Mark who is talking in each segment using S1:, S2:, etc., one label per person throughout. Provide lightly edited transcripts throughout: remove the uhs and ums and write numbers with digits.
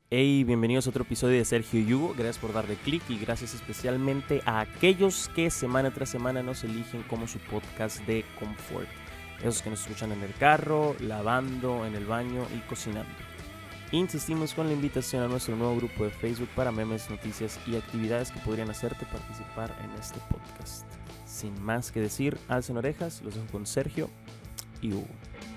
S1: Hey, bienvenidos a otro episodio de Sergio y Hugo. Gracias por darle click y gracias especialmente a aquellos que semana tras semana nos eligen como su podcast de confort. Esos que nos escuchan en el carro, lavando, en el baño y cocinando. Insistimos con la invitación a nuestro nuevo grupo de Facebook para memes, noticias y actividades que podrían hacerte participar en este podcast. Sin más que decir, alcen orejas, los dejo con Sergio y Hugo.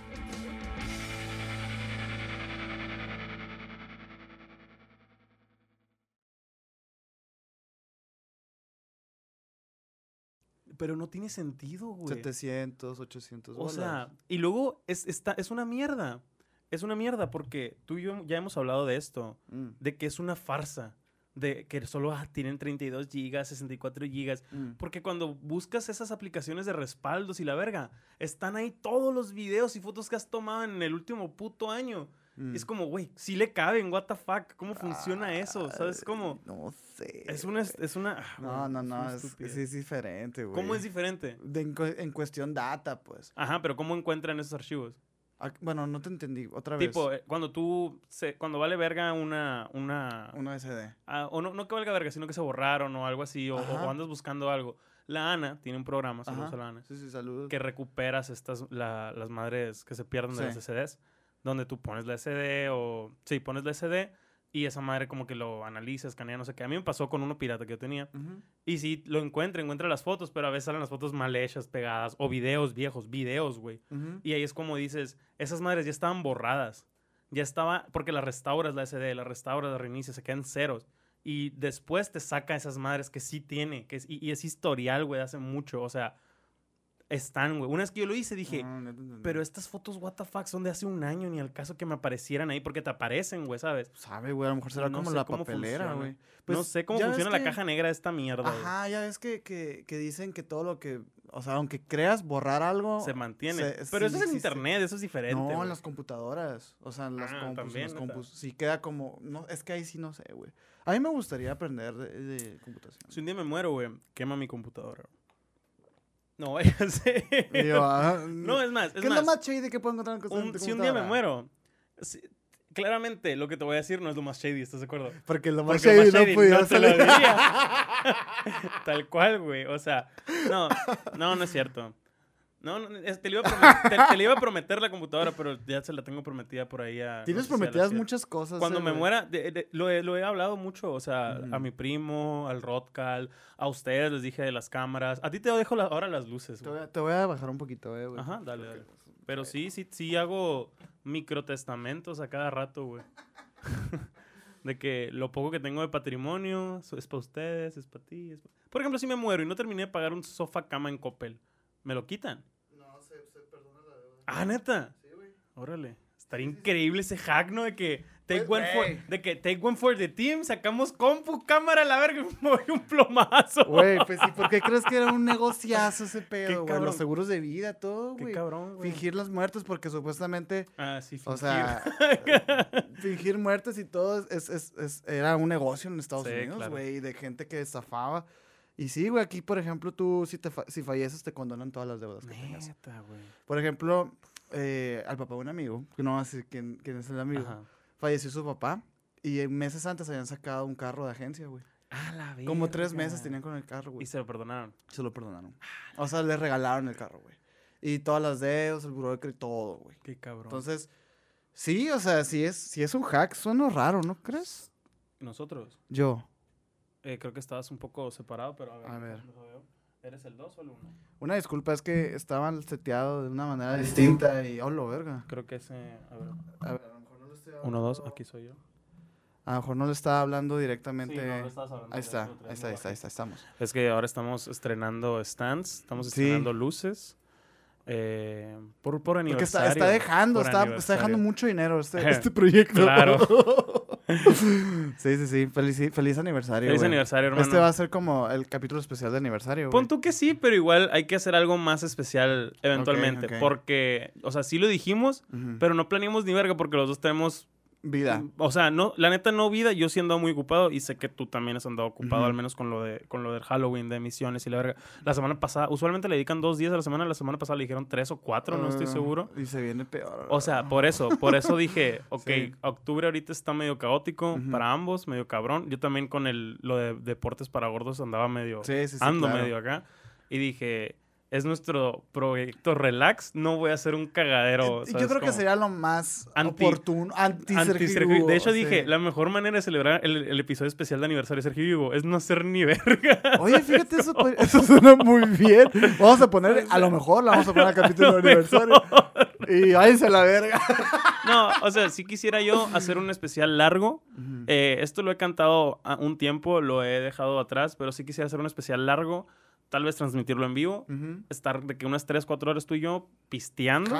S1: Pero no tiene sentido, güey.
S2: 700, 800
S1: O
S2: bolas.
S1: sea, y luego es una mierda. Es una mierda porque tú y yo ya hemos hablado de esto. De que es una farsa. De que solo tienen 32 gigas, 64 gigas. Porque cuando buscas esas aplicaciones de respaldos y la verga, están ahí todos los videos y fotos que has tomado en el último puto año. Es como, güey, sí le caben, what the fuck. ¿Cómo funciona eso? ¿Sabes cómo?
S2: No sé.
S1: Es una...
S2: No,
S1: es
S2: es diferente, güey.
S1: ¿Cómo es diferente?
S2: En cuestión data, pues.
S1: Ajá, pero ¿cómo encuentran esos archivos?
S2: Bueno, no te entendí. Otra vez.
S1: Tipo, cuando vale verga una
S2: SD.
S1: o no que valga verga, sino que se borraron o algo así, o andas buscando algo. La ANA tiene un programa, saludos a la ANA,
S2: Sí, saludos.
S1: que recuperas las madres que se pierden de las SDs, donde tú pones la SD pones la SD y esa madre como que lo analiza, escanea, no sé qué. A mí me pasó con uno pirata que yo tenía. Y sí, lo encuentra las fotos, pero a veces salen las fotos mal hechas, pegadas, o videos viejos, güey. Y ahí es como dices, esas madres ya estaban borradas. Ya estaba, porque las restauras la SD, las restauras, las reinicias, se quedan ceros. Y después te saca esas madres que sí tiene, y es historial, güey, hace mucho. O sea, están, güey. Una vez que yo lo hice, dije, pero estas fotos, what the fuck, son de hace un año, ni al caso que me aparecieran ahí, porque te aparecen, güey, ¿sabes?
S2: Sabe, güey, a lo mejor será como la papelera, güey.
S1: Pues no sé cómo funciona la caja negra de esta mierda, güey.
S2: Ajá, ya ves que dicen que todo lo que... O sea, aunque creas borrar algo...
S1: Se mantiene. Pero eso es en internet, eso es diferente,
S2: No,
S1: güey.
S2: en las computadoras. O sea, en las compus. Sí queda como... No, es que ahí sí no sé, güey. A mí me gustaría aprender de computación.
S1: Si un día me muero, güey, quema mi computadora. No, vaya a ser. No, es más.
S2: ¿Qué es lo más shady que puedo encontrar en tu computadora?
S1: Si un día me muero, claramente lo que te voy a decir no es lo más shady, ¿estás de acuerdo?
S2: Porque lo más shady no pudiera salir.
S1: Tal cual, güey. O sea, no es cierto. Te le iba a prometer la computadora, pero ya se la tengo prometida por ahí a...
S2: Tienes prometidas muchas cosas.
S1: Cuando me muera, lo he hablado mucho, o sea, a mi primo, al Rodcal, a ustedes les dije de las cámaras. A ti te dejo ahora las luces, güey.
S2: Te voy a bajar un poquito, güey.
S1: Ajá, dale. Pero sí hago microtestamentos a cada rato, güey. De que lo poco que tengo de patrimonio es para ustedes, es para ti. Por ejemplo, si me muero y no terminé de pagar un sofá cama en Coppel, ¿me lo quitan?
S2: No, se perdona la deuda.
S1: Ah, ¿neta?
S2: Sí, güey.
S1: Órale. Estaría increíble ese hack, ¿no? De que take one for the team, sacamos compu, cámara, la verga, y me voy un plomazo.
S2: Güey, pues sí, ¿por qué crees que era un negociazo ese pedo, güey?
S1: Cabrón.
S2: Los seguros de vida, todo, güey.
S1: Qué cabrón, güey.
S2: Fingir las muertes porque supuestamente...
S1: Ah, sí, fingir.
S2: O sea, fingir muertes y todo era un negocio en Estados Unidos, güey, claro. De gente que estafaba. Y sí, güey, aquí, por ejemplo, tú, si falleces, te condonan todas las deudas que tengas.
S1: Neta, güey.
S2: Por ejemplo, al papá de un amigo, que no va a decir quién es el amigo, falleció su papá y meses antes habían sacado un carro de agencia, güey.
S1: Ah, la verga.
S2: Como 3 meses tenían con el carro, güey.
S1: Y se lo perdonaron.
S2: Se lo perdonaron. O sea, le regalaron el carro, güey. Y todas las deudas, el buró de crédito, todo, güey.
S1: Qué cabrón.
S2: Entonces, sí, o sea, si es un hack, suena raro, ¿no crees?
S1: ¿Nosotros?
S2: Yo.
S1: Creo que estabas un poco separado, pero
S2: a ver.
S1: ¿Eres el 2 o el 1?
S2: Una disculpa, es que estaban seteados de una manera distinta y... ¡Oh, lo verga!
S1: Creo que ese... A ver,
S2: a lo mejor no le estoy hablando...
S1: 1, 2, aquí soy yo.
S2: A lo mejor no le estaba hablando directamente...
S1: Sí, no, estabas hablando.
S2: Ahí está, estamos.
S1: Es que ahora estamos estrenando stands, estamos estrenando luces. Por aniversario. Porque
S2: está dejando mucho dinero este proyecto.
S1: Claro.
S2: Sí. Feliz aniversario.
S1: Feliz aniversario, hermano.
S2: Este va a ser como el capítulo especial de aniversario, güey.
S1: Pon tú que sí, pero igual hay que hacer algo más especial eventualmente.
S2: Okay.
S1: Porque, o sea, sí lo dijimos, pero no planeamos ni verga porque los dos tenemos
S2: Vida.
S1: O sea, no, la neta no vida, yo sí he andado muy ocupado y sé que tú también has andado ocupado, al menos con lo del Halloween, de emisiones y la verga. La semana pasada, usualmente le dedican 2 días a la semana pasada le dijeron 3 o 4, no estoy seguro.
S2: Y se viene peor.
S1: O sea, por eso dije, ok, sí. Octubre ahorita está medio caótico para ambos, medio cabrón. Yo también con lo de deportes para gordos andaba medio, medio acá. Y dije... Es nuestro proyecto relax. No voy a hacer un cagadero.
S2: Yo creo que sería lo más oportuno. Anti-Sergio Hugo.
S1: De hecho, dije, la mejor manera de celebrar el episodio especial de aniversario de Sergio Hugo es no hacer ni verga.
S2: Oye, fíjate, eso suena muy bien. Vamos a poner, a lo mejor la vamos a poner al capítulo de aniversario. Y váyanse a la verga.
S1: No, o sea, sí quisiera yo hacer un especial largo. Esto lo he cantado un tiempo, lo he dejado atrás, pero sí quisiera hacer un especial largo. Tal vez transmitirlo en vivo, estar de que unas 3, 4 horas tú y yo pisteando,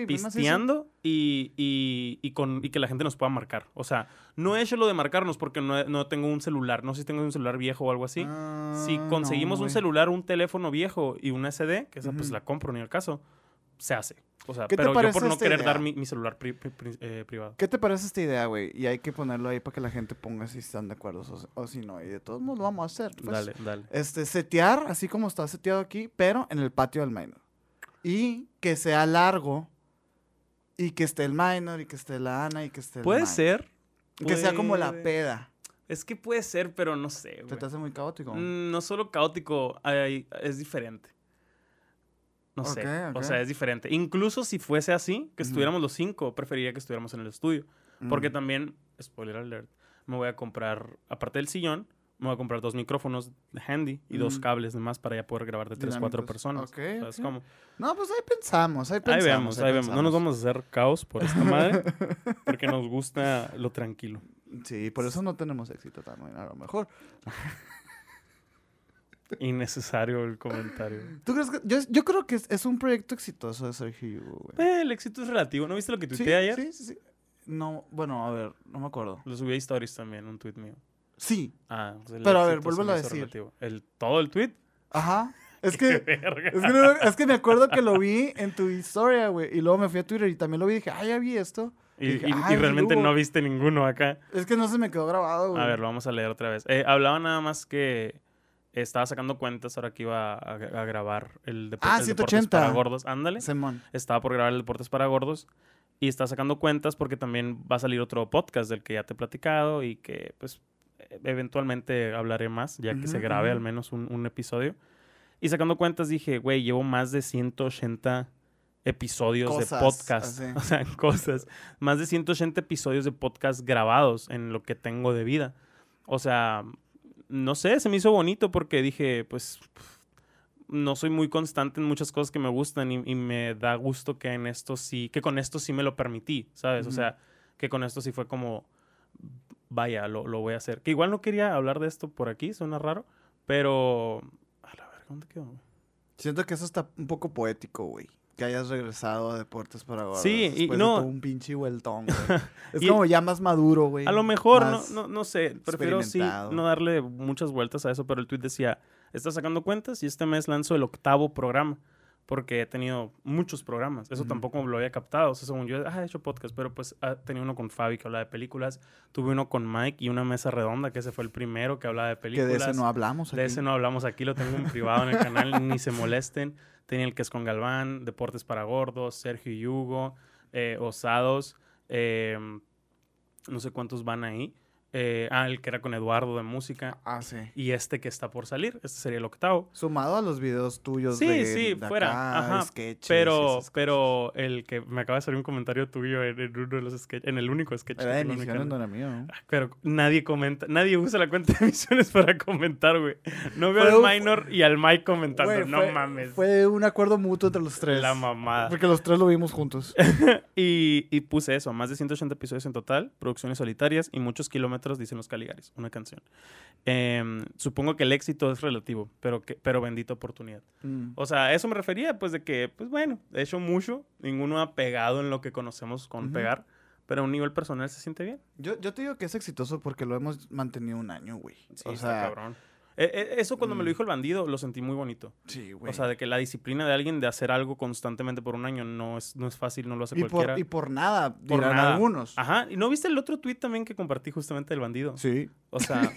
S1: y que la gente nos pueda marcar. O sea, no he hecho lo de marcarnos porque no tengo un celular. No sé si tengo un celular viejo o algo así. Si conseguimos un celular, un teléfono viejo y una SD, que esa pues la compro ni al caso, se hace. O sea, pero yo por no querer dar mi celular privado.
S2: ¿Qué te parece esta idea, güey? Y hay que ponerlo ahí para que la gente ponga si están de acuerdo o si no. Y de todos modos lo vamos a hacer. Pues.
S1: Dale.
S2: Setear, así como está seteado aquí, pero en el patio del minor. Y que sea largo. Y que esté el minor, y que esté la Ana, y que esté el
S1: Puede
S2: minor.
S1: ser.
S2: Que sea como la peda.
S1: Es que puede ser, pero no sé, güey.
S2: ¿Te hace muy caótico?
S1: No solo caótico, es diferente. No sé, o sea, es diferente. Incluso si fuese así, que estuviéramos los 5, preferiría que estuviéramos en el estudio. Porque también, spoiler alert, me voy a comprar, aparte del sillón, me voy a comprar 2 micrófonos handy y 2 cables demás para ya poder grabar de 3, 4 personas. ¿Sabes cómo?
S2: No, pues ahí pensamos. Ahí vemos.
S1: No nos vamos a hacer caos por esta madre, porque nos gusta lo tranquilo.
S2: Sí, por eso no tenemos éxito también, a lo mejor.
S1: Innecesario el comentario.
S2: ¿Tú crees que...? Yo creo que es un proyecto exitoso de Sergio Hugo, güey.
S1: El éxito es relativo. ¿No viste lo que tuiteé ayer?
S2: Sí. No, bueno, a ver, no me acuerdo.
S1: Lo subí a Stories también, un tweet mío.
S2: Sí.
S1: Pues
S2: pero a ver, vuélvelo a decir.
S1: ¿Todo el tweet?
S2: Ajá. Es que me acuerdo que lo vi en tu historia, güey. Y luego me fui a Twitter y también lo vi y dije, ya vi esto.
S1: Y realmente no viste ninguno acá.
S2: Es que no se me quedó grabado, güey.
S1: A ver, lo vamos a leer otra vez. Hablaba nada más que... Estaba sacando cuentas ahora que iba a grabar el Deportes para Gordos. Ándale.
S2: Simón.
S1: Estaba por grabar el Deportes para Gordos. Y estaba sacando cuentas porque también va a salir otro podcast del que ya te he platicado y que, pues, eventualmente hablaré más, ya que se grabe al menos un episodio. Y sacando cuentas dije, güey, llevo más de 180 episodios de podcast. Así. O sea, cosas. Más de 180 episodios de podcast grabados en lo que tengo de vida. O sea... No sé, se me hizo bonito porque dije, pues, no soy muy constante en muchas cosas que me gustan y me da gusto que con esto sí me lo permití, ¿sabes? O sea, que con esto sí fue como, vaya, lo voy a hacer. Que igual no quería hablar de esto por aquí, suena raro, pero, a la verga, ¿dónde quedó?
S2: Siento que eso está un poco poético, güey. Que hayas regresado a Deportes para Gordos.
S1: Sí, y
S2: no. De un pinche vueltón, güey. Es como ya más maduro, güey.
S1: A lo mejor, no sé. Prefiero sí no darle muchas vueltas a eso, pero el tweet decía, está sacando cuentas y este mes lanzo el 8º programa. Porque he tenido muchos programas. Eso tampoco lo había captado. O sea, según yo, he hecho podcast, pero pues tenía uno con Fabi que hablaba de películas. Tuve uno con Mike y una mesa redonda, que ese fue el primero que hablaba de películas.
S2: Que de ese no hablamos aquí.
S1: De ese no hablamos aquí, lo tengo en privado en el canal, ni se molesten. Tenía el que es con Galván, Deportes para Gordos, Sergio y Hugo, Osados, no sé cuántos van ahí. El que era con Eduardo de música.
S2: Sí.
S1: Y este que está por salir. Este sería el 8º.
S2: Sumado a los videos tuyos
S1: de
S2: fuera.
S1: Ajá.
S2: Sketches.
S1: Pero el que me acaba de salir un comentario tuyo en uno de los sketches, en el único sketch.
S2: Era de Emisiones, no era mío, ¿no?
S1: Pero nadie comenta, nadie usa la cuenta de Emisiones para comentar, güey. No veo al Minor y al Mike comentando. Güey, no mames.
S2: Fue un acuerdo mutuo entre los 3.
S1: La mamada.
S2: Porque los 3 lo vimos juntos.
S1: y puse eso, más de 180 episodios en total, producciones solitarias y muchos kilómetros, dicen los Caligaris, una canción. Supongo que el éxito es relativo, pero bendita oportunidad. O sea, a eso me refería, pues, de que, pues, bueno, he hecho mucho, ninguno ha pegado en lo que conocemos con pegar, pero a un nivel personal se siente bien.
S2: Yo te digo que es exitoso porque lo hemos mantenido un año, güey.
S1: Sí, o sea, cabrón. Eso cuando me lo dijo el bandido, lo sentí muy bonito.
S2: Sí, güey.
S1: O sea, de que la disciplina de alguien de hacer algo constantemente por un año no es fácil, no lo hace cualquiera.
S2: Y por nada, dirán algunos.
S1: Ajá. ¿Y no viste el otro tweet también que compartí justamente del bandido?
S2: Sí.
S1: O sea,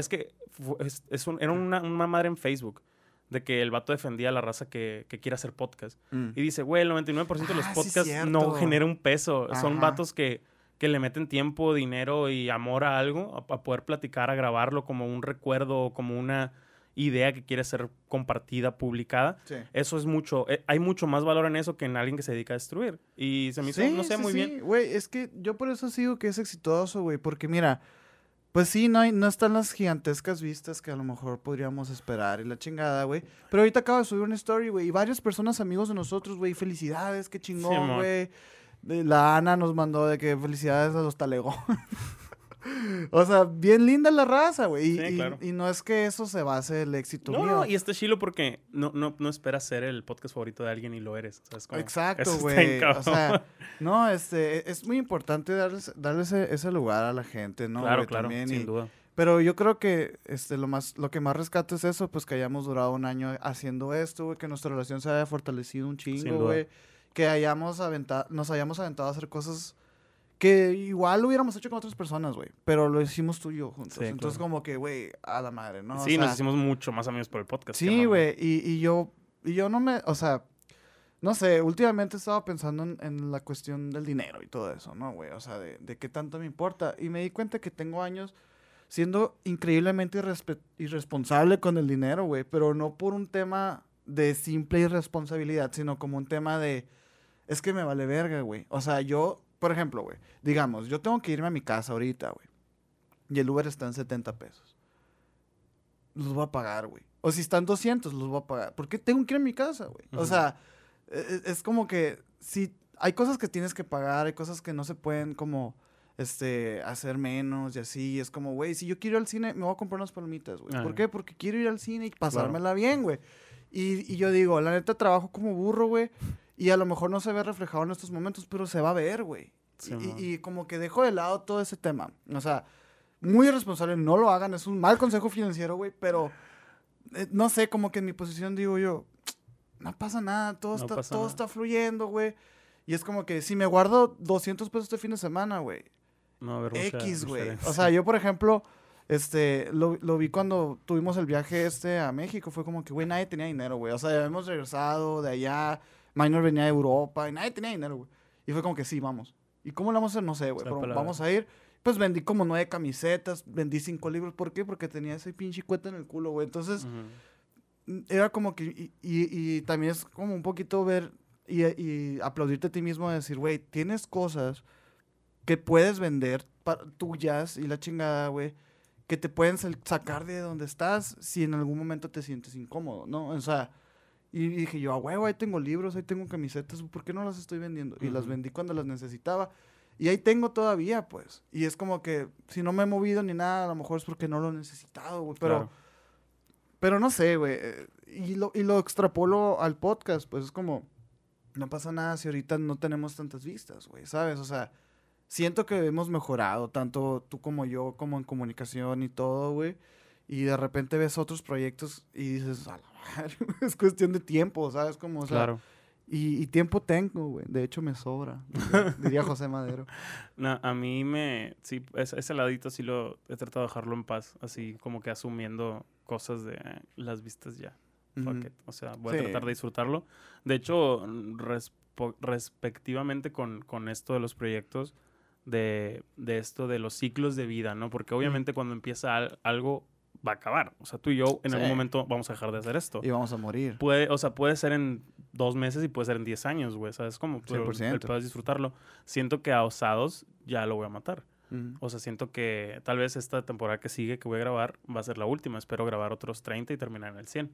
S1: era una madre en Facebook de que el vato defendía a la raza que quiere hacer podcast. Y dice, güey, el 99% de los podcasts no genera un peso. Ajá. Son vatos que le meten tiempo, dinero y amor a algo, a poder platicar, a grabarlo como un recuerdo, como una idea que quiere ser compartida, publicada. Sí. Eso es mucho. Hay mucho más valor en eso que en alguien que se dedica a destruir. Y se me hizo, no sé, muy bien.
S2: Sí, güey, es que yo por eso digo que es exitoso, güey, porque mira, pues sí, no están las gigantescas vistas que a lo mejor podríamos esperar y la chingada, güey. Pero ahorita acabo de subir una story, güey, y varias personas, amigos de nosotros, güey, felicidades, qué chingón, güey. La Ana nos mandó de que felicidades a los Talegón. O sea, bien linda la raza, güey. Sí, claro. Y no es que eso se base el éxito mío.
S1: No, y está chilo porque no esperas ser el podcast favorito de alguien y lo eres. ¿Sabes? Como,
S2: exacto, güey. O sea, no, es muy importante darle ese lugar a la gente, ¿no?
S1: Claro,
S2: güey,
S1: claro,
S2: también,
S1: sin duda.
S2: Pero yo creo que lo que más rescato es eso, pues que hayamos durado un año haciendo esto, güey, que nuestra relación se haya fortalecido un chingo, güey. Que nos hayamos aventado a hacer cosas que igual lo hubiéramos hecho con otras personas, güey. Pero lo hicimos tú y yo juntos. Sí, entonces, claro. Como que, güey, a la madre, ¿no?
S1: Sí, nos hicimos mucho más amigos por el podcast.
S2: Sí, güey. Y yo no me... O sea, no sé. Últimamente he estado pensando en la cuestión del dinero y todo eso, ¿no, güey? O sea, de qué tanto me importa. Y me di cuenta que tengo años siendo increíblemente irresponsable con el dinero, güey. Pero no por un tema de simple irresponsabilidad, sino como un tema de... Es que me vale verga, güey. O sea, yo... Por ejemplo, güey, digamos, yo tengo que irme a mi casa ahorita, güey. Y el Uber está en 70 pesos. Los voy a pagar, güey. O si están 200, los voy a pagar. ¿Por qué tengo que ir a mi casa, güey? O sea, es como que si hay cosas que tienes que pagar, hay cosas que no se pueden como hacer menos y así. Es como, güey, si yo quiero ir al cine, me voy a comprar unas palomitas, güey. ¿Por qué? Porque quiero ir al cine y pasármela bien, güey. Y yo digo, la neta, trabajo como burro, güey. Y a lo mejor no se ve reflejado en estos momentos, pero se va a ver, güey. Sí, y como que dejo de lado todo ese tema. O sea, muy irresponsable, no lo hagan. Es un mal consejo financiero, güey. Pero, no sé, como que en mi posición digo yo, no pasa nada. Todo está fluyendo, güey. Y es como que si me guardo 200 pesos este fin de semana, güey.
S1: No, a ver,
S2: X, güey. O sea, yo, por ejemplo, lo vi cuando tuvimos el viaje a México. Fue como que, güey, nadie tenía dinero, güey. O sea, ya hemos regresado de allá. Minor venía de Europa y nadie tenía dinero, güey. Y fue como que sí, vamos. ¿Y cómo lo vamos a hacer? No sé, güey. Pero vamos a ir. Pues vendí como 9 camisetas, vendí 5 libros. ¿Por qué? Porque tenía ese pinche cueta en el culo, güey. Entonces, era como que... Y también es como un poquito ver y aplaudirte a ti mismo de decir, güey, tienes cosas que puedes vender tuyas y la chingada, güey, que te pueden sacar de donde estás si en algún momento te sientes incómodo, ¿no? O sea... Y dije yo, huevo, ahí tengo libros, ahí tengo camisetas, ¿por qué no las estoy vendiendo? Y las vendí cuando las necesitaba. Y ahí tengo todavía, pues. Y es como que si no me he movido ni nada, a lo mejor es porque no lo he necesitado, güey. Pero no sé, güey. Y lo extrapolo al podcast, pues es como, no pasa nada si ahorita no tenemos tantas vistas, güey, ¿sabes? O sea, siento que hemos mejorado, tanto tú como yo, como en comunicación y todo, güey. Y de repente ves otros proyectos y dices, a la madre, es cuestión de tiempo, ¿sabes? Como, o sea,
S1: claro.
S2: Y tiempo tengo, güey. De hecho, me sobra, diría José Madero.
S1: No, a mí sí, ese ladito sí lo he tratado de dejarlo en paz. Así como que asumiendo cosas de las vistas ya. Fuck it. O sea, voy a tratar de disfrutarlo. De hecho, respectivamente con esto de los proyectos, de esto de los ciclos de vida, ¿no? Porque obviamente cuando empieza algo va a acabar. O sea, tú y yo en algún momento vamos a dejar de hacer esto.
S2: Y vamos a morir.
S1: Puede ser en 2 meses y puede ser en 10 años, güey. ¿Sabes cómo?
S2: 100%.
S1: Puedes disfrutarlo. Siento que a Osados ya lo voy a matar. O sea, siento que tal vez esta temporada que sigue que voy a grabar va a ser la última. Espero grabar otros 30 y terminar en el 100.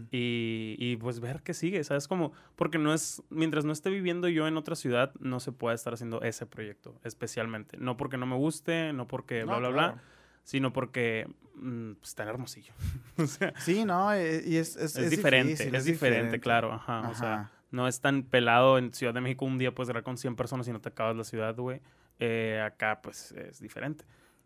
S1: Y pues ver qué sigue, ¿sabes? Como, porque mientras no esté viviendo yo en otra ciudad, no se puede estar haciendo ese proyecto especialmente. No porque no me guste, no porque bla, bla, sino porque está en Hermosillo. O sea,
S2: sí, no, y es
S1: diferente.
S2: Difícil,
S1: es diferente, claro. Ajá. O sea, no es tan pelado en Ciudad de México un día puedes grabar con 100 personas y no te acabas la ciudad, güey. Acá, pues, es diferente.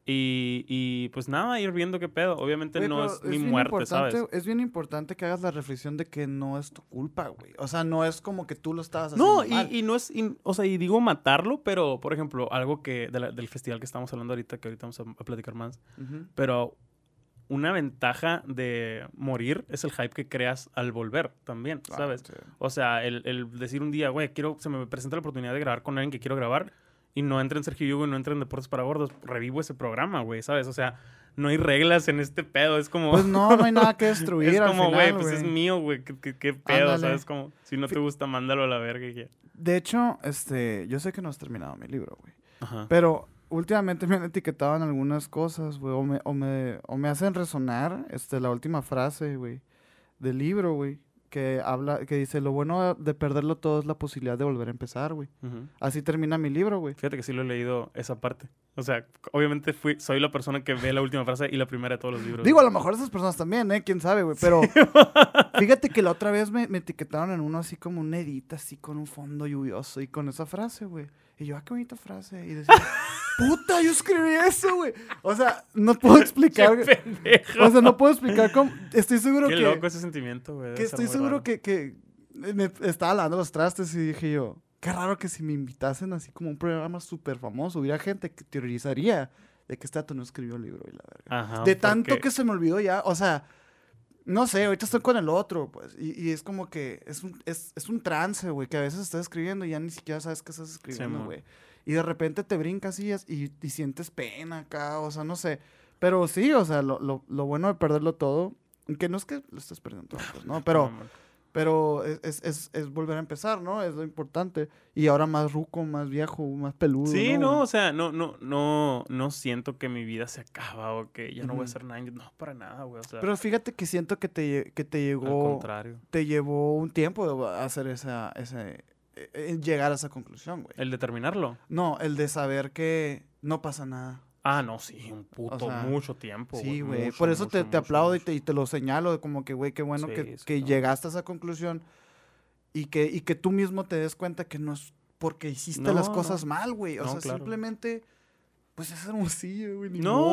S1: Y pues nada, ir viendo qué pedo. Obviamente no es mi muerte, ¿sabes?
S2: Es bien importante que hagas la reflexión de que no es tu culpa, güey. O sea, no es como que tú lo estabas haciendo mal.
S1: Y no es... o sea, y digo matarlo, pero, por ejemplo, algo que... del festival que estamos hablando ahorita, que ahorita vamos a platicar más. Pero una ventaja de morir es el hype que creas al volver también, ¿sabes? Sí. O sea, el decir un día, güey, se me presenta la oportunidad de grabar con alguien que quiero grabar... Y no entra en Sergio Yugo y no entra en Deportes para Gordos, revivo ese programa, güey, ¿sabes? O sea, no hay reglas en este pedo, es como...
S2: Pues no hay nada que destruir.
S1: Es como, güey, pues es mío, güey, ¿qué pedo? Ándale. ¿Sabes? Como, si no te gusta, mándalo a la verga.
S2: De hecho, yo sé que no has terminado mi libro, güey. Ajá. Pero últimamente me han etiquetado en algunas cosas, güey, o me hacen resonar la última frase, güey, del libro, güey. Que dice, lo bueno de perderlo todo es la posibilidad de volver a empezar, güey. Así termina mi libro, güey.
S1: Fíjate que sí lo he leído esa parte. O sea, obviamente soy la persona que ve la última frase y la primera de todos los libros.
S2: Digo, a lo mejor esas personas también, quién sabe, güey. Pero fíjate que la otra vez me etiquetaron en uno así como un edit, así con un fondo lluvioso y con esa frase, güey. Y yo, qué bonita frase. Y decía, puta, yo escribí eso, güey. O sea, no puedo explicar.
S1: ¡Qué pendejo!
S2: O sea, no puedo explicar cómo. Estoy seguro
S1: Qué loco ese sentimiento, güey.
S2: Que estoy seguro que me estaba lavando los trastes y dije yo, qué raro que si me invitasen así como un programa súper famoso, hubiera gente que teorizaría de que este dato no escribió el libro y la verga.
S1: Ajá,
S2: de tanto que se me olvidó ya, o sea, no sé, ahorita estoy con el otro, pues, y es como que es un trance, güey, que a veces estás escribiendo y ya ni siquiera sabes qué estás escribiendo, güey. Y de repente te brincas y sientes pena acá, o sea, no sé. Pero sí, o sea, lo bueno de perderlo todo, que no es que lo estés perdiendo todo, pues, ¿no? Pero es volver a empezar, ¿no? Es lo importante. Y ahora más ruco, más viejo, más peludo.
S1: Sí, no, o sea, no siento que mi vida se acaba o que ya no voy a hacer nada. No, para nada, güey. O sea,
S2: pero fíjate que siento que te llegó...
S1: Al contrario.
S2: Te llevó un tiempo de hacer llegar a esa conclusión, güey.
S1: ¿El determinarlo?
S2: No, el de saber que no pasa nada.
S1: Ah, no, sí, un puto, o sea, mucho tiempo.
S2: Sí, güey. Por eso te aplaudo y te lo señalo, de como que, güey, qué bueno que llegaste a esa conclusión y que tú mismo te des cuenta que no es porque hiciste las cosas mal, güey. O sea, claro. Simplemente, pues es hermosillo, güey.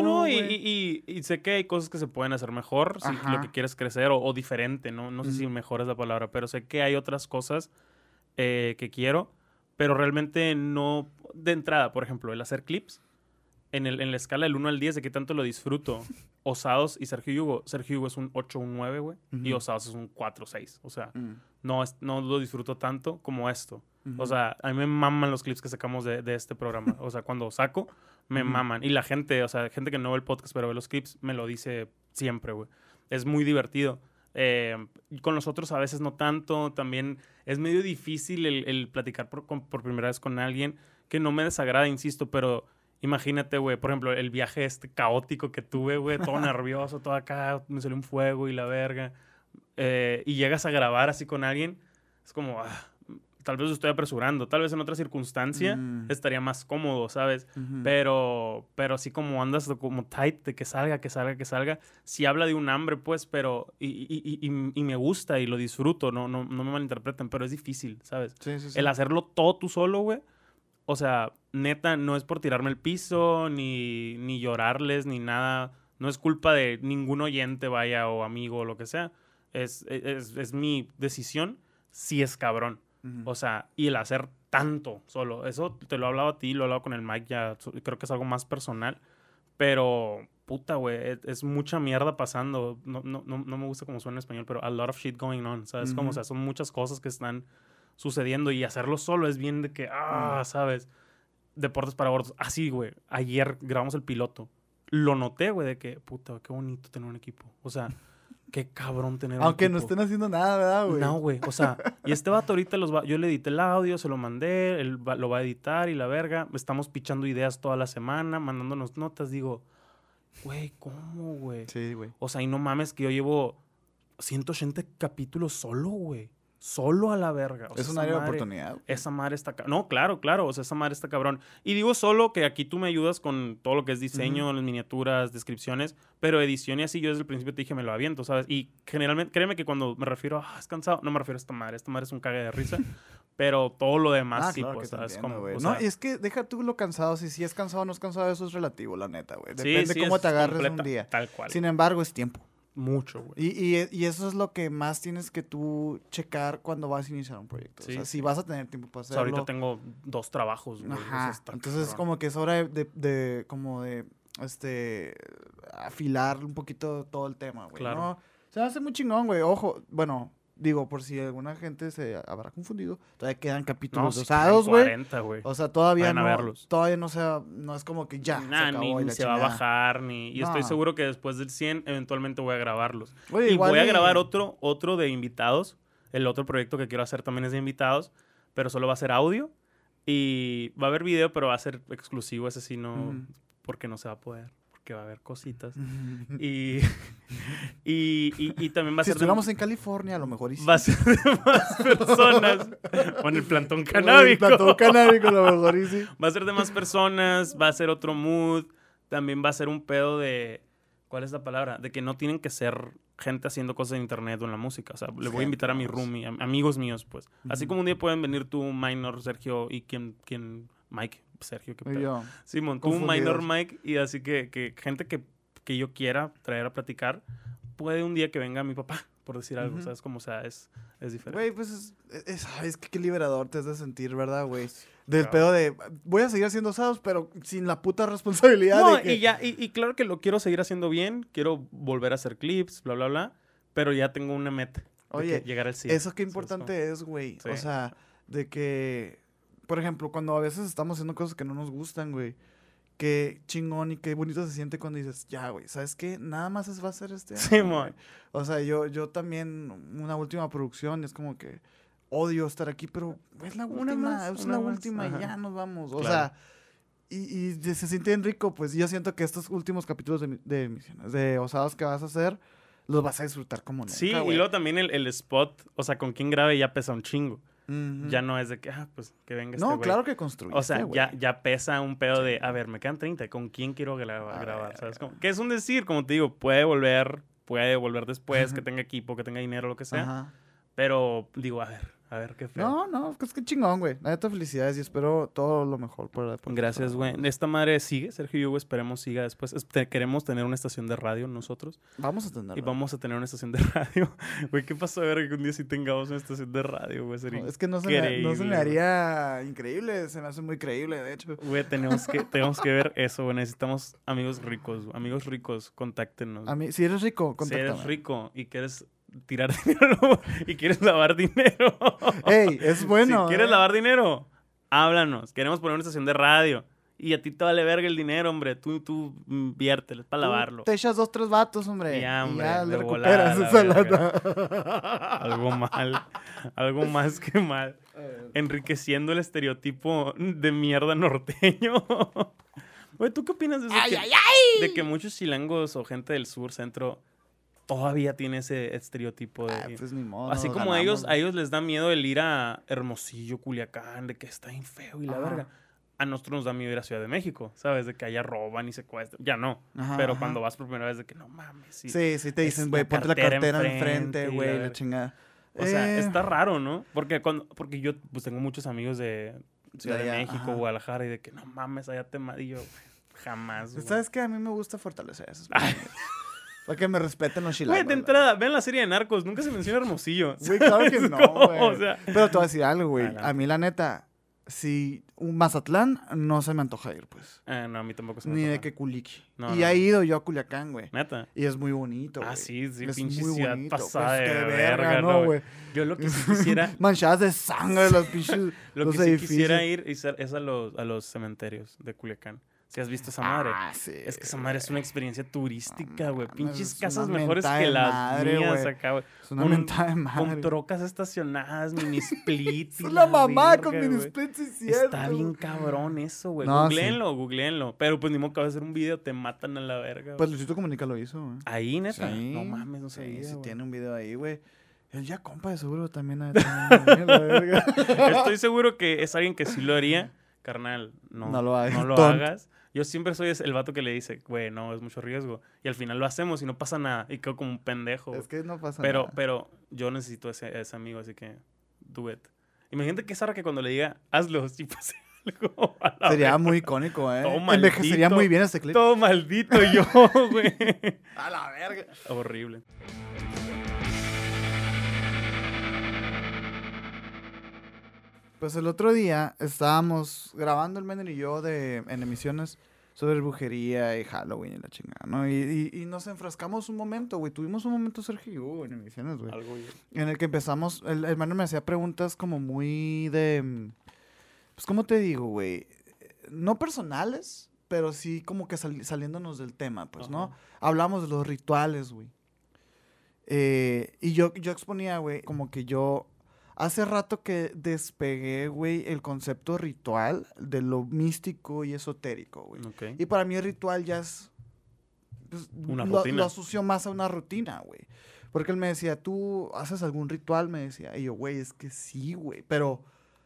S1: Y sé que hay cosas que se pueden hacer mejor si lo que quieres crecer o diferente, ¿no? No sé si mejor es la palabra, pero sé que hay otras cosas que quiero, pero realmente no... De entrada, por ejemplo, el hacer clips. En la escala del 1 al 10, ¿de qué tanto lo disfruto? Osados y Sergio Yugo. Sergio Yugo es un 8, un 9, güey. Y Osados es un 4, 6. O sea, no lo disfruto tanto como esto. O sea, a mí me maman los clips que sacamos de este programa. O sea, cuando saco, me maman. Y la gente, o sea, gente que no ve el podcast, pero ve los clips, me lo dice siempre, güey. Es muy divertido. Con los otros a veces no tanto. También es medio difícil el platicar por primera vez con alguien que no me desagrada, insisto, pero... Imagínate, güey, por ejemplo, el viaje caótico que tuve, güey, todo nervioso, todo acá, me salió un fuego y la verga. Y llegas a grabar así con alguien, es como, tal vez lo estoy apresurando, tal vez en otra circunstancia estaría más cómodo, ¿sabes? Pero así como andas como tight de que salga, sí habla de un hambre, pues, pero, y me gusta y lo disfruto, no me malinterpreten, pero es difícil, ¿sabes?
S2: Sí.
S1: El hacerlo todo tú solo, güey. O sea, neta, no es por tirarme el piso, ni llorarles, ni nada. No es culpa de ningún oyente, vaya, o amigo, o lo que sea. Es mi decisión, sí es cabrón. O sea, y el hacer tanto solo. Eso te lo he hablado a ti, lo he hablado con el Mike ya. Creo que es algo más personal. Pero, puta, güey, es mucha mierda pasando. No me gusta cómo suena en español, pero a lot of shit going on, ¿sabes? Como, o sea, son muchas cosas que están... sucediendo y hacerlo solo es bien de que, ¿sabes? Deportes para Gordos. Así, güey. Ayer grabamos el piloto. Lo noté, güey, de que, puta, qué bonito tener un equipo. O sea, qué cabrón tener un equipo.
S2: Aunque no estén haciendo nada, ¿verdad, güey?
S1: No, güey. O sea, y este vato ahorita yo le edité el audio, se lo mandé, él lo va a editar y la verga. Estamos pichando ideas toda la semana, mandándonos notas. Digo, güey, ¿cómo, güey?
S2: Sí, güey.
S1: O sea, y no mames que yo llevo 180 capítulos solo, güey. Solo a la verga. O sea,
S2: es un área de oportunidad.
S1: Esa madre está... No, claro. O sea, esa madre está cabrón. Y digo solo que aquí tú me ayudas con todo lo que es diseño, las miniaturas, descripciones, pero edición y así yo desde el principio te dije me lo aviento, ¿sabes? Y generalmente, créeme que cuando me refiero a es cansado, no me refiero a esta madre. Esta madre es un cague de risa. Pero todo lo demás sí,
S2: claro
S1: pues,
S2: que
S1: ¿sabes?
S2: Como,
S1: o
S2: no,
S1: sea,
S2: y es que deja tú lo cansado. Si es cansado o no es cansado, eso es relativo, la neta, güey.
S1: sí,
S2: Depende
S1: sí,
S2: cómo
S1: es
S2: te agarres
S1: completa,
S2: un día.
S1: tal cual.
S2: Sin embargo, es tiempo.
S1: Mucho, güey.
S2: Y eso es lo que más tienes que tú checar cuando vas a iniciar un proyecto.
S1: Sí,
S2: o sea,
S1: sí.
S2: si vas a tener tiempo para
S1: O
S2: hacerlo.
S1: sea, ahorita tengo 2 trabajos, güey.
S2: Ajá.
S1: Está
S2: Entonces,
S1: cabrón.
S2: como que es hora como de afilar un poquito todo el tema, güey.
S1: Claro.
S2: ¿No? Se me hace muy chingón, güey. Ojo, bueno, digo, por si alguna gente se habrá confundido, todavía quedan capítulos
S1: No,
S2: usados, güey.
S1: 40, güey.
S2: O sea, todavía
S1: Vayan a verlos.
S2: todavía no es como que ya
S1: Nah,
S2: se acabó
S1: ni
S2: y la
S1: se va a
S2: chingada.
S1: bajar, y
S2: No.
S1: estoy seguro que después del 100 eventualmente voy a grabarlos.
S2: Oye,
S1: Y
S2: igual
S1: voy a grabar otro de invitados. El otro proyecto que quiero hacer también es de invitados, pero solo va a ser audio. Y va a haber video, pero va a ser exclusivo. Ese sí no, porque no se va a poder. Porque va a haber cositas. Y también va a
S2: Si
S1: ser
S2: estuviéramos en California, a lo mejor
S1: va a ser de más personas. O en el plantón canábico.
S2: El plantón canábico, a lo mejor y sí.
S1: Va a ser de más personas, va a ser otro mood. También va a ser un pedo de... ¿Cuál es la palabra? De que no tienen que ser gente haciendo cosas en internet o en la música. O sea, le voy a invitar a mi roomie, amigos míos, pues. Así como un día pueden venir tú, Minor, Sergio, y ¿quién? Mike, Sergio, qué pedo.
S2: Yo.
S1: Simón, tú, Minor, Mike, y así que gente que yo quiera traer a platicar, puede un día que venga mi papá, por decir algo, ¿sabes? Como, o sea, es diferente.
S2: Güey, pues es que qué liberador te has de sentir, ¿verdad, güey? Del pedo de, voy a seguir haciendo asados, pero sin la puta responsabilidad
S1: No,
S2: de que...
S1: y claro que lo quiero seguir haciendo bien, quiero volver a hacer clips, bla, bla, bla, pero ya tengo una meta.
S2: Oye,
S1: llegar al 100.
S2: eso qué importante es, güey.
S1: Sí.
S2: O sea, de que, por ejemplo, cuando a veces estamos haciendo cosas que no nos gustan, güey, qué chingón y qué bonito se siente cuando dices, ya, güey, ¿sabes qué? Nada más va a ser este año,
S1: Sí,
S2: güey.
S1: man.
S2: O sea, yo también, una última producción, es como que odio estar aquí, pero es la
S1: Una
S2: última,
S1: más,
S2: es
S1: una
S2: la
S1: más,
S2: última y
S1: ajá.
S2: ya nos vamos. O
S1: Claro.
S2: sea, y se siente bien rico, pues yo siento que estos últimos capítulos de Misiones, de Osados que vas a hacer, los vas a disfrutar como nunca,
S1: Sí,
S2: güey.
S1: y luego también el spot, o sea, con quien grabe ya pesa un chingo.
S2: Ujú.
S1: Ya no es de que, pues, que venga este
S2: No,
S1: güey.
S2: claro que construiste,
S1: O sea,
S2: güey.
S1: ya pesa un pedo de, a ver, me quedan 30, ¿con quién quiero grabar? ¿Sabes? Que es un decir, como te digo, puede volver después, que tenga equipo, que tenga dinero, lo que sea.
S2: Ajá.
S1: Pero digo, a ver qué feo.
S2: No, pues qué chingón, güey. La neta, felicidades y espero todo lo mejor por
S1: Gracias, güey. Esta madre sigue, Sergio y yo, esperemos siga después. Queremos tener una estación de radio nosotros.
S2: Vamos a tenerlo.
S1: Y vamos a tener una estación de radio. Güey, ¿qué pasó a ver que un día sí tengamos una estación de radio, güey? Sería
S2: Es que no se
S1: increíble,
S2: me haría increíble, se me hace muy creíble, de hecho.
S1: güey, tenemos que ver eso, güey. Necesitamos amigos ricos, contáctenos.
S2: Si eres rico,
S1: Si
S2: contáctame.
S1: eres rico y quieres tirar dinero y quieres lavar dinero.
S2: Ey, es bueno.
S1: Si quieres lavar dinero, háblanos. Queremos poner una estación de radio. Y a ti te vale verga el dinero, hombre. Tú viértelo para lavarlo.
S2: Te echas 2, 3 vatos, hombre.
S1: Y ya, hombre,
S2: le
S1: de
S2: recuperas
S1: volada,
S2: esa
S1: la verga.
S2: lata.
S1: Algo más que mal. Enriqueciendo el estereotipo de mierda norteño. Güey, ¿tú qué opinas de eso? De que muchos chilangos o gente del sur, centro, todavía tiene ese estereotipo de...
S2: Pues ni modo.
S1: Así
S2: nos
S1: como
S2: ganamos.
S1: a ellos les da miedo el ir a Hermosillo, Culiacán, de que está bien feo y la
S2: Ajá.
S1: verga. A nosotros nos da miedo ir a Ciudad de México, ¿sabes? De que allá roban y secuestran. Ya no.
S2: Ajá,
S1: Pero
S2: ajá.
S1: cuando vas por primera vez de que no mames.
S2: Sí, te dicen, güey, ponte la cartera enfrente, güey, la chingada.
S1: O sea, está raro, ¿no? Porque yo pues tengo muchos amigos de Ciudad de
S2: allá,
S1: México,
S2: ajá.
S1: Guadalajara, y de que no mames, allá te madillo. Jamás, güey.
S2: ¿Sabes qué? A mí me gusta fortalecer eso. Para que me respeten los chilangos.
S1: Güey, de entrada, vean la serie de Narcos, nunca se menciona Hermosillo.
S2: Güey, claro que
S1: ¿Sabes
S2: no,
S1: cómo?
S2: güey.
S1: O sea,
S2: Pero te voy a decir algo, güey.
S1: Adelante.
S2: A mí, la neta, si un Mazatlán no se me antoja ir, pues.
S1: no, a mí tampoco se me
S2: Ni de
S1: antoja.
S2: que Culiqui.
S1: No,
S2: y
S1: no.
S2: he ido yo a Culiacán, güey.
S1: Neta.
S2: Y es muy bonito, güey.
S1: Sí,
S2: es
S1: pinche
S2: muy
S1: ciudad
S2: bonito.
S1: pasada
S2: Pues,
S1: de
S2: qué
S1: verga,
S2: ¿no,
S1: ¿no,
S2: güey?
S1: Yo lo que sí quisiera...
S2: Manchadas de sangre los pinches
S1: Lo
S2: los
S1: que sí
S2: edificios.
S1: quisiera ir es a los cementerios de Culiacán. Si has visto esa madre.
S2: Sí,
S1: Es que esa madre es una experiencia turística, güey.
S2: mames,
S1: Pinches
S2: es
S1: casas
S2: una
S1: mejores
S2: mentada
S1: que
S2: de
S1: las
S2: madre,
S1: mías
S2: güey.
S1: acá, güey.
S2: Es una mentada de madre.
S1: Con trocas estacionadas, mini split.
S2: Es
S1: y
S2: una mamá
S1: verga,
S2: con mini
S1: güey.
S2: split, sí, cierto.
S1: Está bien cabrón eso, güey.
S2: No,
S1: Googleenlo. Pero pues ni modo que vas a hacer un video, te matan a la verga.
S2: Pues
S1: güey.
S2: Luisito Comunica lo hizo, güey.
S1: Ahí, neta.
S2: Sí.
S1: No mames, no sabía,
S2: Sí,
S1: güey.
S2: tiene un video ahí, güey. Él ya compa de seguro también ha de tener, la verga.
S1: Estoy seguro que es alguien que sí lo haría. Carnal,
S2: No lo hagas.
S1: No lo
S2: Don't.
S1: hagas. Yo siempre soy el vato que le dice, güey, no, es mucho riesgo. Y al final lo hacemos y no pasa nada. Y quedo como un pendejo.
S2: Es que no pasa
S1: pero,
S2: nada.
S1: pero yo necesito ese amigo, así que do it. Imagínate que Sara que cuando le diga, hazlo, si pase algo.
S2: Sería muy icónico, Envejecería muy bien este clip.
S1: Todo maldito yo, güey.
S2: A la verga.
S1: Horrible.
S2: Pues el otro día estábamos grabando el Mener y yo en emisiones sobre brujería y Halloween y la chingada, ¿no? Y nos enfrascamos un momento, güey. Tuvimos un momento, Sergio y yo, en emisiones, güey. En el que empezamos, el hermano me hacía preguntas como muy de... Pues, ¿cómo te digo, güey? No personales, pero sí como que saliéndonos del tema, pues, ¿no? Hablamos de los rituales, güey. Y yo exponía, güey, como que yo... Hace rato que despegué, güey, el concepto ritual de lo místico y esotérico, güey.
S1: Okay.
S2: Y para mí el ritual ya es... Pues,
S1: una rutina.
S2: Lo asocio más a una rutina, güey. Porque él me decía, ¿tú haces algún ritual? Me decía. Y yo, güey, es que sí, güey. Pero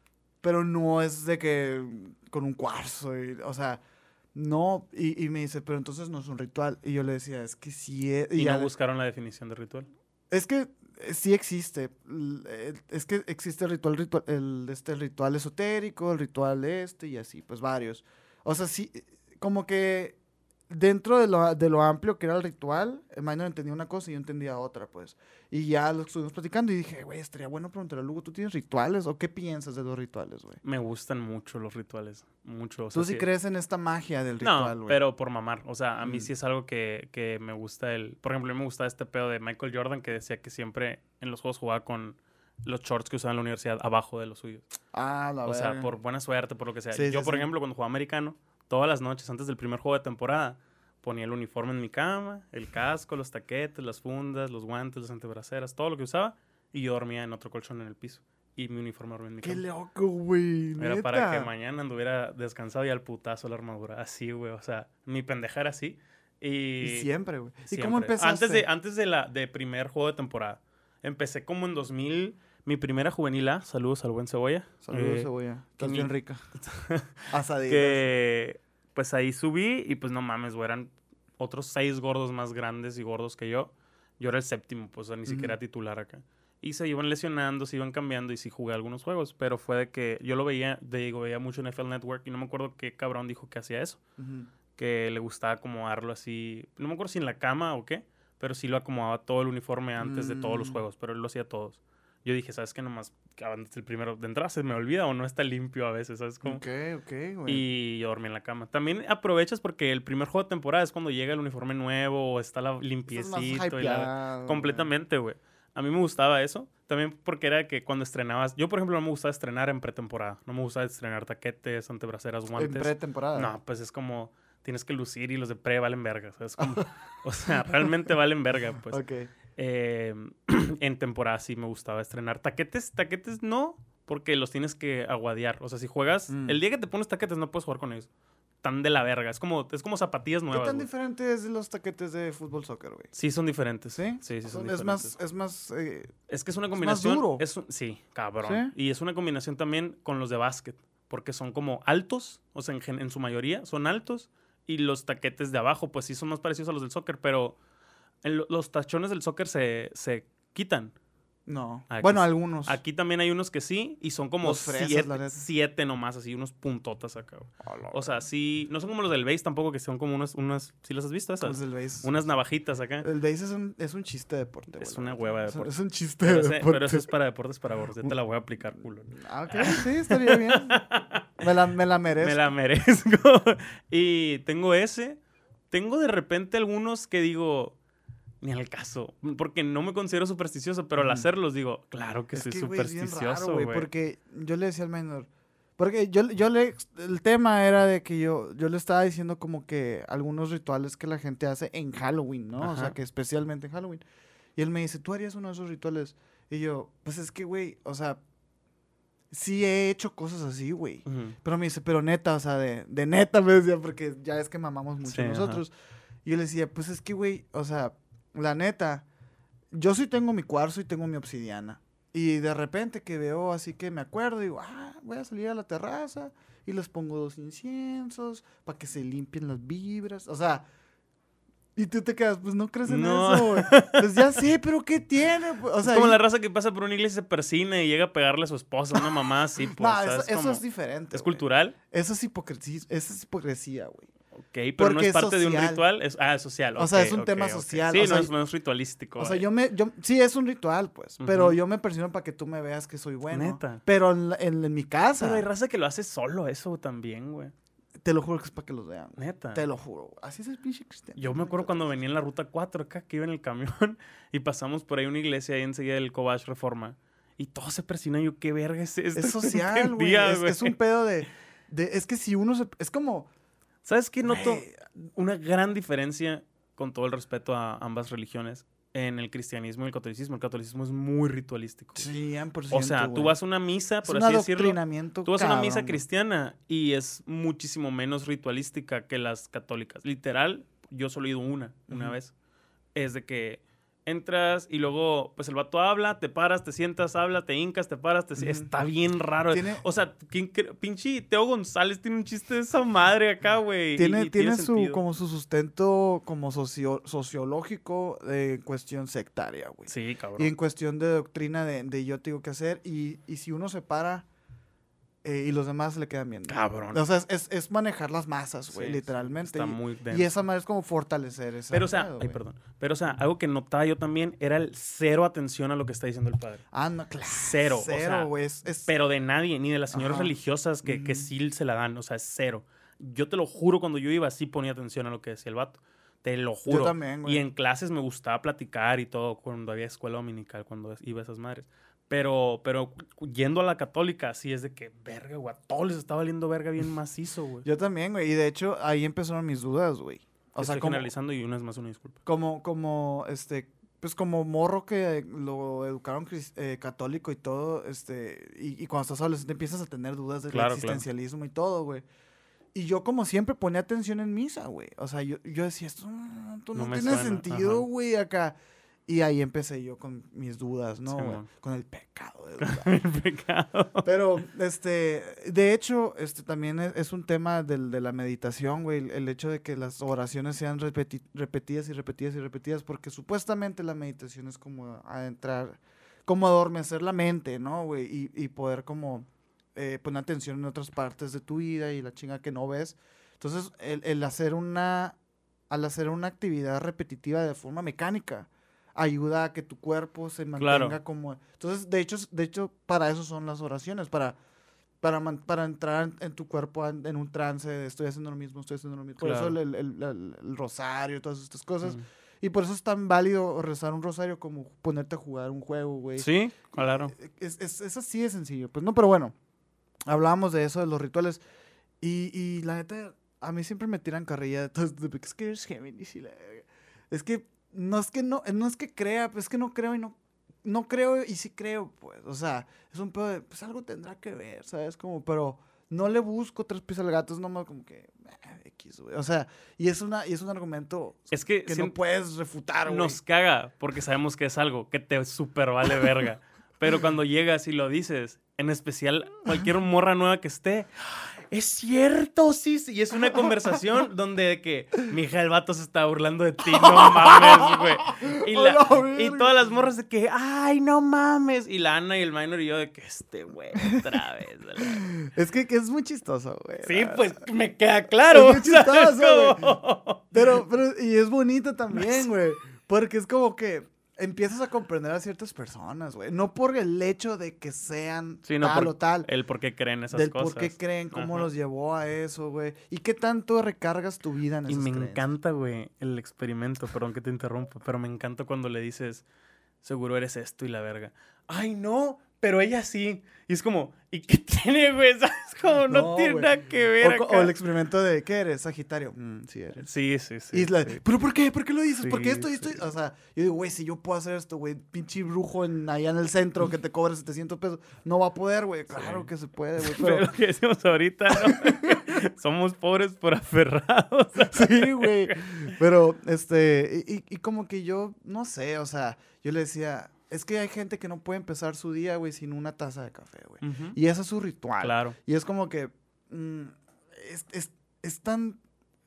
S2: no es de que con un cuarzo. O sea, no. Y me dice, pero entonces no es un ritual. Y yo le decía, es que sí es.
S1: ¿Y no buscaron la definición de ritual?
S2: Es que sí existe. Es que existe el ritual esotérico, el ritual y así, pues varios. O sea, sí, como que dentro de lo amplio que era el ritual, el minor entendía una cosa y yo entendía otra, pues. Y ya lo estuvimos platicando y dije, güey, estaría bueno preguntarle a Lugo, ¿tú tienes rituales o qué piensas de los rituales, güey?
S1: Me gustan mucho los rituales, mucho. O
S2: sea, ¿tú sí crees en esta magia del ritual, güey?
S1: No, pero por mamar. O sea, a mí sí es algo que me gusta Por ejemplo, a mí me gustaba este pedo de Michael Jordan que decía que siempre en los juegos jugaba con los shorts que usaba en la universidad abajo de los suyos.
S2: Ah, la verdad.
S1: O sea, por buena suerte, por lo que sea.
S2: Sí,
S1: yo, por ejemplo, cuando jugaba americano, todas las noches antes del primer juego de temporada, ponía el uniforme en mi cama, el casco, los taquetes, las fundas, los guantes, las antebraceras, todo lo que usaba, y yo dormía en otro colchón en el piso. Y mi uniforme dormía en mi cama.
S2: ¡Qué loco, güey!
S1: Era ¿neta? Para que mañana anduviera descansado y al putazo la armadura. Así, güey. O sea, mi pendeja era así.
S2: Y siempre, güey. ¿Y cómo empezaste?
S1: Antes de primer juego de temporada. Empecé como en 2000... Mi primera juvenil A. Saludos al buen Cebolla.
S2: Saludos, Cebolla. Estás bien rica. Asaditas.
S1: Que... Pues ahí subí y pues no mames, güey, eran otros 6 gordos más grandes y gordos que yo. Yo era el séptimo, pues, o sea, ni siquiera titular acá. Y se iban lesionando, se iban cambiando y sí jugué algunos juegos. Pero fue de que yo lo veía mucho en NFL Network y no me acuerdo qué cabrón dijo que hacía eso. Que le gustaba acomodarlo así, no me acuerdo si en la cama o qué, pero sí lo acomodaba todo el uniforme antes de todos los juegos, pero él lo hacía todos. Yo dije, ¿sabes qué? Nomás antes del primero de entrada se me olvida o no está limpio a veces, ¿sabes cómo?
S2: Ok, güey.
S1: Y yo dormí en la cama. También aprovechas porque el primer juego de temporada es cuando llega el uniforme nuevo o está la limpiecito. Completamente, güey. A mí me gustaba eso. También porque era que cuando estrenabas... Yo, por ejemplo, no me gustaba estrenar en pretemporada. No me gustaba estrenar taquetes, antebraceras, guantes.
S2: ¿En pretemporada?
S1: No, pues es como... Tienes que lucir y los de pre valen verga, ¿sabes? Como, o sea, realmente valen verga, pues.
S2: Ok.
S1: En temporada sí me gustaba estrenar. Taquetes no, porque los tienes que aguadear. O sea, si juegas... El día que te pones taquetes no puedes jugar con ellos. Tan de la verga. Es como zapatillas nuevas.
S2: ¿Qué tan diferente es de los taquetes de fútbol soccer, güey?
S1: Sí, son diferentes.
S2: ¿Sí?
S1: Sí, son
S2: diferentes. Es
S1: que es una combinación...
S2: ¿Es más
S1: duro? Sí, cabrón. ¿Sí? Y es una combinación también con los de básquet. Porque son como altos. O sea, en su mayoría son altos. Y los taquetes de abajo, pues sí son más parecidos a los del soccer. Pero los tachones del soccer se quitan.
S2: No. Bueno, algunos.
S1: Aquí también hay unos que sí, y son como 7 nomás, así, unos puntotas acá. O sea, sí, no son como los del base tampoco, que son como unas ¿sí las has visto esas?
S2: Los del base.
S1: Unas navajitas acá.
S2: El base es un chiste de deporte.
S1: Es una hueva de deporte.
S2: Es un chiste de deporte.
S1: Pero eso es para deportes para gordos. Ya te la voy a aplicar, culo.
S2: Ah, ok, sí, estaría bien. Me la merezco.
S1: Me la merezco. Y tengo ese. Tengo de repente algunos que digo... Ni al caso, porque no me considero supersticioso, pero al hacerlos digo, claro que soy supersticioso, güey.
S2: Porque yo le decía al menor, porque el tema era de que yo le estaba diciendo como que algunos rituales que la gente hace en Halloween, ¿no? Ajá. O sea, que especialmente en Halloween. Y él me dice, ¿tú harías uno de esos rituales? Y yo, pues es que, güey, o sea, sí he hecho cosas así, güey. Pero me dice, pero neta, o sea, de neta, me decía, porque ya es que mamamos mucho nosotros. Y yo le decía, pues es que, güey, o sea... La neta, yo sí tengo mi cuarzo y tengo mi obsidiana. Y de repente que veo así que me acuerdo y digo, voy a salir a la terraza y les pongo 2 inciensos para que se limpien las vibras. O sea, Y tú te quedas, pues no crees en eso, güey. Pues ya sé, pero ¿qué tiene? O sea,
S1: es como la raza que pasa por una iglesia y se persina y llega a pegarle a su esposa, a una mamá así, pues.
S2: No, eso es diferente.
S1: ¿Es cultural?
S2: Eso es hipocresía, güey.
S1: Ok, pero no es parte
S2: social.
S1: De un ritual. Es social.
S2: O sea, es un tema social.
S1: Sí,
S2: o sea,
S1: no es ritualístico.
S2: O sea, sí es un ritual, pues. Pero yo me persino para que tú me veas que soy bueno.
S1: Neta.
S2: Pero en mi casa.
S1: Pero hay raza que lo hace solo eso también, güey.
S2: Te lo juro que es para que los vean.
S1: Neta.
S2: Te lo juro. Así es el pinche cristiano.
S1: Yo me acuerdo cuando venía en la ruta 4 acá, que iba en el camión y pasamos por ahí una iglesia ahí enseguida del Cobach Reforma. Y todos se persinan. Yo, ¿qué verga es esto?
S2: Es social, güey. Es un pedo de... Es que si uno se... Es como...
S1: ¿Sabes qué? Noto una gran diferencia, con todo el respeto a ambas religiones, en el cristianismo y el catolicismo. El catolicismo es muy ritualístico.
S2: Sí, 100%.
S1: O sea, tú vas a una misa, por
S2: así decirlo. Tú
S1: vas a una misa cristiana y es muchísimo menos ritualística que las católicas. Literal, yo solo he ido una vez. Es de que entras y luego, pues el vato habla, te paras, te sientas, habla, te hincas, te paras, está bien raro. O sea, pinche Teo González tiene un chiste de esa madre acá, güey.
S2: Tiene su sustento como sociológico en cuestión sectaria, güey.
S1: Sí, cabrón.
S2: Y en cuestión de doctrina de yo tengo que hacer. Y si uno se para y los demás le quedan viendo.
S1: Cabrón.
S2: O sea, es manejar las masas, güey,
S1: sí,
S2: literalmente.
S1: Está muy denso.
S2: Y esa manera es como fortalecer esa.
S1: Pero, o sea, Pero, o sea, algo que notaba yo también era el cero atención a lo que está diciendo el padre.
S2: Ah, no, claro.
S1: Cero,
S2: güey.
S1: Pero de nadie, ni de las señoras religiosas que sí se la dan. O sea, es cero. Yo te lo juro, cuando yo iba, sí ponía atención a lo que decía el vato. Te lo juro.
S2: Yo también, güey.
S1: Y en clases me gustaba platicar y todo, cuando había escuela dominical, cuando iba a esas madres. Pero yendo a la católica, sí es de que, verga, güey, a todos les está valiendo verga bien macizo, güey.
S2: Yo también, güey. Y de hecho, ahí empezaron mis dudas, güey.
S1: O sea, estoy generalizando y una es más una disculpa.
S2: Pues como morro que lo educaron católico y todo, y cuando estás adolescente empiezas a tener dudas del existencialismo y todo, güey. Y yo como siempre ponía atención en misa, güey. O sea, yo decía, esto no tiene sentido, güey, acá. Y ahí empecé yo con mis dudas, ¿no? Sí, con el pecado de dudar.
S1: El pecado.
S2: Pero, de hecho, también es un tema de la meditación, güey. El hecho de que las oraciones sean repetidas y repetidas y repetidas, porque supuestamente la meditación es como como adormecer la mente, ¿no, güey? Y poder como poner atención en otras partes de tu vida y la chinga que no ves. Entonces, al hacer una actividad repetitiva de forma mecánica, ayuda a que tu cuerpo se mantenga como... Entonces, de hecho, para eso son las oraciones, para entrar en tu cuerpo en un trance de estoy haciendo lo mismo. Por eso el rosario, todas estas cosas. Y por eso es tan válido rezar un rosario como ponerte a jugar un juego, güey.
S1: Sí, claro.
S2: Es así de sencillo. Pues no, pero bueno, hablábamos de eso, de los rituales. Y la neta, a mí siempre me tiran carrilla de todo esto, es que eres Géminis y es que no es que crea, pues es que no creo y no creo y sí creo, pues. O sea, es un pedo de, pues algo tendrá que ver, ¿sabes? Como, pero no le busco tres pies al gato, es nomás como que, X, güey. O sea, y es un argumento que no puedes refutar, güey.
S1: Nos caga porque sabemos que es algo que te súper vale verga. Pero cuando llegas y lo dices, en especial cualquier morra nueva que esté, es cierto, sí. Y es una conversación donde de que mi hija el vato se está burlando de ti, no mames, güey. Y todas las morras de que, ay, no mames. Y la Ana y el Minor y yo de que güey, otra vez.
S2: Es que es muy chistoso, güey.
S1: Sí, pues me queda claro.
S2: Es muy chistoso, güey. Pero, y es bonito también, güey. Porque es como que empiezas a comprender a ciertas personas, güey. No por el hecho de que sean tal o tal.
S1: El por qué creen esas
S2: del
S1: cosas.
S2: Por qué creen, cómo los llevó a eso, güey. Y qué tanto recargas tu vida en esas creencias.
S1: Y me encanta, güey, el experimento. Perdón que te interrumpa, pero me encanta cuando le dices, seguro eres esto y la verga. Ay, no, pero ella sí. Y es como, ¿y qué tiene, güey? ¿Sabes? Como no tiene nada que ver
S2: o el experimento de, ¿qué eres? Sagitario. Sí eres.
S1: Sí.
S2: Y es ¿pero por qué? ¿Por qué lo dices? ¿Por qué esto y esto? O sea, yo digo, güey, si yo puedo hacer esto, güey, pinche brujo allá en el centro que te cobra 700 pesos, no va a poder, güey. Claro que se puede, güey.
S1: Pero lo que decimos ahorita, ¿no? Somos pobres por aferrados.
S2: Sí, güey. Pero, y como que yo, no sé, o sea, yo le decía... Es que hay gente que no puede empezar su día, güey, sin una taza de café, güey. Y ese es su ritual.
S1: Claro.
S2: Y es como que es tan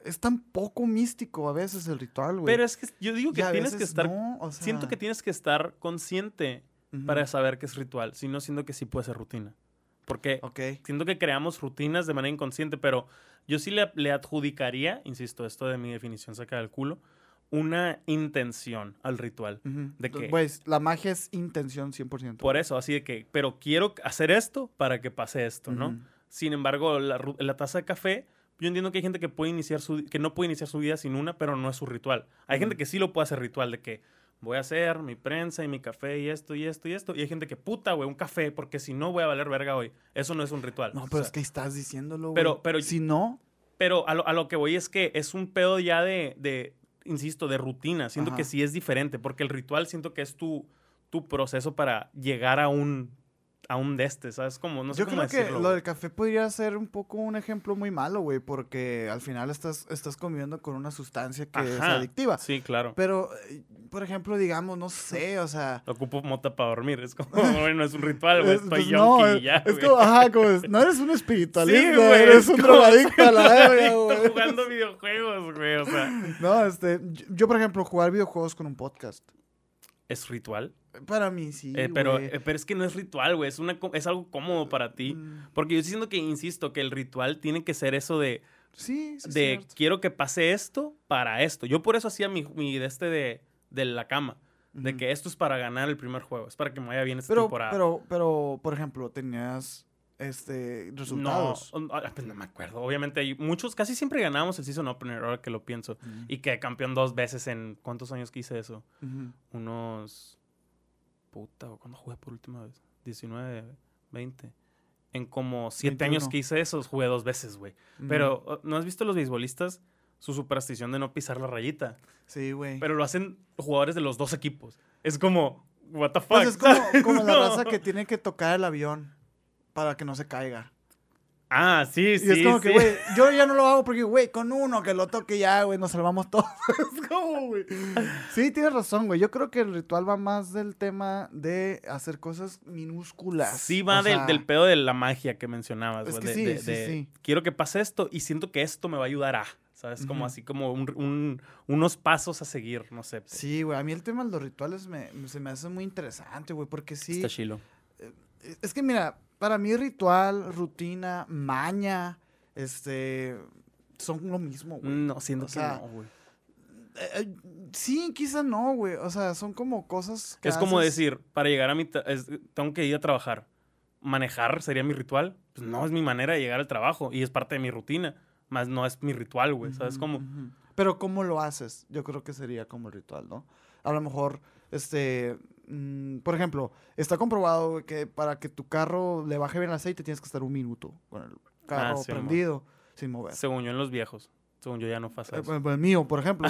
S2: es tan poco místico a veces el ritual, güey.
S1: Pero es que yo digo que tienes que estar...
S2: No, o sea...
S1: Siento que tienes que estar consciente para saber que es ritual. Si no, siento que sí puede ser rutina. Porque siento que creamos rutinas de manera inconsciente, pero yo sí le adjudicaría, insisto, esto de mi definición saca del culo, una intención al ritual. De que,
S2: pues la magia es intención 100%.
S1: Por eso, así de que, pero quiero hacer esto para que pase esto, ¿no? Sin embargo, la taza de café, yo entiendo que hay gente que que no puede iniciar su vida sin una, pero no es su ritual. Hay gente que sí lo puede hacer ritual, de que voy a hacer mi prensa y mi café y esto y esto y esto. Y hay gente que, puta, güey, un café, porque si no voy a valer verga hoy. Eso no es un ritual.
S2: No, pero es que estás diciéndolo, güey.
S1: Pero
S2: si no...
S1: Pero a lo que voy es que es un pedo ya insisto, de rutina. Siento que sí es diferente, porque el ritual siento que es tu proceso para llegar a un ¿sabes? Como, no sé cómo decirlo.
S2: Yo creo que lo del café podría ser un poco un ejemplo muy malo, güey, porque al final estás conviviendo con una sustancia que es adictiva.
S1: Sí, claro.
S2: Pero, por ejemplo, digamos, no sé, o sea...
S1: Ocupo mota para dormir, es como, bueno, es un ritual, güey, estoy yonki y ya,
S2: es como, no eres un espiritualista,
S1: sí, güey,
S2: eres un drogadicto a la verga, güey.
S1: Jugando videojuegos, güey, o sea...
S2: No, yo, por ejemplo, jugar videojuegos con un podcast.
S1: ¿Es ritual?
S2: Para mí sí,
S1: pero es que no es ritual, güey. Es algo cómodo para ti. Porque yo siento que, insisto, que el ritual tiene que ser eso de...
S2: Sí,
S1: quiero que pase esto para esto. Yo por eso hacía mi de la cama. De que esto es para ganar el primer juego. Es para que me vaya bien esta temporada.
S2: Pero, por ejemplo, tenías... resultados.
S1: No me acuerdo. Obviamente hay muchos, casi siempre ganábamos el season opener, ahora que lo pienso. Y quedé campeón 2 veces en... ¿Cuántos años que hice eso? Unos... Puta, ¿cuándo jugué por última vez? 19, 20. En como 7 años que hice eso, jugué 2 veces, güey. Pero, ¿no has visto los beisbolistas? Su superstición de no pisar la rayita.
S2: Sí, güey.
S1: Pero lo hacen jugadores de los 2 equipos. Es como... What the fuck.
S2: Pues es como la raza que tiene que tocar el avión para que no se caiga.
S1: Ah, sí.
S2: Y es como que, güey, yo ya no lo hago porque, güey, con uno que lo toque ya, güey, nos salvamos todos. Es como, güey. Sí, tienes razón, güey. Yo creo que el ritual va más del tema de hacer cosas minúsculas.
S1: Sí, va del pedo de la magia que mencionabas, güey.
S2: Es que sí.
S1: Quiero que pase esto y siento que esto me va a ayudar a, ¿sabes? Como así como unos pasos a seguir, no sé.
S2: Sí, güey. A mí el tema de los rituales se me hace muy interesante, güey, porque sí.
S1: Está chilo.
S2: Es que, mira... Para mí ritual, rutina, maña, son lo mismo, güey.
S1: No, siento que no, güey.
S2: Sí, quizá no, güey. O sea, son como cosas que
S1: es como decir, para llegar a tengo que ir a trabajar. ¿Manejar sería mi ritual? Pues no, es mi manera de llegar al trabajo y es parte de mi rutina. Más no es mi ritual, güey. ¿Sabes cómo?
S2: Pero ¿cómo lo haces? Yo creo que sería como el ritual, ¿no? A lo mejor, por ejemplo, está comprobado que para que tu carro le baje bien el aceite tienes que estar 1 minuto con el carro prendido, sin mover.
S1: Según yo en los viejos. Según yo ya no pasa eso.
S2: El mío, por ejemplo.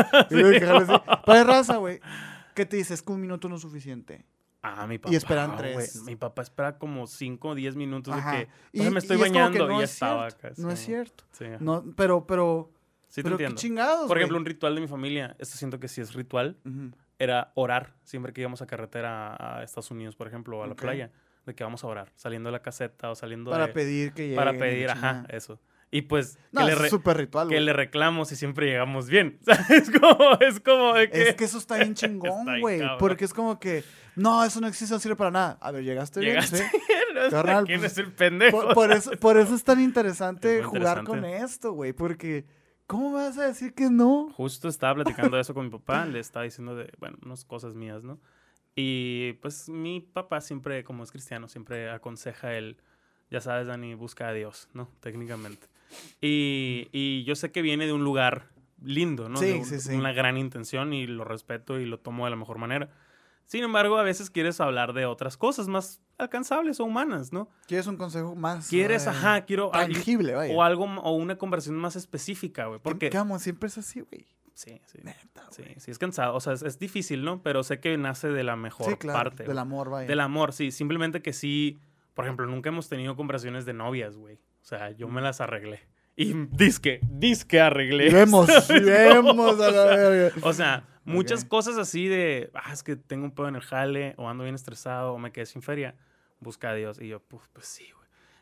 S2: Para raza, güey. ¿Qué te dices? Que 1 minuto no es suficiente.
S1: Mi papá.
S2: Y esperan 3.
S1: Mi papá espera como 5 o 10 minutos de que...
S2: Y
S1: me estoy bañando y ya estaba
S2: acá.
S1: casi.
S2: No es cierto.
S1: Sí.
S2: No, pero
S1: sí,
S2: pero qué chingados,
S1: por ejemplo, un ritual de mi familia, esto siento que sí es ritual, era orar siempre que íbamos a carretera a Estados Unidos, por ejemplo, o a la playa, de que vamos a orar, saliendo de la caseta o saliendo
S2: pedir que llegue.
S1: Para pedir, eso. Y pues,
S2: es súper ritual,
S1: que le reclamos y siempre llegamos bien. O sea, es como de que...
S2: Es que eso está bien chingón, güey. Porque es como que, no, eso no existe, no sirve para nada. A ver, ¿llegaste bien?
S1: ¿Sí? Carnal, ¿quién es el pendejo?
S2: Por eso es tan interesante jugar con esto, güey. Porque... ¿Cómo vas a decir que no?
S1: Justo estaba platicando eso con mi papá, le estaba diciendo unas cosas mías, ¿no? Y pues mi papá siempre, como es cristiano, siempre aconseja ya sabes, Dani, busca a Dios, ¿no? Técnicamente. Y yo sé que viene de un lugar lindo, ¿no?
S2: Sí.
S1: Una gran intención y lo respeto y lo tomo de la mejor manera. Sin embargo, a veces quieres hablar de otras cosas más alcanzables o humanas, ¿no?
S2: ¿Quieres un consejo más?
S1: Quiero...
S2: tangible, vaya.
S1: O una conversación más específica, güey. Porque...
S2: siempre es así, güey.
S1: Sí.
S2: Neta,
S1: sí, es cansado. O sea, es difícil, ¿no? Pero sé que nace de la mejor parte.
S2: Del amor, vaya.
S1: Del amor, sí. Simplemente que sí... Por ejemplo, nunca hemos tenido conversaciones de novias, güey. O sea, yo me las arreglé. Y disque arreglé.
S2: Vemos a la verga.
S1: O sea... Muchas cosas así de, es que tengo un pedo en el jale, o ando bien estresado, o me quedé sin feria. Busca a Dios. Y yo, pues sí, güey.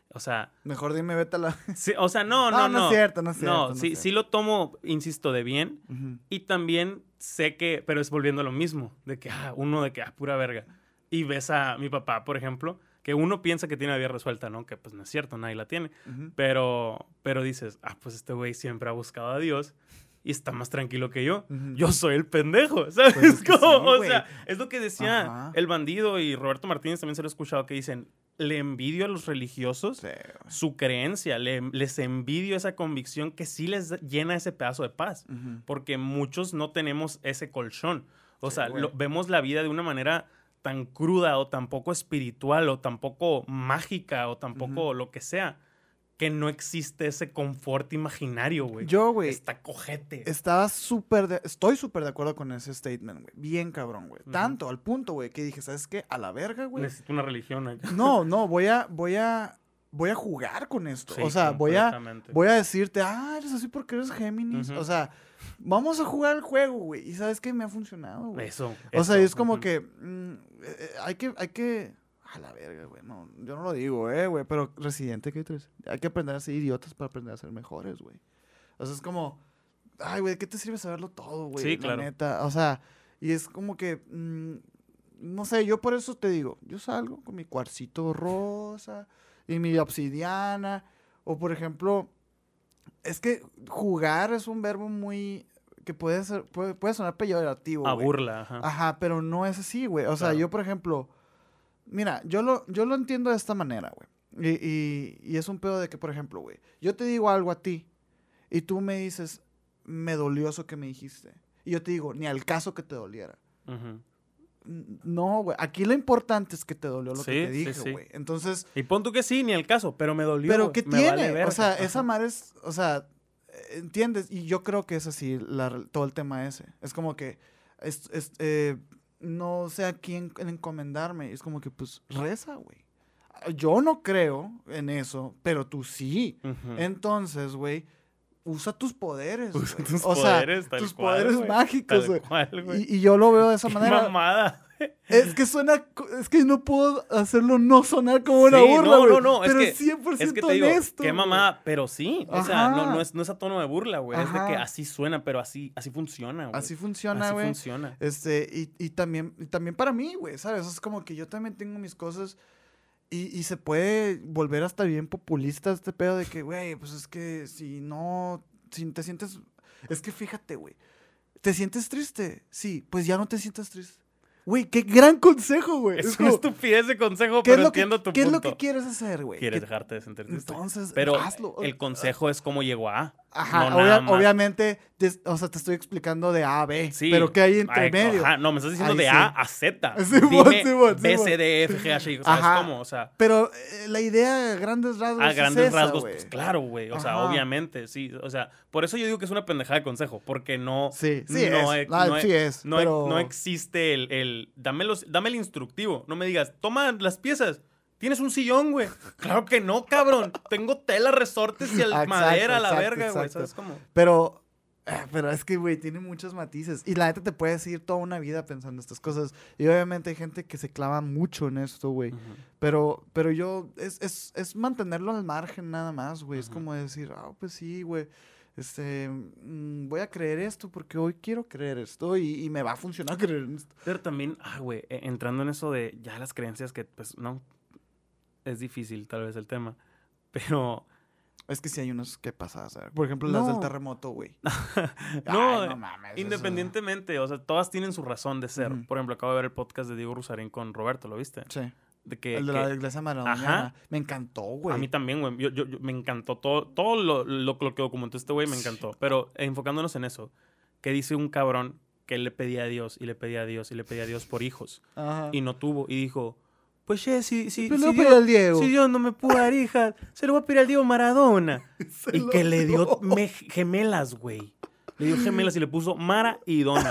S1: O sea...
S2: Mejor dime, vete a la...
S1: Sí, o sea, no.
S2: No es cierto, no es cierto.
S1: No, sí lo tomo, insisto, de bien. Uh-huh. Y también sé que... Pero es volviendo a lo mismo. De que, pura verga. Y ves a mi papá, por ejemplo, que uno piensa que tiene la vida resuelta, ¿no? Que pues no es cierto, nadie la tiene. Uh-huh. Pero dices, pues este güey siempre ha buscado a Dios y está más tranquilo que yo. Uh-huh. Yo soy el pendejo, ¿sabes? Pues es como, sí, o sea, es lo que decía el bandido y Roberto Martínez también se lo he escuchado, que dicen, le envidio a los religiosos su creencia, les envidio esa convicción que sí les llena ese pedazo de paz, uh-huh. porque muchos no tenemos ese colchón. O sea, vemos la vida de una manera tan cruda o tan poco espiritual o tan poco mágica o tan poco uh-huh. lo que sea, que no existe ese confort imaginario, güey.
S2: Yo, güey.
S1: Está cojete.
S2: Estoy súper de acuerdo con ese statement, güey. Bien cabrón, güey. Uh-huh. Tanto al punto, güey, que dije, ¿sabes qué? A la verga, güey.
S1: Necesito una religión acá.
S2: No, voy a jugar con esto. Sí, o sea, voy a decirte, eres así porque eres Géminis. Uh-huh. O sea, vamos a jugar el juego, güey. Y ¿sabes qué? Me ha funcionado, güey. O sea, es como uh-huh. que hay que... A la verga, güey. No, yo no lo digo, güey. Pero Residente, ¿qué traes? Hay que aprender a ser idiotas para aprender a ser mejores, güey. O sea, es como... Ay, güey, ¿qué te sirve saberlo todo, güey?
S1: Sí, claro.
S2: La neta. O sea, y es como que... no sé, yo por eso te digo. Yo salgo con mi cuarcito rosa y mi obsidiana. O, por ejemplo... Es que jugar es un verbo muy... que puede sonar peyorativo,
S1: a burla, ajá.
S2: Ajá, pero no es así, güey. O sea, yo, por ejemplo... Mira, yo lo entiendo de esta manera, güey. Y es un pedo de que, por ejemplo, güey, yo te digo algo a ti y tú me dices, me dolió eso que me dijiste. Y yo te digo, ni al caso que te doliera. Uh-huh. No, güey. Aquí lo importante es que te dolió lo que te dije, güey. Entonces...
S1: Y pon tú que sí, ni al caso, pero me dolió.
S2: Pero ¿qué tiene? Vale verga. O sea, esa madre es... O sea, ¿entiendes? Y yo creo que es así todo el tema ese. Es como que... no sé a quién encomendarme. Es como que, pues, reza, güey. Yo no creo en eso, pero tú sí. Uh-huh. Entonces, güey, usa tus poderes.
S1: Usa tus poderes,
S2: tus poderes mágicos,
S1: güey.
S2: Y yo lo veo de esa manera.
S1: Mamada.
S2: Es que no puedo hacerlo no sonar como una burla, güey.
S1: No,
S2: pero
S1: es que,
S2: 100%
S1: es que te digo,
S2: honesto.
S1: Qué mamada, pero sí. O sea, no es a tono de burla, güey. Es de que así suena, pero así funciona, güey.
S2: Así funciona, güey.
S1: Así funciona.
S2: Y también para mí, güey, ¿sabes? Es como que yo también tengo mis cosas y se puede volver hasta bien populista este pedo de que, güey, pues es que si te sientes... Es que fíjate, güey. ¿Te sientes triste? Sí, pues ya no te sientas triste. Güey, qué gran consejo, güey.
S1: Es una estupidez de consejo, pero entiendo tu punto.
S2: ¿Qué es lo que quieres hacer, güey?
S1: Quieres dejarte de sentir triste.
S2: Entonces,
S1: pero
S2: hazlo.
S1: El consejo es cómo llegó a.
S2: Ajá,
S1: no
S2: obviamente, o sea, te estoy explicando de A a B.
S1: Sí.
S2: Pero ¿qué hay entre medio?
S1: Ajá, no, me estás diciendo
S2: ahí
S1: de
S2: sí.
S1: A a Z.
S2: Sí,
S1: dime B, C, D, F, G, H, I. ¿Sabes cómo? O sea...
S2: Pero la idea a grandes rasgos
S1: a grandes rasgos,
S2: esa,
S1: pues claro, güey. O sea, obviamente, sí. O sea, por eso yo digo que es una pendejada de consejo. Porque no...
S2: Sí es.
S1: No existe el dame el instructivo. No me digas, toma las piezas. ¿Tienes un sillón, güey? Claro que no, cabrón. Tengo tela, resortes y madera a la verga, güey. ¿Sabes cómo?
S2: Pero es que, güey, tiene muchos matices. Y la neta te puedes ir toda una vida pensando estas cosas. Y obviamente hay gente que se clava mucho en esto, güey. Uh-huh. Pero yo... Es mantenerlo al margen nada más, güey. Uh-huh. Es como decir, pues sí, güey. Voy a creer esto porque hoy quiero creer esto y me va a funcionar creer esto.
S1: Pero también, güey, entrando en eso de ya las creencias que, pues, no... Es difícil, tal vez, el tema. Pero...
S2: Es que sí hay unos que pasan, ¿sabes? Por ejemplo, las del terremoto, güey.
S1: no mames. Independientemente, o sea, todas tienen su razón de ser. Uh-huh. Por ejemplo, acabo de ver el podcast de Diego Rusarín con Roberto, ¿lo viste?
S2: Sí. El de la iglesia maradoniana. Me encantó, güey.
S1: A mí también, güey. Yo me encantó todo lo que documentó este güey, me encantó. Pero enfocándonos en eso, que dice un cabrón que él le pedía a Dios y le pedía a Dios y le pedía a Dios por hijos. Ajá. Y no tuvo. Y dijo... Pues si Dios no me pudo dar hijas, se lo voy a pedir al Diego Maradona. Y que le dio gemelas, güey. Le dio gemelas y le puso Mara y Dona.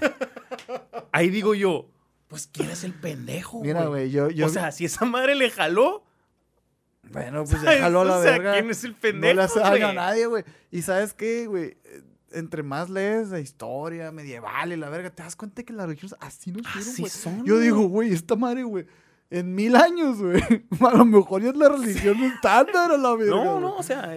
S1: Ahí digo yo, pues ¿quién es el pendejo, güey?
S2: Mira, güey,
S1: O sea, si esa madre le jaló...
S2: Bueno, pues le jaló a la verga.
S1: ¿Quién es el pendejo,
S2: no le hace daño a nadie, güey. Y ¿sabes qué, güey? Entre más lees la historia medieval y la verga, te das cuenta que las religiones así no fueron, güey.
S1: Son,
S2: yo digo, güey, esta madre, güey. En 1000 años, güey. A lo mejor ya es la religión estándar a la verga.
S1: No, o sea,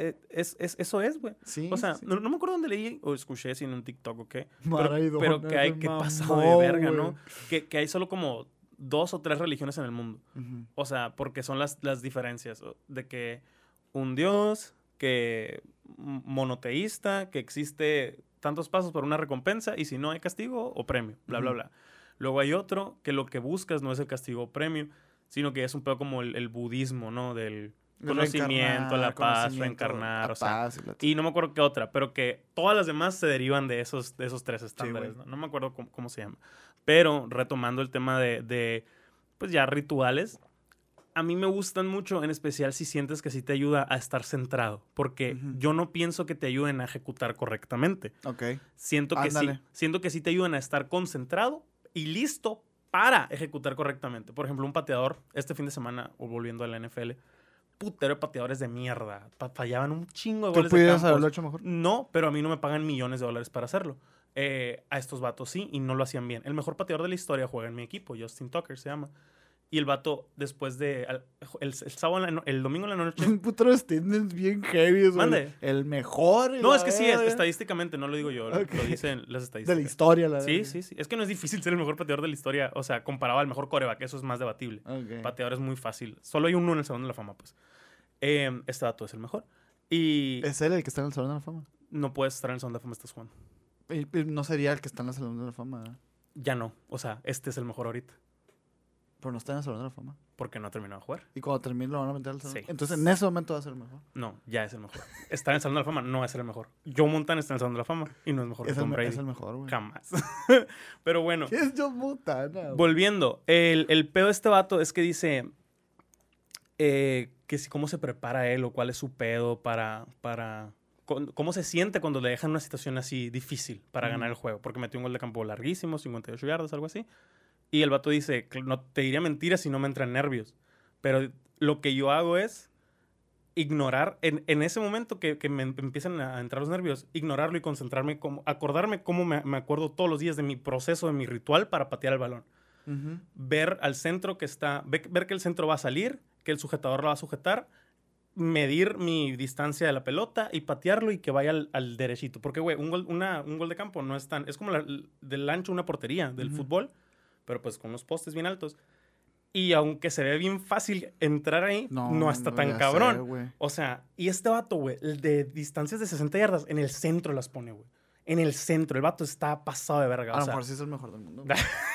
S1: eso es, güey.
S2: Sí,
S1: o sea,
S2: sí.
S1: no me acuerdo dónde leí o escuché, si en un TikTok o qué.
S2: Maradona,
S1: Pero que hay que pasado de verga, ¿no? Que hay solo como 2 o 3 religiones en el mundo.
S2: Uh-huh.
S1: O sea, porque son las diferencias de que un dios, que monoteísta, que existe tantos pasos por una recompensa y si no hay castigo o premio, bla, bla, bla. Luego hay otro que lo que buscas no es el castigo o premio, sino que es un poco como el budismo, ¿no? Del conocimiento, la paz, reencarnar, o sea. Y no me acuerdo qué otra, pero que todas las demás se derivan de esos 3 estándares, ¿no? No me acuerdo cómo se llama. Pero retomando el tema de pues ya rituales, a mí me gustan mucho, en especial si sientes que sí te ayuda a estar centrado, porque yo no pienso que te ayuden a ejecutar correctamente.
S2: Ok.
S1: Siento que sí te ayudan a estar concentrado y listo para ejecutar correctamente. Por ejemplo, un pateador, este fin de semana, o volviendo a la NFL, putero de pateadores de mierda. Fallaban un chingo de goles de campos. ¿Tú
S2: pudieras haberlo hecho mejor?
S1: No, pero a mí no me pagan millones de dólares para hacerlo. A estos vatos sí, y no lo hacían bien. El mejor pateador de la historia juega en mi equipo, Justin Tucker se llama. Y el vato, después de... El sábado, el domingo en la noche...
S2: Un putero statements bien heavy.
S1: Mande.
S2: El mejor.
S1: No, es que sí, estadísticamente, no lo digo yo. Okay. Lo dicen las estadísticas.
S2: De la historia, la
S1: verdad. Sí. Es que no es difícil ser el mejor pateador de la historia. O sea, comparado al mejor quarterback, eso es más debatible. Okay. Pateador es muy fácil. Solo hay uno en el Salón de la Fama, pues. Este vato es el mejor. Y...
S2: ¿Es él el que está en el Salón de la Fama?
S1: No puedes estar en el Salón de la Fama, estás jugando.
S2: Y no sería el que está en el Salón de la Fama, ¿eh?
S1: Ya no. O sea, este es el mejor ahorita.
S2: Pero no está en el Salón de la Fama.
S1: Porque no ha terminado de jugar.
S2: Y cuando termine lo van a meter al Salón.
S1: Sí.
S2: Entonces en ese momento va a ser el mejor.
S1: No, ya es el mejor. Estar en el Salón de la Fama no es el mejor. Joe Montana está en el Salón de la Fama y no es mejor que Tom Brady.
S2: Es el mejor, güey.
S1: Jamás. Pero bueno.
S2: ¿Qué es Joe Montana, güey?
S1: Volviendo. El pedo de este vato es que dice que si cómo se prepara él o cuál es su pedo para cómo se siente cuando le dejan una situación así difícil para ganar el juego. Porque metió un gol de campo larguísimo, 58 yardas, algo así. Y el vato dice, no te diría mentiras si no me entran nervios. Pero lo que yo hago es ignorar, en ese momento que me empiezan a entrar los nervios, ignorarlo y concentrarme, acordarme cómo me acuerdo todos los días de mi proceso, de mi ritual para patear el balón. Ver al centro que está, ver que el centro va a salir, que el sujetador lo va a sujetar, medir mi distancia de la pelota y patearlo y que vaya al derechito. Porque, güey, un gol de campo no es tan... Es como del ancho una portería del fútbol, pero pues con unos postes bien altos. Y aunque se ve bien fácil entrar ahí, no está tan cabrón. Sé, o sea, y este vato, güey, de distancias de 60 yardas, en el centro las pone, güey. En el centro. El vato está pasado de verga.
S2: A lo mejor sí es el mejor del mundo.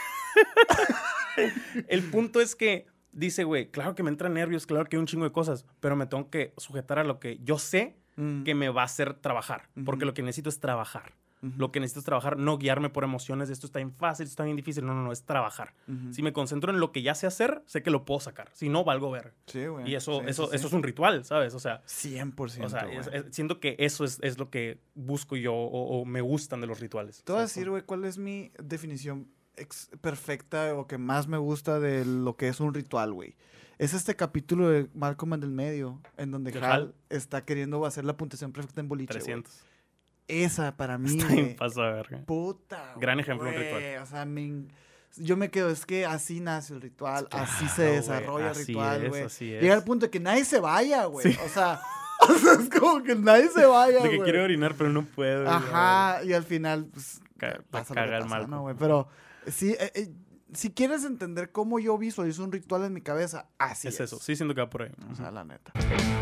S1: El punto es que dice, güey, claro que me entran nervios, claro que hay un chingo de cosas, pero me tengo que sujetar a lo que yo sé que me va a hacer trabajar. Porque lo que necesito es trabajar. Lo que necesito es trabajar, no guiarme por emociones de esto está bien fácil, esto está bien difícil. No, es trabajar. Si me concentro en lo que ya sé hacer, sé que lo puedo sacar. Si no, valgo ver.
S2: Sí, güey.
S1: Y eso es un ritual, ¿sabes? O sea...
S2: 100%,
S1: o sea, siento que eso es lo que busco yo o me gustan de los rituales.
S2: Te voy a decir, güey, cuál es mi definición perfecta o que más me gusta de lo que es un ritual, güey. Es este capítulo de Malcolm en el medio, en donde Hal está queriendo hacer la puntuación perfecta en boliche,
S1: 300.
S2: Wey. Esa para mí,
S1: está bien pasada, verga.
S2: Puta,
S1: gran ejemplo de un ritual.
S2: O sea, yo me quedo, es que así nace el ritual, claro, así se desarrolla el ritual, güey. Llega al punto de que nadie se vaya, güey. Sí. O sea, es como que nadie se vaya, güey.
S1: De que quiere orinar, pero no puede.
S2: Ajá, y al final, pues,
S1: caga el mal.
S2: ¿No, güey? Pero sí, si quieres entender cómo yo visualizo un ritual en mi cabeza, así es.
S1: Es eso, sí siento que va por ahí.
S2: O sea, la neta.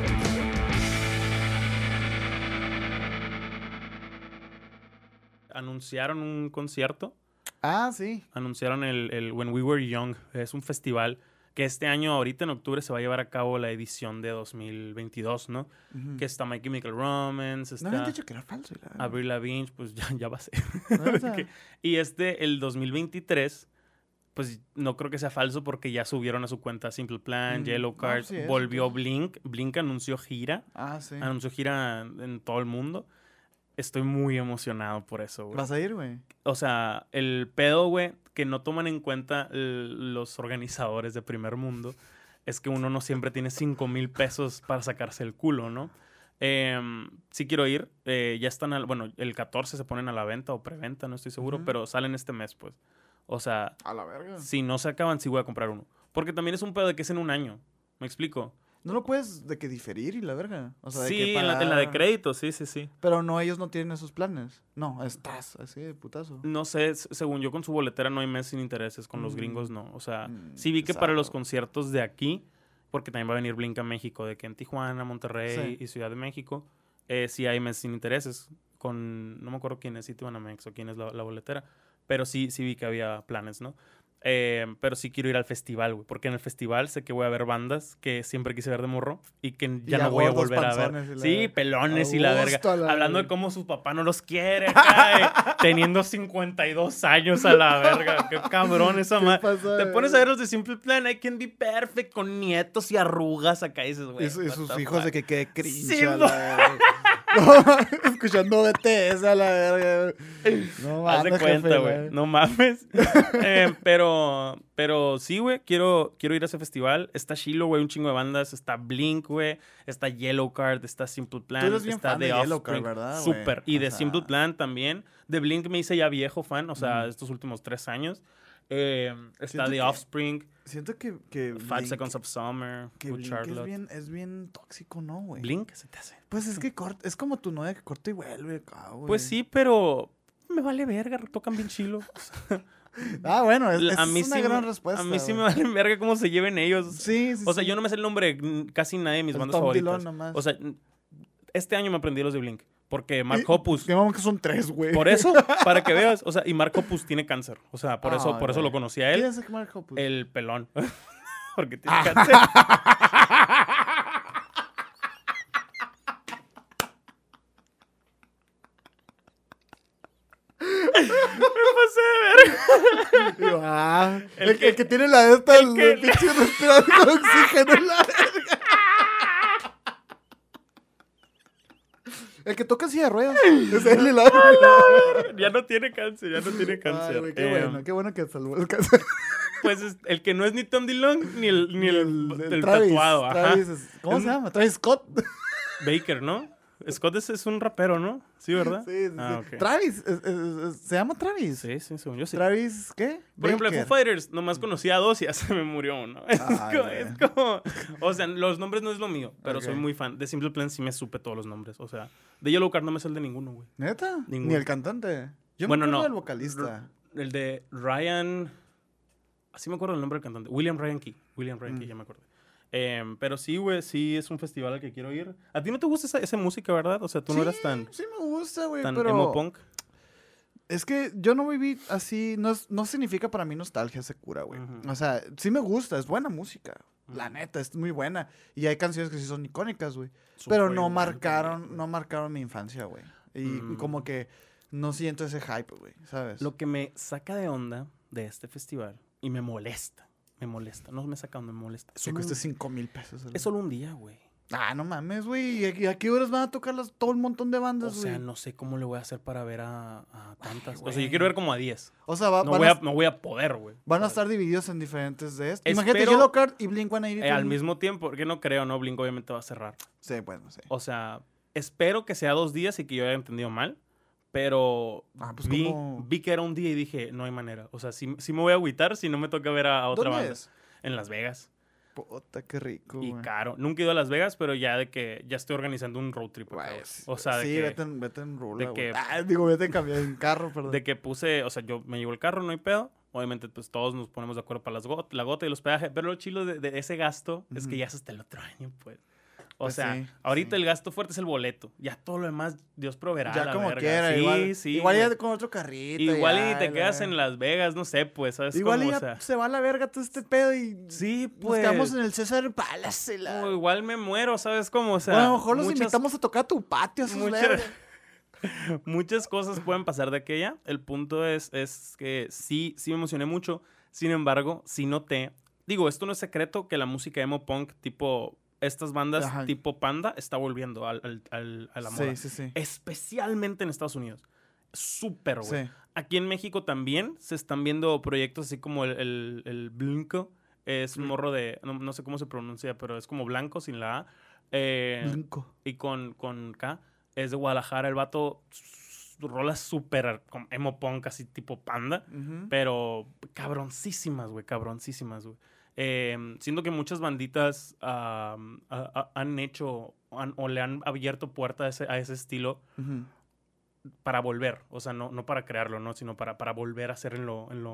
S1: Anunciaron un concierto.
S2: Ah, sí.
S1: Anunciaron el When We Were Young. Es un festival que este año, ahorita en octubre, se va a llevar a cabo la edición de 2022, ¿no? Que está My Chemical Romance, está...
S2: No habían dicho que era falso.
S1: Avril Lavigne, pues ya va a ser. No, o sea... Y el 2023, pues no creo que sea falso porque ya subieron a su cuenta Simple Plan, Yellow Card, sí, volvió Blink. Blink anunció gira.
S2: Ah, sí.
S1: Anunció gira en todo el mundo. Estoy muy emocionado por eso, güey.
S2: ¿Vas a ir, güey?
S1: O sea, el pedo, güey, que no toman en cuenta los organizadores de primer mundo es que uno no siempre tiene 5,000 pesos para sacarse el culo, ¿no? Sí quiero ir. Ya están, el 14 se ponen a la venta o preventa, no estoy seguro, pero salen este mes, pues. O sea,
S2: a la verga.
S1: Si no se acaban, sí voy a comprar uno. Porque también es un pedo de que es en un año. ¿Me explico?
S2: No lo puedes de que diferir y la verga. O sea, de
S1: sí,
S2: que
S1: en la de crédito, sí.
S2: Pero no, ellos no tienen esos planes. No, estás así de putazo.
S1: No sé, según yo con su boletera no hay mes sin intereses, con los gringos no. O sea, sí vi que para los conciertos de aquí, porque también va a venir Blink a México, de que en Tijuana, Monterrey y Ciudad de México, sí hay mes sin intereses. No me acuerdo quién es Citibanamex o quién es la boletera, pero sí vi que había planes, ¿no? Pero sí quiero ir al festival, güey. Porque en el festival sé que voy a ver bandas que siempre quise ver de morro y que ya no voy a volver a ver. Sí, pelones y la verga. Hablando de cómo su papá no los quiere acá, teniendo 52 años a la verga. Qué cabrón esa madre. Te pones a ver los de Simple Plan, I Can Be Perfect, con nietos y arrugas acá y dices, güey.
S2: Y sus hijos de que quede cringe.
S1: Sí,
S2: a la verga. Escuchando BTS a la verga. No mames.
S1: Haz de cuenta, güey. No mames. Pero sí, güey. Quiero ir a ese festival. Está Shiloh, güey. Un chingo de bandas. Está Blink, güey. Está Yellowcard. Está Simple Plan.
S2: Tú eres bien
S1: está
S2: fan
S1: The
S2: de
S1: Offspring.
S2: Yellowcard, ¿verdad,
S1: Súper. Y de Simple Plan también. De Blink me hice ya viejo fan. O sea, estos últimos 3 años. Está The Offspring.
S2: Siento que
S1: 5 Seconds of Summer.
S2: Que
S1: Good
S2: Blink
S1: Charlotte.
S2: es bien tóxico, ¿no, güey?
S1: ¿Blink? ¿Se te hace?
S2: Pues es que es como tu novia que corta y vuelve, güey.
S1: Pues sí, pero me vale verga. Tocan bien chilo.
S2: Bueno, es una gran respuesta.
S1: A mí sí me vale verga cómo se lleven ellos.
S2: Sí.
S1: O sea, yo no me sé el nombre de casi nadie de mis bandas favoritas. O sea, este año me aprendí los de Blink. Porque Mark Hoppus...
S2: Que son 3, güey.
S1: Por eso, para que veas. O sea, y Mark Hoppus tiene cáncer. O sea, por eso lo conocí a él.
S2: ¿Quién es Mark Hoppus?
S1: El pelón. Porque tiene cáncer. Me pasé de
S2: ver. El que tiene la de esta, el pinche respirador con oxígeno en la verga. El que toca silla de ruedas. Es él y la
S1: Ya no tiene cáncer,
S2: Ay, güey, qué bueno que salvó el cáncer.
S1: Pues es el que no es ni Tom DeLonge ni el
S2: Travis,
S1: tatuado. Ajá.
S2: ¿Cómo se llama? Travis Scott.
S1: Baker, ¿no? Scott es un rapero, ¿no? Sí, ¿verdad?
S2: Sí. Okay. Travis, ¿se llama Travis?
S1: Sí, según yo sí.
S2: ¿Travis qué?
S1: Por ejemplo, en Foo Fighters nomás conocía a 2 y ya se me murió uno. Es como... O sea, los nombres no es lo mío, pero soy muy fan. De Simple Plan sí me supe todos los nombres. O sea, de Yellowcard no me sé el de ninguno, güey.
S2: ¿Neta?
S1: Ninguno.
S2: Ni el cantante. Yo me acuerdo del vocalista.
S1: El de Ryan... Así me acuerdo el nombre del cantante. William Ryan Key, ya me acuerdo. Pero sí, güey, sí es un festival al que quiero ir. ¿A ti no te gusta esa música, verdad? O sea, tú no eras tan...
S2: Sí me gusta, güey,
S1: tan
S2: pero...
S1: emo punk.
S2: Es que yo no viví así... No significa para mí nostalgia esa cura, güey. O sea, sí me gusta, es buena música. La neta, es muy buena. Y hay canciones que sí son icónicas, güey. Pero no marcaron mi infancia, güey. Y como que no siento ese hype, güey, ¿sabes?
S1: Lo que me saca de onda de este festival, y me molesta. No me saca onda, me molesta.
S2: Que cueste 5,000 pesos.
S1: Es solo un día, güey.
S2: No mames, güey. ¿Y a qué horas van a tocar todo un montón de bandas, güey?
S1: O sea, no sé cómo le voy a hacer para ver a tantas. O sea, yo quiero ver como a 10.
S2: O sea,
S1: no voy a poder, güey.
S2: Van a estar divididos en diferentes de estos. Imagínate Yellowcard y Blink-182.
S1: Al mismo tiempo, porque no creo, ¿no? Blink obviamente va a cerrar.
S2: Sí, bueno, sí.
S1: O sea, espero que sea 2 días y que yo haya entendido mal. Pero
S2: pues
S1: vi que era un día y dije, no hay manera. O sea, sí me voy a agüitar si no me toca ver a otra banda.
S2: Es?
S1: En Las Vegas.
S2: Puta, qué rico,
S1: y
S2: güey.
S1: caro. Nunca he ido a Las Vegas, pero ya de que ya estoy organizando un road trip. O sea, de
S2: sí,
S1: que...
S2: vete en rula,
S1: de que,
S2: vete en carro, perdón.
S1: De que puse, o sea, yo me llevo el carro, no hay pedo. Obviamente, pues todos nos ponemos de acuerdo para la gota y los peajes. Pero lo chilo de ese gasto es que ya es hasta el otro año, pues. O sea, sí, ahorita el gasto fuerte es el boleto. Ya todo lo demás, Dios proveerá.
S2: Ya
S1: la
S2: como
S1: verga.
S2: quiera,
S1: sí.
S2: Igual ya con otro carrito.
S1: Igual y te quedas en Las Vegas, no sé, pues, ¿sabes?
S2: Igual
S1: cómo,
S2: ya
S1: o sea,
S2: se va a la verga todo este pedo y...
S1: Sí, pues.
S2: Nos quedamos en el César Palace.
S1: O igual me muero, ¿sabes cómo? O sea,
S2: bueno, a lo mejor los invitamos a tocar a tu patio,
S1: muchas cosas pueden pasar de aquella. El punto es que sí me emocioné mucho. Sin embargo, sí noté... Digo, esto no es secreto que la música emo punk tipo... Estas bandas tipo Panda está volviendo a la moda.
S2: Sí.
S1: Especialmente en Estados Unidos. Súper, güey.
S2: Sí.
S1: Aquí en México también se están viendo proyectos así como el Blinko. Es un morro de... No sé cómo se pronuncia, pero es como blanco sin la A.
S2: Blinko.
S1: Y con K. Es de Guadalajara. El vato rola súper emo punk, así tipo Panda. Pero cabroncísimas, güey. Siento que muchas banditas han hecho o le han abierto puerta a ese estilo para volver. O sea, no para crearlo, ¿no? Sino para volver a hacer en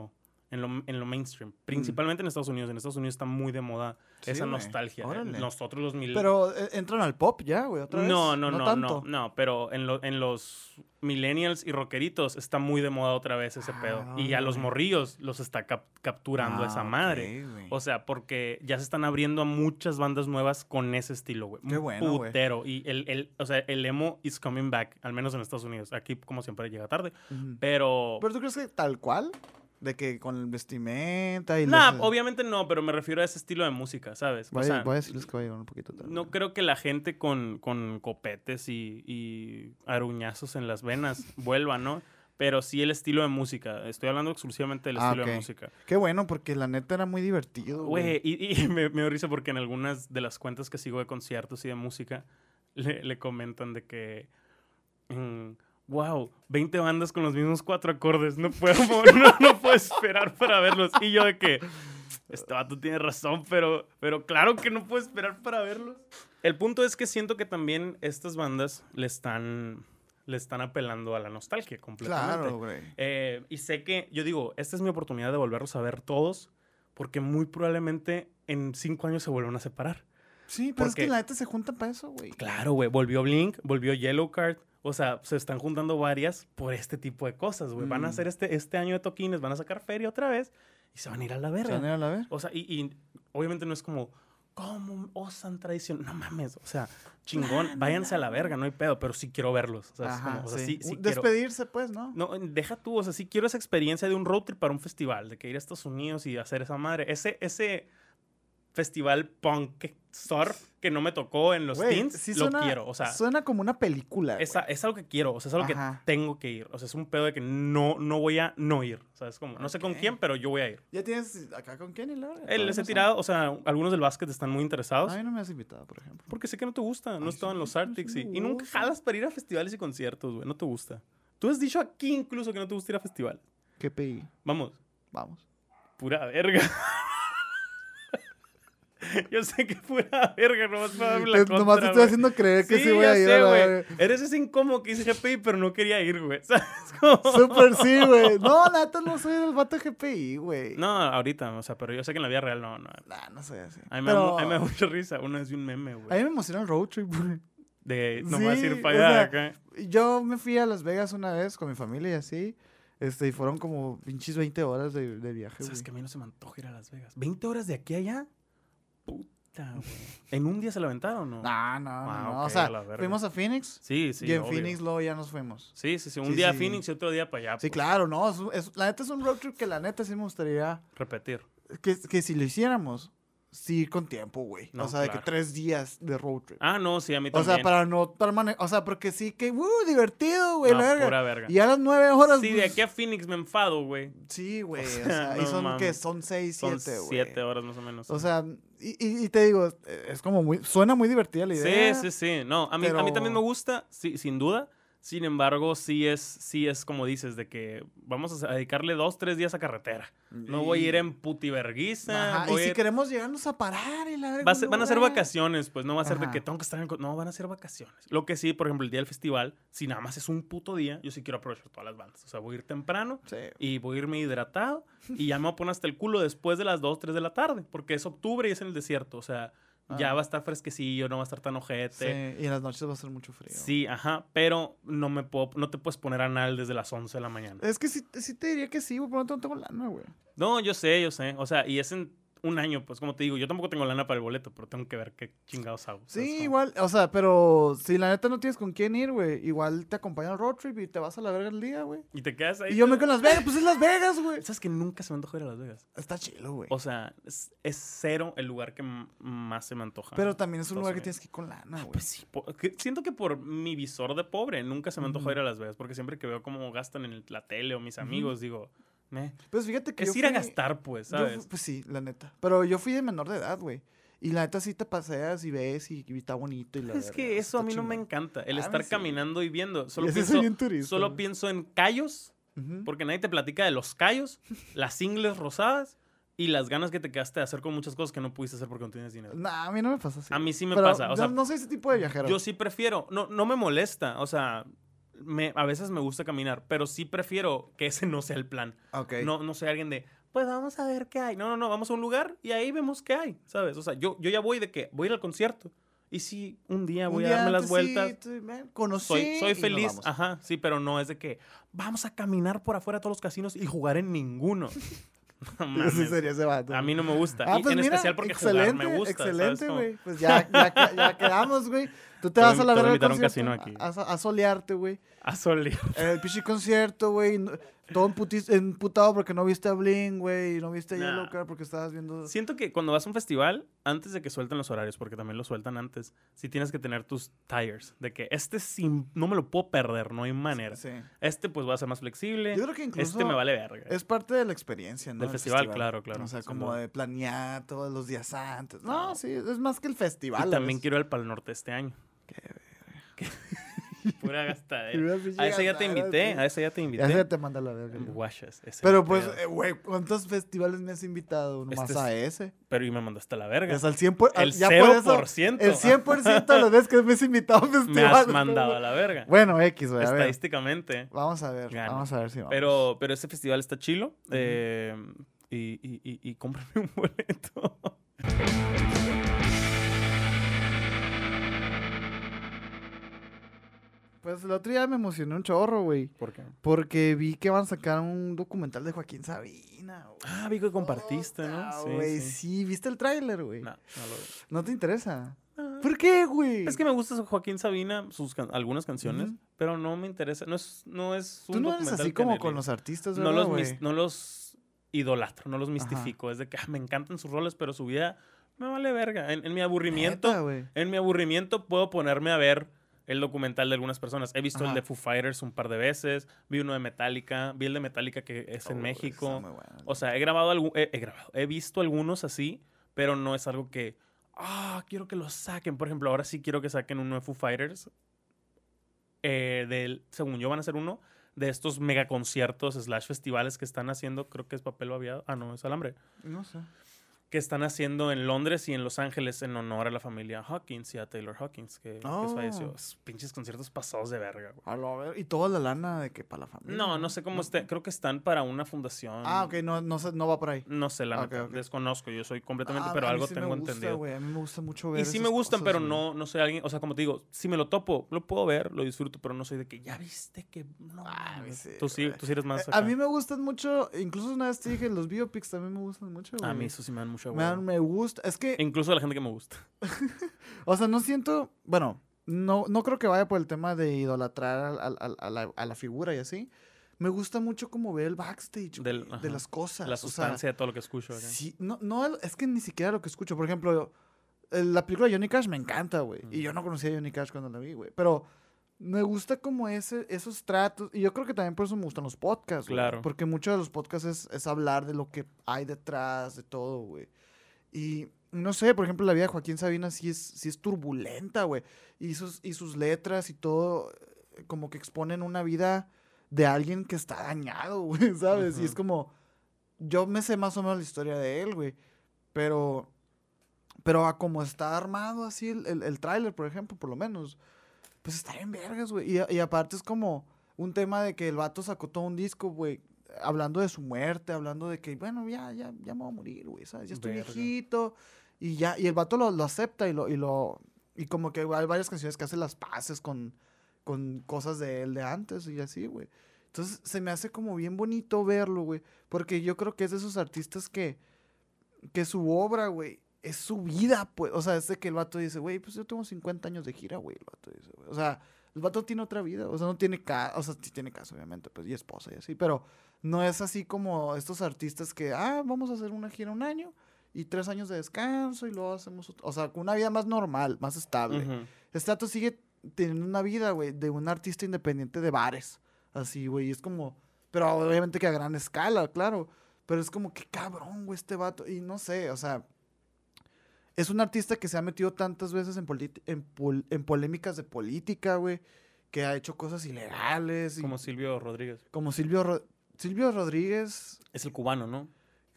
S1: lo mainstream. Principalmente en Estados Unidos. En Estados Unidos está muy de moda esa nostalgia. Nosotros los
S2: Pero entran al pop ya, güey, otra vez.
S1: No, pero en los millennials y rockeritos está muy de moda otra vez ese pedo. Y a los morrillos los está capturando esa madre. Okay, o sea, porque ya se están abriendo a muchas bandas nuevas con ese estilo, güey.
S2: Qué bueno,
S1: putero. Y el emo is coming back, al menos en Estados Unidos. Aquí, como siempre, llega tarde. Pero
S2: ¿tú crees que tal cual? De que con el vestimenta y...
S1: obviamente no, pero me refiero a ese estilo de música, ¿sabes?
S2: Voy a decirles que va a llegar un poquito tarde.
S1: No creo que la gente con copetes y aruñazos en las venas vuelva, ¿no? Pero sí el estilo de música. Estoy hablando exclusivamente del estilo de música.
S2: Qué bueno, porque la neta era muy divertido,
S1: güey. Y me dio risa porque en algunas de las cuentas que sigo de conciertos y de música le comentan de que... wow, 20 bandas con los mismos 4 acordes. No puedo esperar para verlos. Y yo de que, este vato tiene razón, pero claro que no puedo esperar para verlos. El punto es que siento que también estas bandas le están apelando a la nostalgia completamente.
S2: Claro, güey.
S1: Y sé que, yo digo, esta es mi oportunidad de volverlos a ver todos, porque muy probablemente en 5 años se vuelvan a separar.
S2: Sí, pero es que la neta se juntan para eso, güey.
S1: Claro, güey. Volvió Blink, volvió Yellowcard. O sea, se están juntando varias por este tipo de cosas, güey. Van a hacer este año de toquines, van a sacar feria otra vez y se van a ir a la verga.
S2: Se van a ir a la verga.
S1: O sea, y obviamente no es como, ¿cómo osan tradición? No mames, o sea, chingón, váyanse a la verga, no hay pedo, pero sí quiero verlos. O sea,
S2: ajá,
S1: como, o sea, sí
S2: despedirse, pues, ¿no?
S1: No, deja tú, o sea, sí quiero esa experiencia de un road trip para un festival, de que ir a Estados Unidos y hacer esa madre. Ese festival punk surf que no me tocó en los teens, sí lo quiero. O sea,
S2: suena como una película.
S1: Es algo que quiero, o sea, es algo que tengo que ir. O sea, es un pedo de que no voy a no ir. O sea, es como, no sé con quién, pero yo voy a ir.
S2: ¿Ya tienes acá con quién?
S1: Les he tirado, o sea, algunos del básquet están muy interesados.
S2: A mí no me has invitado, por ejemplo.
S1: Porque sé que no te gusta, no estaban los Arctics y nunca jalas para ir a festivales y conciertos, güey, no te gusta. Tú has dicho aquí incluso que no te gusta ir a festivales.
S2: ¿Qué pedí?
S1: Vamos. Pura verga. Yo sé que pura verga, nomás para darme la contra,
S2: nomás te estoy haciendo creer que sí voy a ir.
S1: Güey. Eres ese incómodo que dice GPI, pero no quería ir, güey. ¿Sabes cómo?
S2: Súper sí, güey. No, neta, no soy del vato GPI, güey.
S1: No, ahorita, o sea, pero yo sé que en la vida real no.
S2: No soy así.
S1: A mí me da mucha risa. Una vez vi un meme, güey.
S2: A mí me emociona el road trip, güey.
S1: De nomás ir para allá, acá.
S2: Yo me fui a Las Vegas una vez con mi familia y así. Y fueron como pinches 20 horas de viaje, güey.
S1: ¿Sabes que a mí no se me antoja ir a Las Vegas? ¿20 horas de aquí a allá? Puta, güey. ¿En un día se la aventaron o no?
S2: No. Okay, o sea, fuimos a Phoenix.
S1: Sí.
S2: Y en Phoenix luego ya nos fuimos.
S1: Sí. Un día a Phoenix y otro día para allá.
S2: Sí, pues. Claro, no. La neta es un road trip que la neta sí me gustaría...
S1: repetir.
S2: Que si lo hiciéramos... Sí, con tiempo, güey.
S1: No,
S2: o sea, de que 3 días de road trip.
S1: No, sí, a mí también.
S2: O sea, para no... o sea, porque sí que... divertido, güey.
S1: No, pura verga.
S2: Y a las 9 horas...
S1: Sí, de aquí a Phoenix me enfado, güey.
S2: Sí, güey. O sea, y son 6, 7, güey.
S1: Son 7 horas más o menos.
S2: O sea, y te digo, es como muy... Suena muy divertida la idea.
S1: Sí. No, a mí también me gusta, sí, sin duda. Sin embargo, sí es como dices, de que vamos a dedicarle 2-3 días a carretera. No voy a ir en putiverguiza.
S2: Y si queremos llegarnos a parar y la verga.
S1: Van a ser vacaciones, pues no va a ser de que tengo que estar no, van a ser vacaciones. Lo que sí, por ejemplo, el día del festival, si nada más es un puto día, yo sí quiero aprovechar todas las bandas. O sea, voy a ir temprano y voy a irme hidratado y ya me voy a poner hasta el culo después de las 2-3 de la tarde, porque es octubre y es en el desierto, o sea... Ya va a estar fresquecillo, no va a estar tan ojete.
S2: Sí, y en las noches va a ser mucho frío.
S1: Sí, pero no te puedes poner anal desde las 11 de la mañana.
S2: Es que sí te diría que sí, güey, pero no tengo lana, güey.
S1: No, yo sé. O sea, y es en un año, pues, como te digo, yo tampoco tengo lana para el boleto, pero tengo que ver qué chingados hago.
S2: Sí, igual, o sea, pero si la neta no tienes con quién ir, güey, igual te acompaña al road trip y te vas a la verga el día, güey.
S1: Y te quedas ahí.
S2: Y yo me quedo en Las Vegas, pues es Las Vegas, güey.
S1: ¿Sabes que nunca se me antoja ir a Las Vegas?
S2: Está chido, güey.
S1: O sea, es cero el lugar que más se me antoja.
S2: Pero también es un lugar que tienes que ir con lana, güey.
S1: Pues sí, siento que por mi visor de pobre nunca se me antoja ir a Las Vegas, porque siempre que veo cómo gastan en la tele o mis amigos, digo...
S2: Pues fíjate que
S1: es ir a gastar, pues, ¿sabes?
S2: Pues sí, la neta. Pero yo fui de menor de edad, güey. Y la neta sí te paseas y ves y está bonito. Y
S1: es que eso a mí no me encanta. El estar caminando y viendo. Solo pienso en callos, porque nadie te platica de los callos, las ingles rosadas y las ganas que te quedaste de hacer con muchas cosas que no pudiste hacer porque no tienes dinero.
S2: Nah, a mí no me pasa así.
S1: A mí sí me
S2: pero
S1: pasa. O sea,
S2: no soy ese tipo de viajero.
S1: Yo sí prefiero. No me molesta. O sea, a veces me gusta caminar, pero sí prefiero que ese no sea el plan.
S2: Okay.
S1: No soy alguien de, pues vamos a ver qué hay. No, vamos a un lugar y ahí vemos qué hay, ¿sabes? O sea, yo ya voy de que voy a ir al concierto. Y sí, un día voy a darme las vueltas.
S2: Sí, conocí.
S1: Soy feliz. Ajá, sí, pero no es de que vamos a caminar por afuera de todos los casinos y jugar en ninguno.
S2: No, eso sería ese vato.
S1: A mí no me gusta.
S2: Pues
S1: en
S2: mira,
S1: especial porque jugar me gusta.
S2: Excelente, güey. Pues ya quedamos, güey. Tú te vas a la verga del concierto.
S1: Un casino aquí.
S2: A solearte, güey.
S1: A solear.
S2: El pichi concierto, güey. Todo emputado porque no viste a Blink, güey. Y no viste a Yellowcard porque estabas viendo...
S1: Siento que cuando vas a un festival, antes de que suelten los horarios, porque también lo sueltan antes, sí tienes que tener tus tires. De que no me lo puedo perder, no hay manera.
S2: Sí.
S1: Pues va a ser más flexible.
S2: Yo creo que incluso...
S1: me vale verga.
S2: Es parte de la experiencia, ¿no?
S1: Del festival, claro.
S2: O sea, como de planear todos los días antes. No, sí, es más que el festival.
S1: Y también quiero ir al Pal Norte este año.
S2: Qué
S1: pura gastadera. A esa ya te invité.
S2: Esa ya te manda la verga.
S1: Guachas.
S2: Pero pues, güey, ¿cuántos festivales me has invitado? Nomás a ese.
S1: Pero y me mandaste a la verga.
S2: Es al 100%.
S1: El 0%.
S2: El 100% de las veces que me has invitado a un festival.
S1: Me has mandado a la verga.
S2: Bueno, X, güey.
S1: Estadísticamente.
S2: Vamos a ver. Gana. Vamos a ver si vamos.
S1: Pero ese festival está chilo. Y cómprame un boleto.
S2: Pues el otro día me emocioné un chorro, güey.
S1: ¿Por qué?
S2: Porque vi que van a sacar un documental de Joaquín Sabina, güey.
S1: Ah, vi que compartiste, ¿no?
S2: Sí, sí. ¿Viste el tráiler, güey?
S1: No lo vi.
S2: ¿No te interesa? ¿Por qué, güey?
S1: Es que me gusta Joaquín Sabina, algunas canciones, pero no me interesa. No es un
S2: Tú no eres así como con los artistas, ¿verdad,
S1: no los idolatro, no los mistifico. Ajá. Es de que me encantan sus roles, pero su vida me vale verga. En mi aburrimiento, puedo ponerme a ver el documental de algunas personas. He visto el de Foo Fighters un par de veces. Vi uno de Metallica. Vi el de Metallica que es en México. Bueno. O sea, he visto algunos así, pero no es algo que... quiero que lo saquen. Por ejemplo, ahora sí quiero que saquen uno de Foo Fighters. Según yo van a hacer uno de estos mega conciertos / festivales que están haciendo. Creo que es Papel Babeado. No, es Alambre.
S2: No sé.
S1: Que están haciendo en Londres y en Los Ángeles en honor a la familia Hawkins y a Taylor Hawkins, que falleció. Pinches conciertos pasados de verga, güey.
S2: ¿Y toda la lana de que para la familia?
S1: No sé cómo esté. Creo que están para una fundación.
S2: Ok, no va por ahí.
S1: No sé, la neta. Desconozco. Yo soy completamente, pero algo tengo entendido.
S2: A mí me gusta mucho ver.
S1: Y sí me gustan, pero no soy alguien. O sea, como te digo, si me lo topo, lo puedo ver, lo disfruto, pero no soy de que ya viste que. No,
S2: sí,
S1: tú sí eres más.
S2: A mí me gustan mucho. Incluso una vez te dije, los biopics también me gustan mucho, güey.
S1: A mí eso sí me dan mucho.
S2: Me gusta. Es que...
S1: Incluso a la gente que me gusta.
S2: O sea, no siento... Bueno, no creo que vaya por el tema de idolatrar a la figura y así. Me gusta mucho como ver el backstage de las cosas.
S1: La sustancia de todo lo que escucho. ¿Okay?
S2: Sí, es que ni siquiera lo que escucho. Por ejemplo, la película de Johnny Cash me encanta, güey. Y yo no conocía a Johnny Cash cuando la vi, güey. Pero me gusta como esos tratos. Y yo creo que también por eso me gustan los podcasts,
S1: claro.
S2: Güey, porque mucho de los podcasts es hablar de lo que hay detrás de todo, güey. Y no sé, por ejemplo, la vida de Joaquín Sabina sí es turbulenta, güey. Y sus letras y todo como que exponen una vida de alguien que está dañado, güey, ¿sabes? Uh-huh. Y es como... Yo me sé más o menos la historia de él, güey. Pero a como está armado así el tráiler, por ejemplo, por lo menos, pues está bien vergas, güey. Y aparte es como un tema de que el vato sacó todo un disco, güey, hablando de su muerte, hablando de que, bueno, ya me voy a morir, güey, ¿sabes? Ya estoy viejito. Y el vato lo acepta y como que hay varias canciones que hacen las paces con cosas de él de antes y así, güey. Entonces se me hace como bien bonito verlo, güey. Porque yo creo que es de esos artistas que su obra, güey, es su vida, pues. O sea, es de que el vato dice, güey, pues yo tengo 50 años de gira, güey. El vato dice, güey. O sea, el vato tiene otra vida. O sea, no tiene casa. O sea, sí tiene casa, obviamente, pues, y esposa y así. Pero no es así como estos artistas que, vamos a hacer una gira un año y 3 años de descanso y luego hacemos... O sea, una vida más normal, más estable. Uh-huh. Este vato sigue teniendo una vida, güey, de un artista independiente de bares. Así, güey, es como... Pero obviamente que a gran escala, claro. Pero es como que cabrón, güey, este vato. Y no sé, o sea... Es un artista que se ha metido tantas veces en polémicas de política, güey. Que ha hecho cosas ilegales.
S1: Como Silvio Rodríguez.
S2: Como Silvio Rodríguez...
S1: Es el cubano, ¿no?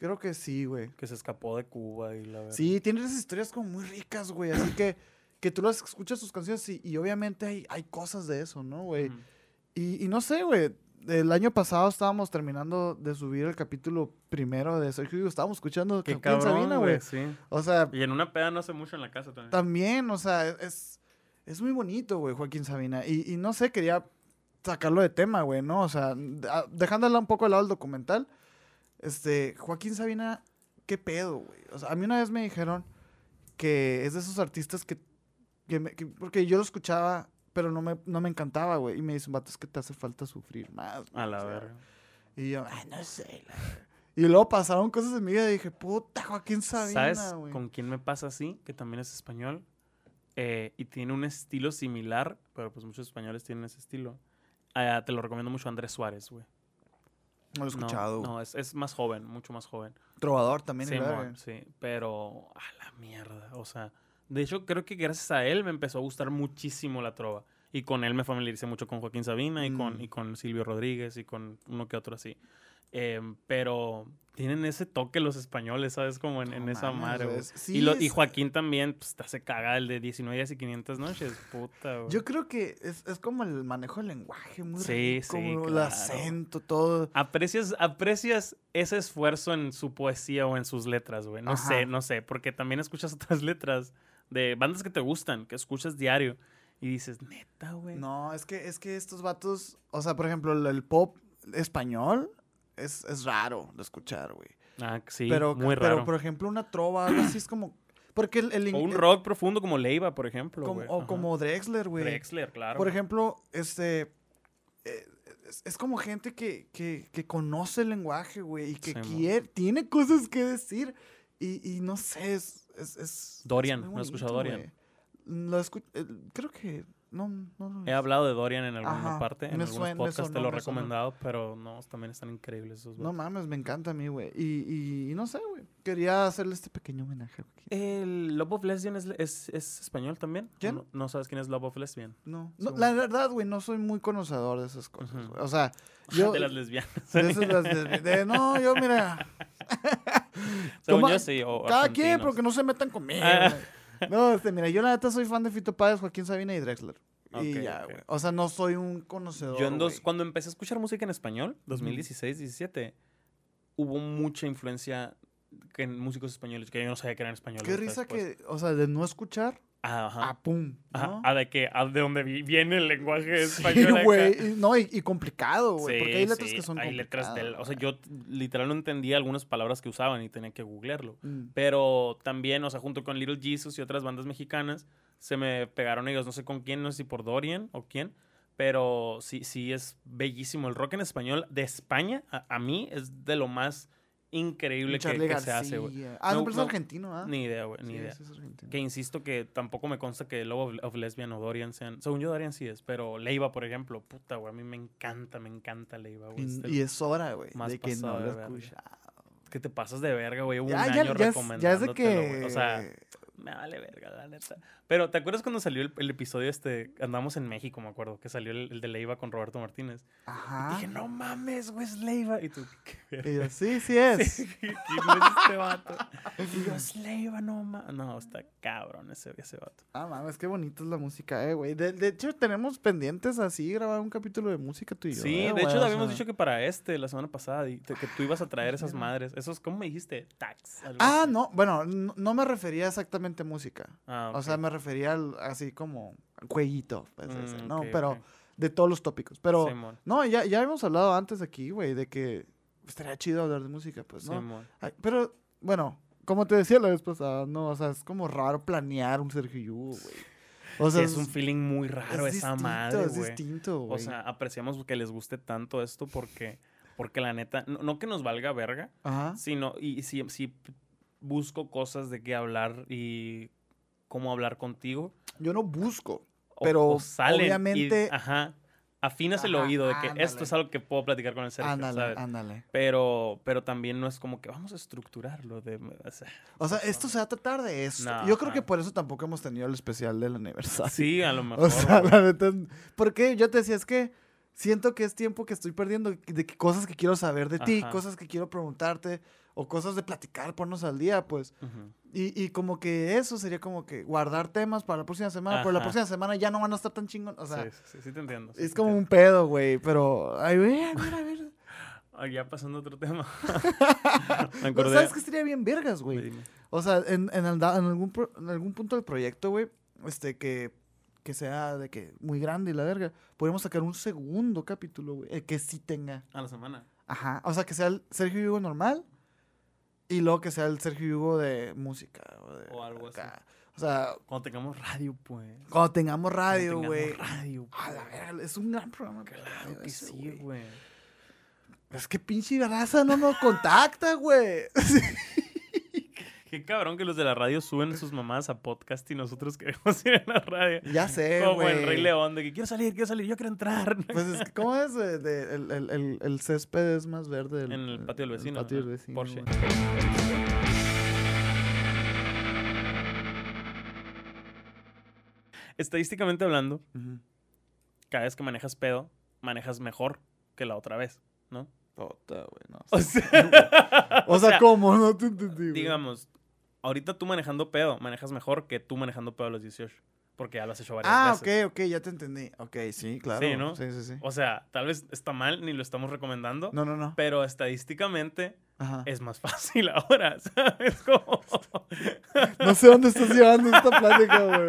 S2: Creo que sí, güey.
S1: Que se escapó de Cuba y la verdad.
S2: Sí, tiene esas historias como muy ricas, güey. Así que tú las escuchas sus canciones y obviamente hay cosas de eso, ¿no, güey?
S1: Ujú.
S2: Y no sé, güey. El año pasado estábamos terminando de subir el capítulo primero de Sergio y estábamos escuchando
S1: Qué
S2: Joaquín
S1: cabrón,
S2: Sabina, güey.
S1: sí.
S2: O sea,
S1: Y en una peda no hace mucho en la casa también.
S2: también, o sea, es muy bonito, güey, Joaquín Sabina. Y no sé, quería sacarlo de tema, güey, ¿no? O sea, dejándole un poco al lado el documental, Joaquín Sabina, ¿qué pedo, güey? O sea, a mí una vez me dijeron que es de esos artistas porque yo lo escuchaba, pero no me encantaba, güey. Y me dicen, vato, es que te hace falta sufrir más, güey.
S1: A la
S2: O sea,
S1: verga.
S2: y yo, ay, no sé, la verga. Y luego pasaron cosas en mi vida y dije, puta, Joaquín Sabina,
S1: ¿Sabes
S2: güey.
S1: con quién me pasa así? Que también es español. Y tiene un estilo similar, pero pues muchos españoles tienen ese estilo. Te lo recomiendo mucho, Andrés Suárez, güey.
S2: No lo he escuchado.
S1: No, es más joven, mucho más joven.
S2: Trovador también,
S1: Sí,
S2: y la verga.
S1: sí, pero a la mierda, o sea, de hecho creo que gracias a él me empezó a gustar muchísimo la trova y con él me familiaricé mucho con Joaquín Sabina y con Silvio Rodríguez y con uno que otro así. Pero tienen ese toque los españoles, ¿sabes? Como en
S2: No
S1: esa
S2: mames,
S1: madre, güey.
S2: sí,
S1: Y Joaquín también, pues, te hace caga el de 19 días y 500 noches, puta, güey.
S2: Yo creo que es como el manejo del lenguaje, muy
S1: Sí,
S2: rico,
S1: sí,
S2: el
S1: claro.
S2: acento, todo.
S1: Aprecias ese esfuerzo en su poesía o en sus letras, güey. No sé, porque también escuchas otras letras de bandas que te gustan, que escuchas diario y dices, neta, güey.
S2: No, es que estos vatos, o sea, por ejemplo, el pop español es raro de escuchar, güey.
S1: Ah, sí,
S2: Pero,
S1: muy raro.
S2: Pero, por ejemplo, una trova, algo así es como... Porque
S1: o un rock profundo como Leiva, por ejemplo,
S2: como,
S1: güey.
S2: o
S1: Ajá.
S2: como Drexler, güey.
S1: Drexler, claro.
S2: Por ejemplo, es como gente que conoce el lenguaje, güey, y que
S1: Sí,
S2: tiene cosas que decir. Y no sé, es
S1: Dorian,
S2: muy
S1: ¿no has escuchado
S2: bonito,
S1: Dorian?
S2: Creo que no lo
S1: He hablado de Dorian en alguna
S2: Ajá,
S1: parte, en
S2: me
S1: algunos
S2: suena,
S1: podcasts te
S2: sonó,
S1: lo he
S2: me sonó.
S1: recomendado, pero no, también están increíbles esos
S2: No
S1: vatos.
S2: mames, me encanta a mí, güey. Y no sé, güey. Quería hacerle este pequeño homenaje aquí.
S1: ¿El Love of Lesbian es español también?
S2: ¿Quién?
S1: ¿O no sabes quién es Love of Lesbian?
S2: No,
S1: Según-
S2: la verdad, güey, no soy muy conocedor de esas cosas,
S1: Ujú.
S2: güey. O sea, yo...
S1: De las lesbianas.
S2: No, yo, mira...
S1: Según
S2: Toma-
S1: yo sí, o
S2: Cada quien,
S1: argentinos.
S2: pero que no se metan conmigo.
S1: Ah.
S2: güey. No, mira, yo la neta soy fan de Fito Páez, Joaquín Sabina y Drexler. Y
S1: Ok,
S2: ya,
S1: ok.
S2: güey. O sea, no soy un conocedor,
S1: Yo
S2: güey.
S1: cuando empecé a escuchar música en español, 2016, 17, hubo mucha influencia en músicos españoles, que yo no sabía que eran españoles.
S2: Qué
S1: hasta
S2: risa
S1: después.
S2: que, o sea, de no escuchar
S1: Ajá.
S2: a pum,
S1: Ajá.
S2: ¿no?
S1: De donde viene el lenguaje
S2: Sí,
S1: español acá.
S2: güey. No, y complicado, güey.
S1: Sí,
S2: porque hay letras
S1: sí,
S2: que son
S1: hay letras
S2: complicadas.
S1: o sea, yo literal no entendía algunas palabras que usaban y tenía que googlearlo.
S2: Mm.
S1: Pero también, o sea, junto con Little Jesus y otras bandas mexicanas, se me pegaron ellos, no sé con quién, no sé si por Dorian o quién, pero sí es bellísimo. El rock en español de España, a mí, es de lo más increíble
S2: Charly
S1: que se hace, güey.
S2: García. Ah, no, pero es argentino, ¿ah?
S1: Ni idea, güey, ni
S2: Sí,
S1: idea.
S2: sí es argentino.
S1: Que insisto que tampoco me consta que Love of Lesbian o Dorian sean... Según yo, Dorian sí es, pero Leiva, por ejemplo, puta, güey, a mí me encanta Leiva, güey.
S2: Y es hora, güey,
S1: más
S2: de que no
S1: pasado
S2: lo
S1: de verga.
S2: escucha.
S1: Que te pasas de verga, güey. Hubo un
S2: Ya
S1: año
S2: es de
S1: recomendándotelo,
S2: que...
S1: güey. O sea, me vale verga, la neta. Pero, ¿te acuerdas cuando salió el episodio andamos en México, me acuerdo, que salió el de Leiva con Roberto Martínez?
S2: Ajá.
S1: Y dije, no mames, güey, es Leiva. Y tú, ¿qué
S2: Y yo, sí es.
S1: Sí, ¿quién es este vato? Y yo, es Leiva, no mames. No, está cabrón ese vato.
S2: Ah, mames, qué bonita es la música, güey. De hecho, tenemos pendientes así grabar un capítulo de música tú y yo.
S1: Sí, de
S2: güey,
S1: hecho,
S2: o
S1: habíamos
S2: sea.
S1: dicho que para la semana pasada, que tú ibas a traer esas madres. Esos, ¿cómo me dijiste? Tags. algo
S2: Ah,
S1: así.
S2: no, bueno, no me refería exactamente a música.
S1: Ah,
S2: O sea,
S1: ok.
S2: me refería así como al jueguito, pues, ese, ¿no?
S1: Ok,
S2: Pero
S1: ok.
S2: de todos los tópicos. Pero,
S1: Simón,
S2: no, ya habíamos hablado antes aquí, güey, de que estaría chido hablar de música, pues, ¿no?
S1: Simón.
S2: Ay, pero, bueno, como te decía la vez pasada, no, o sea, es como raro planear un Sergio Yu, güey. O
S1: Sí,
S2: sea,
S1: es un feeling muy raro
S2: es
S1: esa
S2: distinto,
S1: madre,
S2: es
S1: güey.
S2: distinto,
S1: O
S2: güey.
S1: sea, apreciamos que les guste tanto esto porque la neta, no que nos valga verga,
S2: Ajá.
S1: sino, y sí busco cosas de qué hablar y cómo hablar contigo.
S2: Yo no busco,
S1: O-
S2: pero
S1: o salen
S2: obviamente...
S1: ajá, afinas el
S2: Ajá,
S1: oído de que
S2: ándale.
S1: esto es algo que puedo platicar con el Sergio,
S2: Ándale,
S1: ¿sabes?
S2: ándale.
S1: Pero también no es como que vamos a estructurarlo.
S2: O sea, esto se va a tratar de esto.
S1: No,
S2: Yo creo
S1: ajá.
S2: que por eso tampoco hemos tenido el especial del aniversario.
S1: Sí, a lo mejor.
S2: O sea,
S1: güey.
S2: la neta, porque yo te decía, es que siento que es tiempo que estoy perdiendo de cosas que quiero saber de ti,
S1: Ajá.
S2: cosas que quiero preguntarte. o cosas de platicar, ponernos al día, pues. Y como que eso sería como que guardar temas para la próxima semana, pero la próxima semana ya no van a estar tan chingón, o sea.
S1: Sí te entiendo.
S2: Es como un pedo, güey, pero, a ver.
S1: Ya pasando a otro tema.
S2: No, ¿sabes qué estaría bien vergas, güey? O sea, en algún punto del proyecto, güey, que sea de que muy grande y la verga, podríamos sacar un segundo capítulo, güey, el que sí tenga.
S1: A la semana.
S2: Ajá, o sea, que sea el Sergio Hugo normal y luego que sea el Sergio Hugo de música.
S1: O algo
S2: acá.
S1: así.
S2: O sea...
S1: Cuando tengamos radio, pues.
S2: Cuando tengamos radio, güey.
S1: A
S2: la verga, es un gran programa.
S1: Claro que sí, güey.
S2: Es que pinche raza no nos contacta, güey.
S1: Qué cabrón que los de la radio suben sus mamás a podcast y nosotros queremos ir a la radio.
S2: Ya sé,
S1: como
S2: güey.
S1: el Rey León, de que quiero salir, yo quiero entrar.
S2: Pues es que, ¿cómo es? El césped es más verde.
S1: En el patio del vecino.
S2: El patio del vecino.
S1: Porsche. Estadísticamente hablando, cada vez que manejas pedo, manejas mejor que la otra vez, ¿no?
S2: Puta, güey, no.
S1: O sea,
S2: ¿cómo? No te entendí,
S1: digamos, ahorita tú manejando pedo, manejas mejor que tú manejando pedo a los 18. Porque ya lo has hecho varias veces.
S2: Ok, ya te entendí. Ok, sí, claro.
S1: Sí, ¿no?
S2: Sí.
S1: O sea, tal vez está mal, ni lo estamos recomendando.
S2: No.
S1: Pero estadísticamente es más fácil ahora, ¿sabes? Como...
S2: No sé dónde estás llevando esta plática, güey.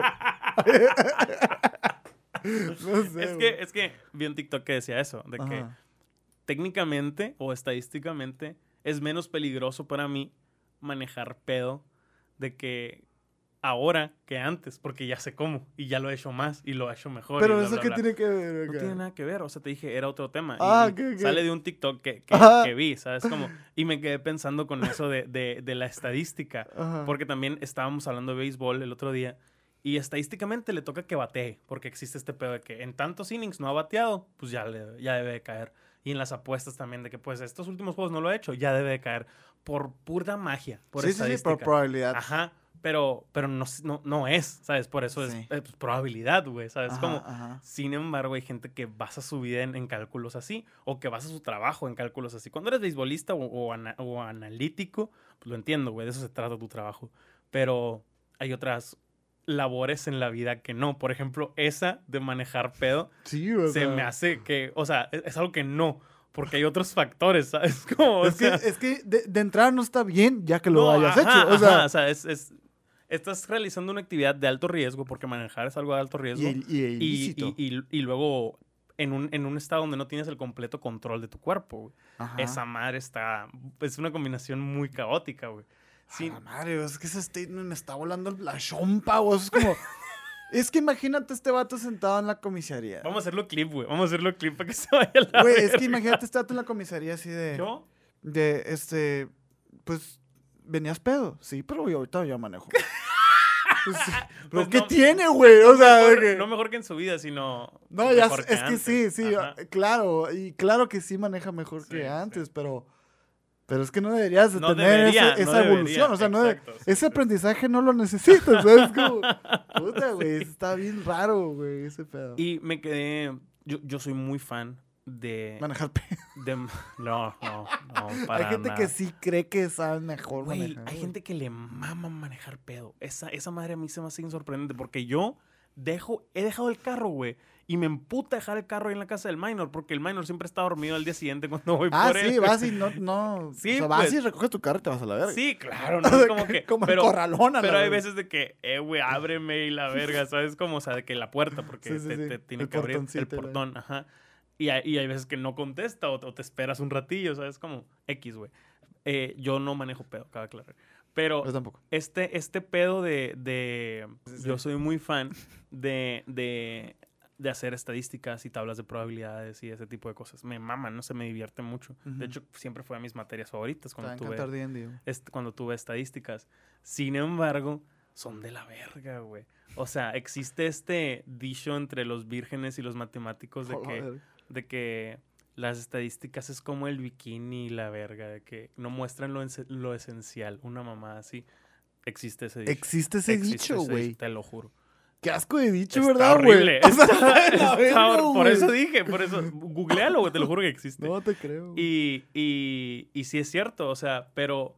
S2: No sé,
S1: es que vi un TikTok que decía eso, de que técnicamente o estadísticamente es menos peligroso para mí manejar pedo de que ahora que antes, porque ya sé cómo y ya lo he hecho más y lo he hecho mejor.
S2: Pero
S1: bla,
S2: eso
S1: bla,
S2: qué
S1: bla.
S2: tiene que ver,
S1: no tiene nada que ver, o sea, te dije, era otro tema.
S2: ¿Qué?
S1: Sale de un TikTok que vi, ¿sabes? Como, y me quedé pensando con eso de la estadística, porque también estábamos hablando de béisbol el otro día. Y estadísticamente le toca que batee, porque existe este pedo de que en tantos innings no ha bateado, pues ya debe de caer. Y en las apuestas también de que, pues, estos últimos juegos no lo ha hecho, ya debe de caer. Por pura magia, por estadística.
S2: Sí, por probabilidad.
S1: Ajá, pero no es, ¿sabes? Por eso es probabilidad, güey, ¿sabes? Sin embargo, hay gente que basa su vida en cálculos así, o que basa su trabajo en cálculos así. Cuando eres beisbolista o analítico, pues lo entiendo, güey, de eso se trata tu trabajo. Pero hay otras labores en la vida que no. Por ejemplo, esa de manejar pedo se me hace que, o sea, es algo que no, porque hay otros factores, ¿sabes? Como,
S2: es que de entrada no está bien ya que lo hayas hecho. O sea,
S1: estás realizando una actividad de alto riesgo, porque manejar es algo de alto riesgo. Y luego en un estado donde no tienes el completo control de tu cuerpo, güey. Esa madre es una combinación muy caótica, güey.
S2: Sí. Madre, es que ese statement me está volando la chompa, güey. Es como... es que imagínate este vato sentado en la comisaría.
S1: Vamos a hacerlo clip, güey. Vamos a hacerlo clip para que se vaya la
S2: güey, es que imagínate este vato en la comisaría así de...
S1: ¿Yo?
S2: Pues, ¿venías pedo? Sí, pero ahorita ya manejo. Pues, ¿pero
S1: pues
S2: qué
S1: no,
S2: tiene, güey? O sea...
S1: no mejor que en su vida, sino...
S2: No, ya es que sí. Claro, y claro que sí maneja mejor que antes, pero es que no deberías de tener esa evolución. O sea, ese aprendizaje no lo necesitas, ¿sabes? Como, puta, güey, está bien raro, güey, ese pedo.
S1: Y me quedé... Yo soy muy fan de...
S2: manejar pedo.
S1: No, para
S2: Hay gente
S1: nada.
S2: que sí cree que sabe mejor
S1: manejar. Hay gente que le mama manejar pedo. Esa madre a mí se me hace sorprendente, porque yo he dejado el carro, güey. Y me emputa dejar el carro ahí en la casa del minor, porque el minor siempre está dormido al día siguiente cuando voy por él.
S2: Sí, vas y no.
S1: Sí,
S2: o sea, vas y recoges tu carro y te vas a la verga.
S1: Sí, claro, no es como que...
S2: como pero, corralona.
S1: Pero hay veces de que, güey, ábreme y la verga, ¿sabes? Como, o sea, de que la puerta, porque te tiene que abrir el portón, ajá. Y hay veces que no contesta o te esperas un ratillo, ¿sabes? Como X, güey. Yo no manejo pedo, cabe aclarar. Pero
S2: yo tampoco.
S1: Este pedo de yo soy muy fan de hacer estadísticas y tablas de probabilidades y ese tipo de cosas. Me maman, no sé, me divierte mucho. De hecho, siempre fue de mis materias favoritas cuando tuve estadísticas. Sin embargo, son de la verga, güey. O sea, existe este dicho entre los vírgenes y los matemáticos de que las estadísticas es como el bikini y la verga, de que no muestran lo esencial. Una mamá así. Existe ese dicho.
S2: Existe ese dicho, güey.
S1: Te lo juro.
S2: Qué asco de dicho,
S1: Está
S2: ¿verdad, güey?
S1: horrible.
S2: Verga,
S1: por eso dije, googlealo, güey, te lo juro que existe.
S2: No te creo.
S1: Y sí es cierto, o sea, pero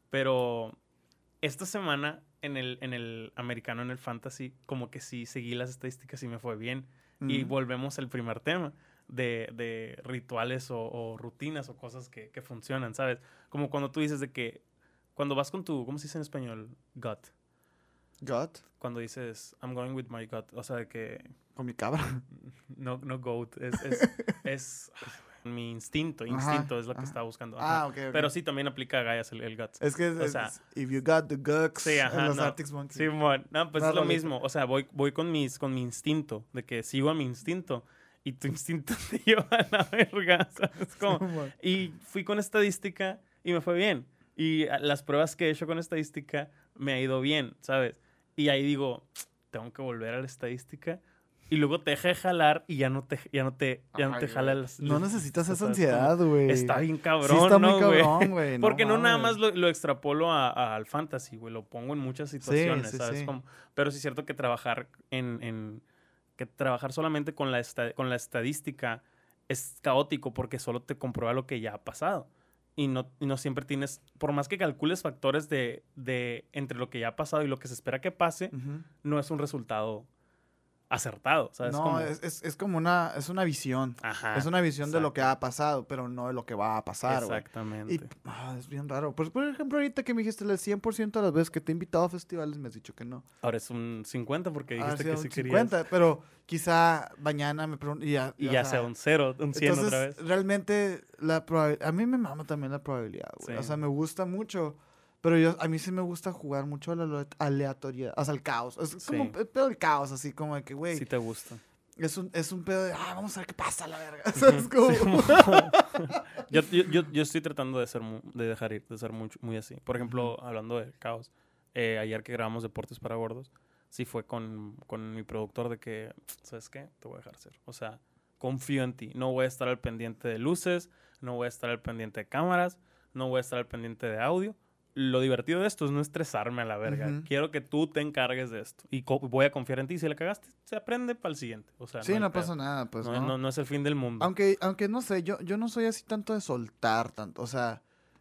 S1: esta semana en el americano, en el fantasy, como que sí seguí las estadísticas y me fue bien. Y volvemos al primer tema de rituales o rutinas o cosas que funcionan, ¿sabes? Como cuando tú dices de que cuando vas con tu, ¿cómo se dice en español? Gut.
S2: ¿Gut?
S1: Cuando dices, I'm going with my gut. O sea, de que...
S2: Con mi cabra.
S1: No goat. Es mi instinto. Instinto es lo que estaba buscando.
S2: Ajá. Ok.
S1: Pero sí, también aplica a Gaias el gut.
S2: Es que if you got the guts,
S1: sí, ajá,
S2: los Arctic Monkeys.
S1: Sí, no, pues es lo mismo. O sea, voy con mi instinto. De que sigo a mi instinto. Y tu instinto te lleva a la verga, ¿sabes? Como, y fui con estadística y me fue bien. Y las pruebas que he hecho con estadística me ha ido bien, ¿sabes? Y ahí digo, tengo que volver a la estadística. Y luego te deja de jalar y ya no te jala las...
S2: No necesitas esa ansiedad, güey.
S1: Está bien cabrón,
S2: sí, está
S1: ¿no,
S2: muy cabrón, güey?
S1: Porque no nada más lo extrapolo al fantasy, güey. Lo pongo en muchas situaciones,
S2: sí,
S1: ¿sabes?
S2: Sí.
S1: Pero sí es cierto que trabajar que trabajar solamente con la estadística es caótico porque solo te comprueba lo que ya ha pasado. Y no siempre tienes, por más que calcules factores de entre lo que ya ha pasado y lo que se espera que pase, no es un resultado acertado, ¿sabes?
S2: No, es como es una visión.
S1: Ajá,
S2: es una visión de lo que ha pasado, pero no de lo que va a pasar, güey.
S1: Exactamente.
S2: Y es bien raro. Pues, por ejemplo, ahorita que me dijiste el 100% de las veces que te he invitado a festivales, me has dicho que no.
S1: Ahora es un 50 porque dijiste que sí
S2: 50,
S1: querías.
S2: Pero quizá mañana me pregunto... Y
S1: ya sea un 0, un 100
S2: entonces,
S1: otra vez.
S2: Realmente, a mí me mama también la probabilidad, güey.
S1: Sí.
S2: O sea, me gusta mucho... Pero a mí sí me gusta jugar mucho a la aleatoriedad, o sea, el caos. Es como el pedo del caos, así como de que, güey.
S1: Sí te gusta.
S2: Es un pedo de, vamos a ver qué pasa, la verga. ¿Sabes cómo?
S1: Yo estoy tratando de dejar ir, de ser muy así. Por ejemplo, hablando de caos, ayer que grabamos Deportes para Gordos, sí fue con mi productor de que, ¿sabes qué? Te voy a dejar ser. O sea, confío en ti. No voy a estar al pendiente de luces, no voy a estar al pendiente de cámaras, no voy a estar al pendiente de audio. Lo divertido de esto es no estresarme a la verga. Quiero que tú te encargues de esto. Y voy a confiar en ti. Si la cagaste, se aprende para el siguiente. O sea,
S2: sí, no pasa nada, pues,
S1: no es el fin del mundo.
S2: Aunque no sé, yo no soy así tanto de soltar tanto. O sea,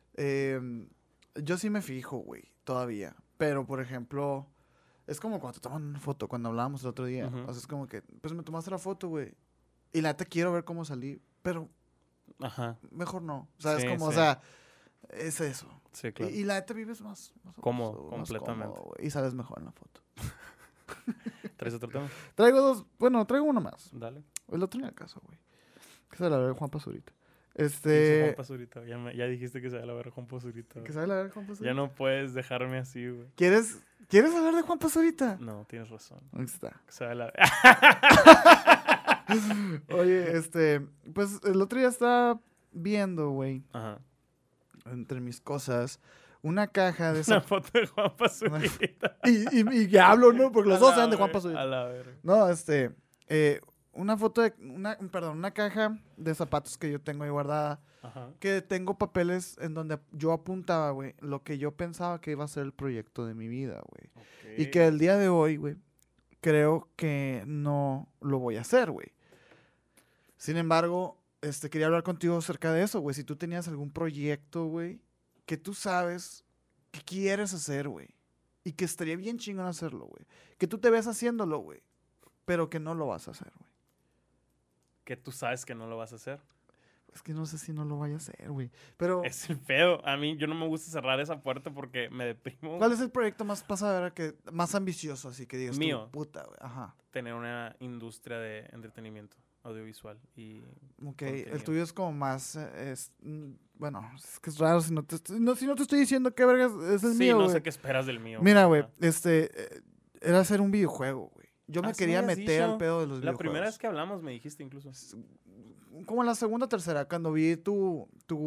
S2: yo sí me fijo, güey, todavía. Pero, por ejemplo, es como cuando te toman una foto, cuando hablábamos el otro día. O sea, es como que, pues me tomaste la foto, güey. Y la neta quiero ver cómo salí. Pero, mejor no. O sea, es como, o sea... Es eso.
S1: Sí, claro.
S2: Y la neta vives más
S1: cómodo, completamente.
S2: Cómodo, y sales mejor en la foto.
S1: ¿Traes otro tema?
S2: Traigo uno más.
S1: Dale.
S2: El otro en la casa, güey. Que se la ver Juan Pazurita.
S1: Juan Pazurita. Ya dijiste que se va a ver Juan Pazurita.
S2: Que se va a ver Juan Pazurita.
S1: Ya no puedes dejarme así, güey.
S2: ¿Quieres hablar de Juan Pazurita?
S1: No, tienes razón.
S2: Ahí está.
S1: Que se va a la...
S2: Oye, pues el otro día estaba viendo, güey.
S1: Ajá.
S2: Entre mis cosas, una caja de...
S1: Una foto de Juan Pazurita.
S2: y que hablo, ¿no? Porque los dos eran de Juan Pazurita.
S1: A la verga.
S2: No, una foto de... una caja de zapatos que yo tengo ahí guardada.
S1: Ajá.
S2: Que tengo papeles en donde yo apuntaba, güey, lo que yo pensaba que iba a ser el proyecto de mi vida, güey. Okay. Y que el día de hoy, güey, creo que no lo voy a hacer, güey. Sin embargo... quería hablar contigo acerca de eso, güey. Si tú tenías algún proyecto, güey, que tú sabes que quieres hacer, güey. Y que estaría bien chingón hacerlo, güey. Que tú te ves haciéndolo, güey. Pero que no lo vas a hacer, güey.
S1: Que tú sabes que no lo vas a hacer.
S2: Es que no sé si no lo vaya a hacer, güey. Pero...
S1: Es el pedo. A mí, yo no me gusta cerrar esa puerta porque me deprimo.
S2: ¿Cuál es el proyecto más pasado, más ambicioso, así que digas
S1: mío?
S2: Tú, puta, güey. Ajá.
S1: Tener una industria de entretenimiento audiovisual y
S2: ok, contenido. El tuyo es como más bueno, es que es raro si no te estoy diciendo qué vergas es el mío,
S1: no
S2: wey.
S1: sé qué esperas del mío.
S2: Mira, güey, era hacer un videojuego, güey. Yo me quería meter al pedo de los videojuegos.
S1: La primera vez que hablamos me dijiste incluso.
S2: Como en la segunda o tercera, cuando vi tu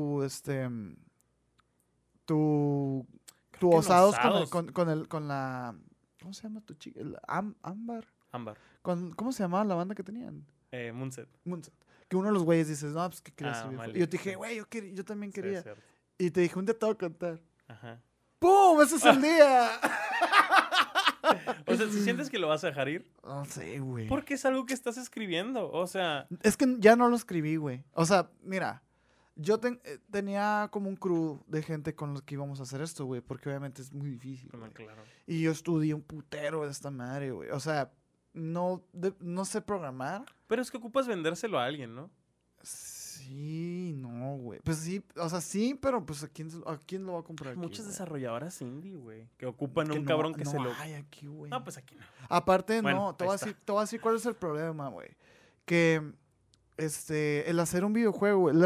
S2: osados con la ¿cómo se llama tu chica? Ámbar. ¿Cómo se llamaba la banda que tenían?
S1: Moonset.
S2: Que uno de los güeyes dices, no, pues que querías y yo te dije, güey, yo también quería. Sí, y te dije, un día te voy a cantar.
S1: Ajá.
S2: ¡Pum! ¡Ese es el día!
S1: O sea, si sientes que lo vas a dejar ir.
S2: No sé, güey.
S1: Porque es algo que estás escribiendo, o sea.
S2: Es que ya no lo escribí, güey. O sea, mira, yo tenía como un crew de gente con los que íbamos a hacer esto, güey, porque obviamente es muy difícil.
S1: No, claro.
S2: Y yo estudié un putero de esta madre, güey. O sea, no sé programar.
S1: Pero es que ocupas vendérselo a alguien, ¿no?
S2: Sí, no, güey. Pues sí, o sea, sí, pero pues ¿a quién lo va a comprar aquí,
S1: Muchas
S2: güey?
S1: desarrolladoras indie, güey, que ocupan
S2: Que
S1: un cabrón que
S2: no
S1: se lo...
S2: hay aquí, güey.
S1: No, pues aquí no.
S2: Aparte,
S1: Bueno,
S2: no, te voy a decir cuál es el problema, güey. Que, el hacer un videojuego, güey,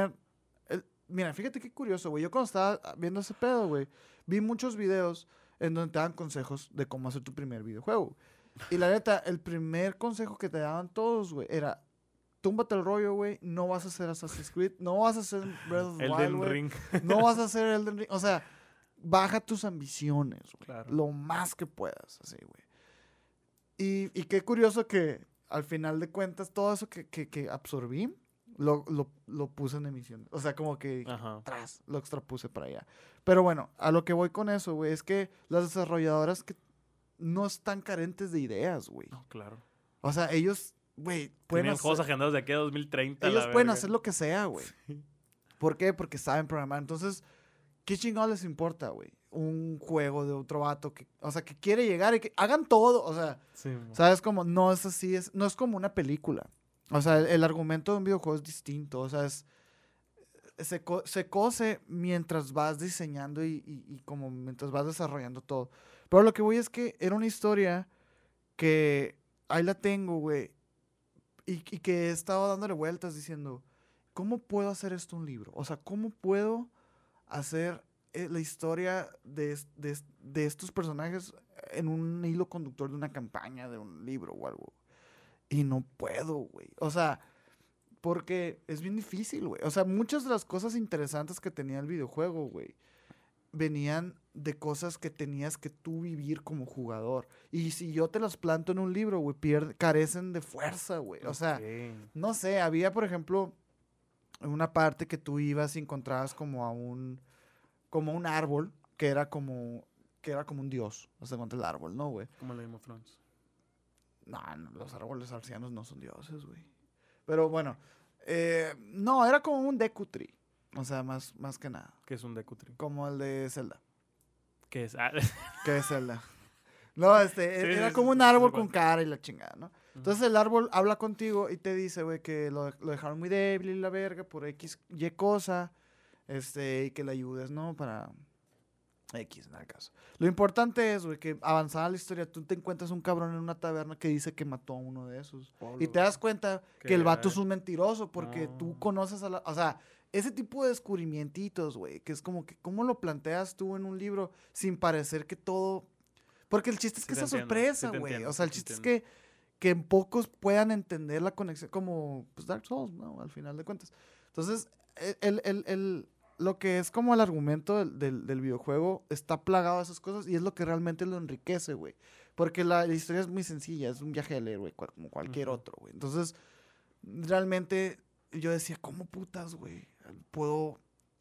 S2: mira, fíjate qué curioso, güey. Yo cuando estaba viendo ese pedo, güey, vi muchos videos en donde te dan consejos de cómo hacer tu primer videojuego. Y la neta, el primer consejo que te daban todos, güey, era: túmbate el rollo, güey. No vas a hacer Assassin's Creed. No vas a hacer Breath of the Wild,
S1: Elden
S2: güey.
S1: Ring.
S2: No vas a hacer Elden Ring. O sea, baja tus ambiciones, güey.
S1: Claro.
S2: Lo más que puedas, así, güey. Y qué curioso que al final de cuentas todo eso que absorbí lo puse en emisión. O sea, como que lo extrapuse para allá. Pero bueno, a lo que voy con eso, güey, es que las desarrolladoras que no están carentes de ideas, güey.
S1: No, claro.
S2: O sea, ellos, güey, pueden
S1: hacer juegos agendados de aquí a 2030.
S2: Ellos pueden hacer lo que sea, güey. Sí. ¿Por qué? Porque saben programar. Entonces, ¿qué chingados les importa, güey? Un juego de otro vato que, o sea, que quiere llegar y que hagan todo, o sea, sí, ¿sabes? Como no es así, no es como una película. O sea, el argumento de un videojuego es distinto, o sea, se cose mientras vas diseñando y como mientras vas desarrollando todo. Pero lo que voy es que era una historia que ahí la tengo, güey, y que he estado dándole vueltas diciendo, ¿cómo puedo hacer esto un libro? O sea, ¿cómo puedo hacer la historia de estos personajes en un hilo conductor de una campaña, de un libro o algo? Y no puedo, güey. O sea, porque es bien difícil, güey. O sea, muchas de las cosas interesantes que tenía el videojuego, güey, venían de cosas que tenías que tú vivir como jugador. Y si yo te las planto en un libro, güey, carecen de fuerza, güey. O sea, no sé, había, por ejemplo, una parte que tú ibas y encontrabas como un árbol que era como un dios. O sea, el árbol, ¿no, güey?
S1: Como el de Game of Thrones.
S2: No, los árboles arcianos no son dioses, güey. Pero bueno, no, era como un Deku Tree. O sea, más que nada.
S1: ¿Qué es un Deku Tree?
S2: Como el de Zelda.
S1: ¿Qué es?
S2: ¿Qué es Zelda? No, era como un árbol con cara y la chingada, ¿no? Entonces el árbol habla contigo y te dice, güey, que lo dejaron muy débil y la verga por X, Y cosa, y que le ayudes, ¿no? Para X, en el caso. Lo importante es, güey, que avanzada la historia, tú te encuentras un cabrón en una taberna que dice que mató a uno de esos. Y te das cuenta que el vato es un mentiroso porque tú conoces o sea, ese tipo de descubrimientitos, güey, que es como que, ¿cómo lo planteas tú en un libro sin parecer que todo... Porque el chiste es que esa sorpresa, güey. O sea, el chiste es que pocos puedan entender la conexión, como pues, Dark Souls, ¿no? Al final de cuentas. Entonces, lo que es como el argumento del videojuego está plagado de esas cosas y es lo que realmente lo enriquece, güey. Porque la historia es muy sencilla, es un viaje del héroe, como cualquier otro, güey. Entonces, realmente yo decía, ¿cómo putas, güey? Puedo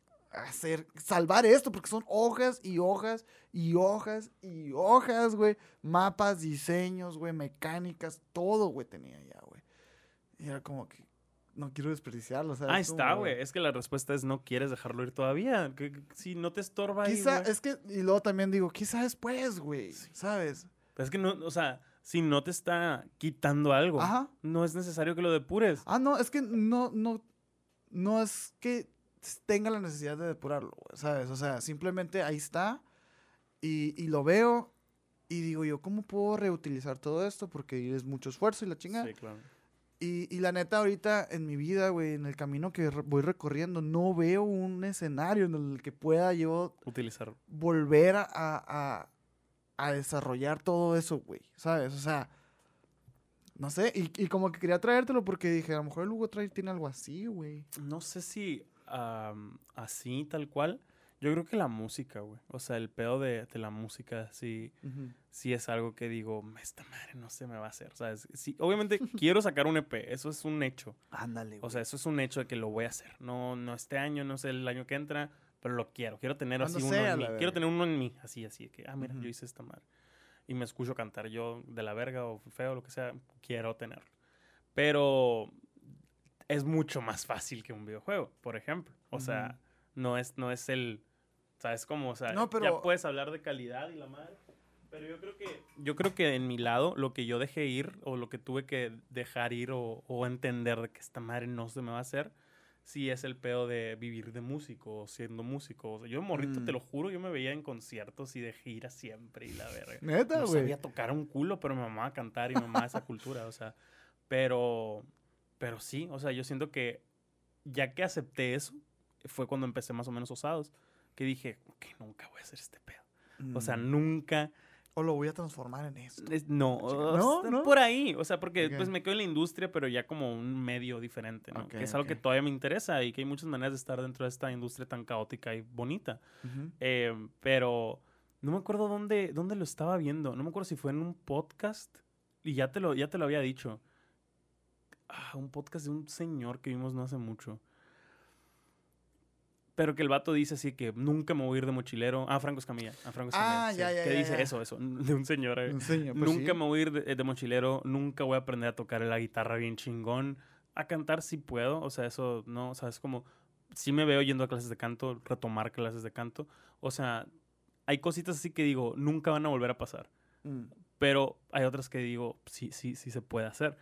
S2: salvar esto, porque son hojas y hojas y hojas y hojas, güey. Mapas, diseños, güey, mecánicas, todo, güey, tenía ya, güey. Y era como que no quiero desperdiciarlo, ¿sabes?
S1: Ahí está, güey. Es que la respuesta es no quieres dejarlo ir todavía. Que si no te estorba
S2: quizá,
S1: ahí,
S2: es que, y luego también digo, quizá después, güey, sí. ¿Sabes?
S1: Pero es que no, o sea, si no te está quitando algo, no es necesario que lo depures.
S2: No, es que no es que tenga la necesidad de depurarlo, güey, ¿sabes? O sea, simplemente ahí está y lo veo y digo yo, ¿cómo puedo reutilizar todo esto? Porque es mucho esfuerzo y la chingada.
S1: Sí, claro.
S2: Y la neta, ahorita en mi vida, güey, en el camino que voy recorriendo, no veo un escenario en el que pueda yo
S1: utilizarlo.
S2: Volver a desarrollar todo eso, güey, ¿sabes? O sea, no sé, y como que quería traértelo porque dije, a lo mejor el Hugo tiene algo así, güey.
S1: No sé si así, tal cual. Yo creo que la música, güey. O sea, el pedo de la música sí es algo que digo, esta madre no se me va a hacer. O sea, sí, obviamente quiero sacar un EP, eso es un hecho.
S2: Ándale, güey.
S1: O sea, eso es un hecho de que lo voy a hacer. No este año, no sé el año que entra, pero lo quiero. Quiero tener así uno en mí. Quiero tener uno en mí, así. Que, mira, yo hice esta madre. y me escucho cantar yo de la verga o feo, lo que sea, quiero tenerlo. Pero es mucho más fácil que un videojuego, por ejemplo. O sea, no es el... ¿Sabes cómo? O sea,
S2: no, pero...
S1: ya puedes hablar de calidad y la madre. Pero yo creo que en mi lado, lo que yo dejé ir, o lo que tuve que dejar ir, o entender de que esta madre no se me va a hacer, sí es el pedo de vivir de músico, o siendo músico. O sea, yo morrito, te lo juro, yo me veía en conciertos y de gira siempre y la verga.
S2: Neta,
S1: no
S2: güey.
S1: sabía tocar un culo, pero me mamaba cantar y me mamaba esa cultura, o sea. Pero sí, o sea, yo siento que ya que acepté eso, fue cuando empecé más o menos Osados, que dije, que nunca voy a hacer este pedo. O sea, nunca...
S2: O lo voy a transformar en esto.
S1: No, por ahí. O sea, porque pues me quedo en la industria, pero ya como un medio diferente, ¿no? Que es algo que todavía me interesa y que hay muchas maneras de estar dentro de esta industria tan caótica y bonita. Pero no me acuerdo dónde lo estaba viendo. No me acuerdo si fue en un podcast y ya te lo había dicho. Un podcast de un señor que vimos no hace mucho. Pero que el vato dice así que nunca me voy a ir de mochilero. Franco Escamilla. Que dice eso, de un señor.
S2: Pues
S1: nunca me voy a ir de mochilero, nunca voy a aprender a tocar la guitarra bien chingón. A cantar sí puedo, o sea, eso no, o sea, es como... Sí me veo yendo a clases de canto, retomar clases de canto. O sea, hay cositas así que digo, nunca van a volver a pasar. Pero hay otras que digo, sí se puede hacer.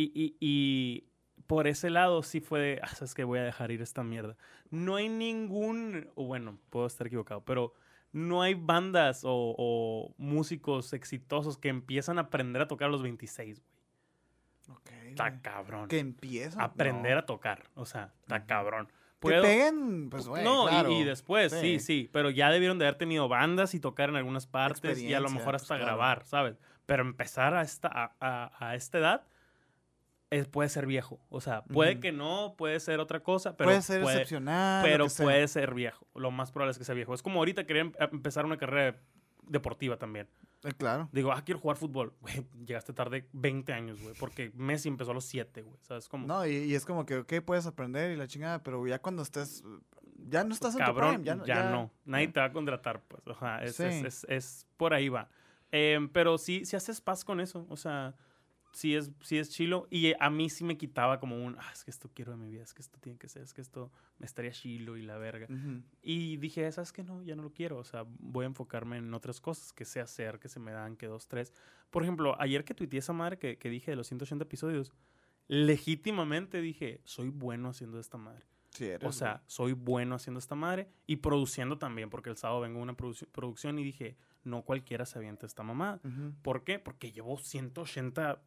S1: Y por ese lado sí fue de, sabes que voy a dejar ir esta mierda. No hay ningún, o bueno, puedo estar equivocado, pero no hay bandas o músicos exitosos que empiezan a aprender a tocar a los 26, güey. Está cabrón.
S2: Que empiezan.
S1: Aprender a tocar, o sea, está cabrón.
S2: Que peguen, pues, güey,
S1: no,
S2: claro.
S1: y después, sí, pero ya debieron de haber tenido bandas y tocar en algunas partes y a lo mejor hasta grabar, ¿sabes? Pero empezar a esta edad puede ser viejo. O sea, puede que no, puede ser otra cosa, pero
S2: puede ser excepcional.
S1: Pero puede ser viejo. Lo más probable es que sea viejo. Es como ahorita querer empezar una carrera deportiva también.
S2: Claro.
S1: Digo, quiero jugar fútbol. Güey, llegaste tarde 20 años, güey, porque Messi empezó a los 7, güey. ¿Sabes cómo?
S2: No, y es como que, ok, puedes aprender y la chingada, pero ya cuando estés... Ya no estás en
S1: cabrón,
S2: tu prime.
S1: Ya no. Nadie te va a contratar, pues. O sea, es por ahí va. Pero sí haces paz con eso. O sea, sí es chilo. Y a mí sí me quitaba como es que esto quiero de mi vida, es que esto tiene que ser, es que esto me estaría chilo y la verga. Y dije, ¿sabes qué? No, ya no lo quiero. O sea, voy a enfocarme en otras cosas que sé hacer, que se me dan, que 2, 3. Por ejemplo, ayer que tuiteé esa madre que dije de los 180 episodios, legítimamente dije, soy bueno haciendo esta madre.
S2: Sí eres,
S1: o sea,
S2: güey.
S1: soy bueno haciendo esta madre y produciendo también, porque el sábado vengo a una producción y dije, no cualquiera se avienta esta mamada. ¿Por qué? Porque llevo 180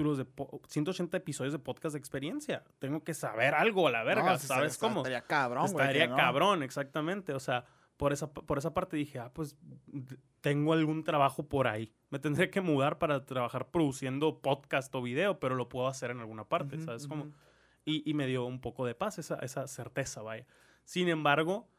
S1: 180 episodios de podcast de experiencia. Tengo que saber algo a la verga,
S2: No,
S1: ¿sabes cómo?
S2: Estaría cabrón, güey.
S1: Estaría cabrón, exactamente. O sea, por esa parte dije, pues tengo algún trabajo por ahí. Me tendré que mudar para trabajar produciendo podcast o video, pero lo puedo hacer en alguna parte, ¿sabes cómo? Y me dio un poco de paz esa certeza, vaya. Sin embargo,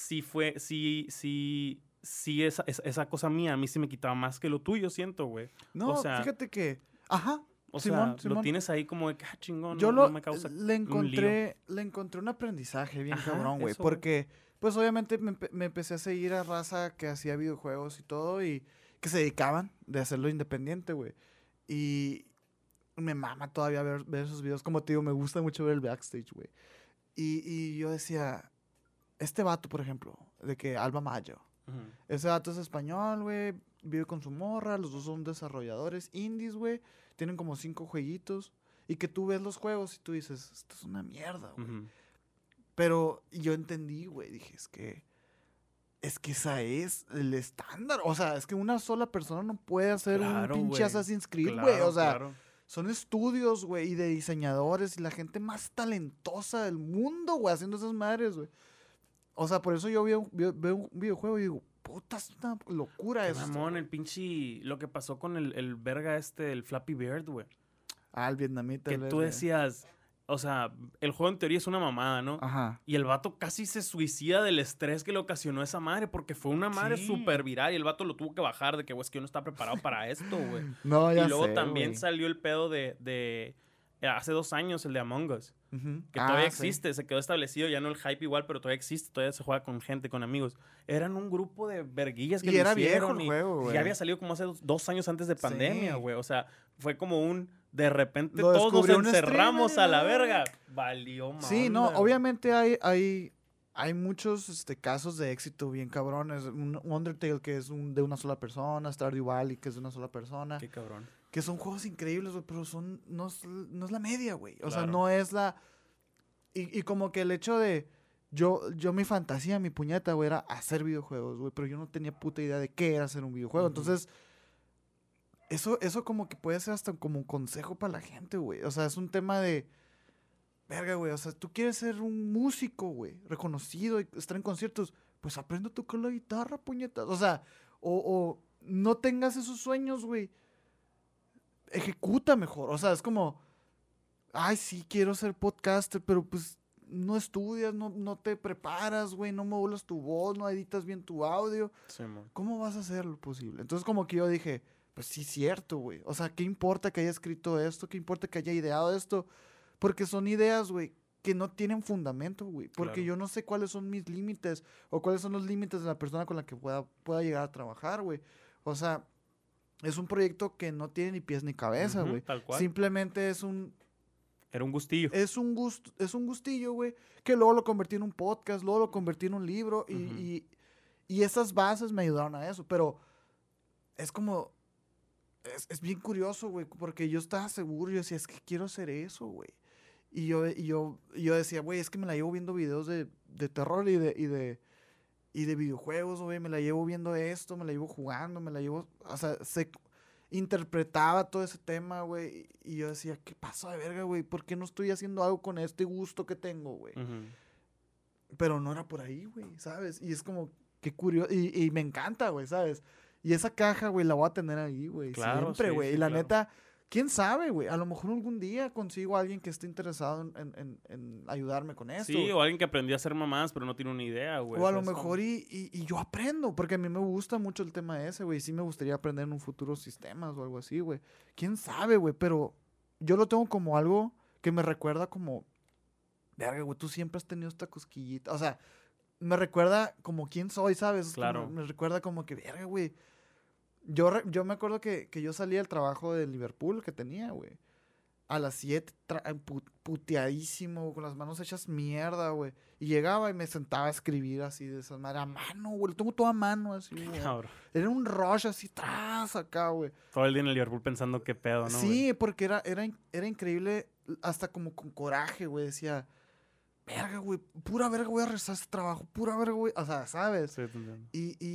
S1: esa cosa mía a mí sí me quitaba más que lo tuyo, siento, güey.
S2: No, o sea, fíjate que...
S1: O sea, lo tienes ahí como de que, chingón,
S2: yo
S1: no me causa
S2: le encontré un aprendizaje bien cabrón, güey. Porque, pues, obviamente me empecé a seguir a raza que hacía videojuegos y todo y que se dedicaban de hacerlo independiente, güey. Y me mama todavía ver esos videos. Como te digo, me gusta mucho ver el backstage, güey. Y yo decía, este vato, por ejemplo, de que Alba Mayo. Ese vato es español, güey. Vive con su morra. Los dos son desarrolladores indies, güey. Tienen como 5 jueguitos. Y que tú ves los juegos y tú dices, esto es una mierda, güey. Pero yo entendí, güey. Dije, es que esa es el estándar. O sea, es que una sola persona no puede hacer un pinche Assassin's Creed, güey. O sea, son estudios, güey, y de diseñadores y la gente más talentosa del mundo, güey, haciendo esas madres, güey. O sea, por eso yo veo un videojuego y digo, puta, es una locura eso.
S1: Mamón, el pinche... Lo que pasó con el verga el Flappy Bird, güey.
S2: El vietnamita.
S1: Que tú decías... O sea, el juego en teoría es una mamada, ¿no?
S2: Ajá.
S1: Y el vato casi se suicida del estrés que le ocasionó esa madre, porque fue una madre súper viral y el vato lo tuvo que bajar de que, güey, es que yo no estaba preparado para esto, güey.
S2: No, ya sé,
S1: y luego también
S2: güey.
S1: salió el pedo de hace 2 años el de Among Us. Que
S2: Ah,
S1: todavía
S2: sí.
S1: existe, se quedó establecido, ya no el hype igual, pero todavía existe, todavía se juega con gente, con amigos. Eran un grupo de verguillas que
S2: Y
S1: lo
S2: era viejo
S1: hicieron.
S2: el juego,
S1: Y
S2: güey.
S1: ya había salido como hace 2 años antes de pandemia,
S2: Sí.
S1: güey. O sea, fue como un... De repente
S2: Lo
S1: todos nos
S2: descubrió un
S1: encerramos
S2: streamer,
S1: a la
S2: ¿no?
S1: verga. Valió mal.
S2: Sí, no, obviamente hay muchos casos de éxito bien cabrones. Un Undertale que es de una sola persona, Stardew Valley que es de una sola persona.
S1: Qué cabrón.
S2: Que son juegos increíbles, güey, pero no es la media, güey. O sea,
S1: Claro.
S2: no es la... Y como que el hecho de... Yo mi fantasía, mi puñeta, güey, era hacer videojuegos, güey. Pero yo no tenía puta idea de qué era hacer un videojuego. Entonces, eso como que puede ser hasta como un consejo para la gente, güey. O sea, es un tema de... Verga, güey, o sea, tú quieres ser un músico, güey, reconocido y estar en conciertos, pues aprende a tocar la guitarra, puñetas. O sea, o no tengas esos sueños, güey. Ejecuta mejor. O sea, es como, ay, sí, quiero ser podcaster, pero pues no estudias, no te preparas, güey, no modulas tu voz, no editas bien tu audio.
S1: Sí, man.
S2: ¿Cómo vas a hacerlo posible? Entonces como que yo dije, pues sí, cierto, güey. O sea, ¿qué importa que haya escrito esto? ¿Qué importa que haya ideado esto? Porque son ideas, güey, que no tienen fundamento, güey. Porque
S1: Claro.
S2: yo no sé cuáles son mis límites o cuáles son los límites de la persona con la que pueda llegar a trabajar, güey. O sea, es un proyecto que no tiene ni pies ni cabeza,
S1: Ujú,
S2: güey.
S1: tal cual.
S2: Simplemente
S1: Era un gustillo.
S2: es un gustillo, güey, que luego lo convertí en un podcast, luego lo convertí en un libro y esas bases me ayudaron a eso, pero es como, es bien curioso, güey, porque yo estaba seguro, yo decía, es que quiero hacer eso, güey. Y yo decía, güey, es que me la llevo viendo videos de terror y de videojuegos, güey, me la llevo viendo esto, me la llevo jugando, o sea, interpretaba todo ese tema, güey, y yo decía, ¿qué pasó de verga, güey? ¿Por qué no estoy haciendo algo con este gusto que tengo, güey? Pero no era por ahí, güey, ¿sabes? Y es como, qué curioso, y me encanta, güey, ¿sabes? Y esa caja, güey, la voy a tener ahí, güey,
S1: Claro,
S2: siempre,
S1: sí,
S2: güey.
S1: sí,
S2: Y la
S1: claro.
S2: neta, quién sabe, güey, a lo mejor algún día consigo a alguien que esté interesado en ayudarme con esto.
S1: Sí, o alguien que aprendió a hacer mamás, pero no tiene una idea, güey.
S2: O a
S1: sea,
S2: lo
S1: es
S2: mejor y yo aprendo, porque a mí me gusta mucho el tema ese, güey. Sí me gustaría aprender en un futuro sistemas o algo así, güey. ¿Quién sabe, güey? Pero yo lo tengo como algo que me recuerda como... Verga, güey, tú siempre has tenido esta cosquillita. O sea, me recuerda como quién soy, ¿sabes? Es
S1: Claro.
S2: me recuerda como que, verga, güey. Yo me acuerdo que yo salía del trabajo de Liverpool que tenía, güey. A las 7, puteadísimo, con las manos hechas mierda, güey. Y llegaba y me sentaba a escribir así de esa manera, a mano, güey. Lo tengo todo a mano, así, güey.
S1: Cabrón.
S2: Era un rush así, tras acá, güey.
S1: Todo el día en el Liverpool pensando qué pedo, ¿no?
S2: Sí, porque era increíble, hasta como con coraje, güey. Decía, verga, güey, pura verga voy a rezar este trabajo, pura verga, güey. O sea, ¿sabes?
S1: Sí, te entiendo.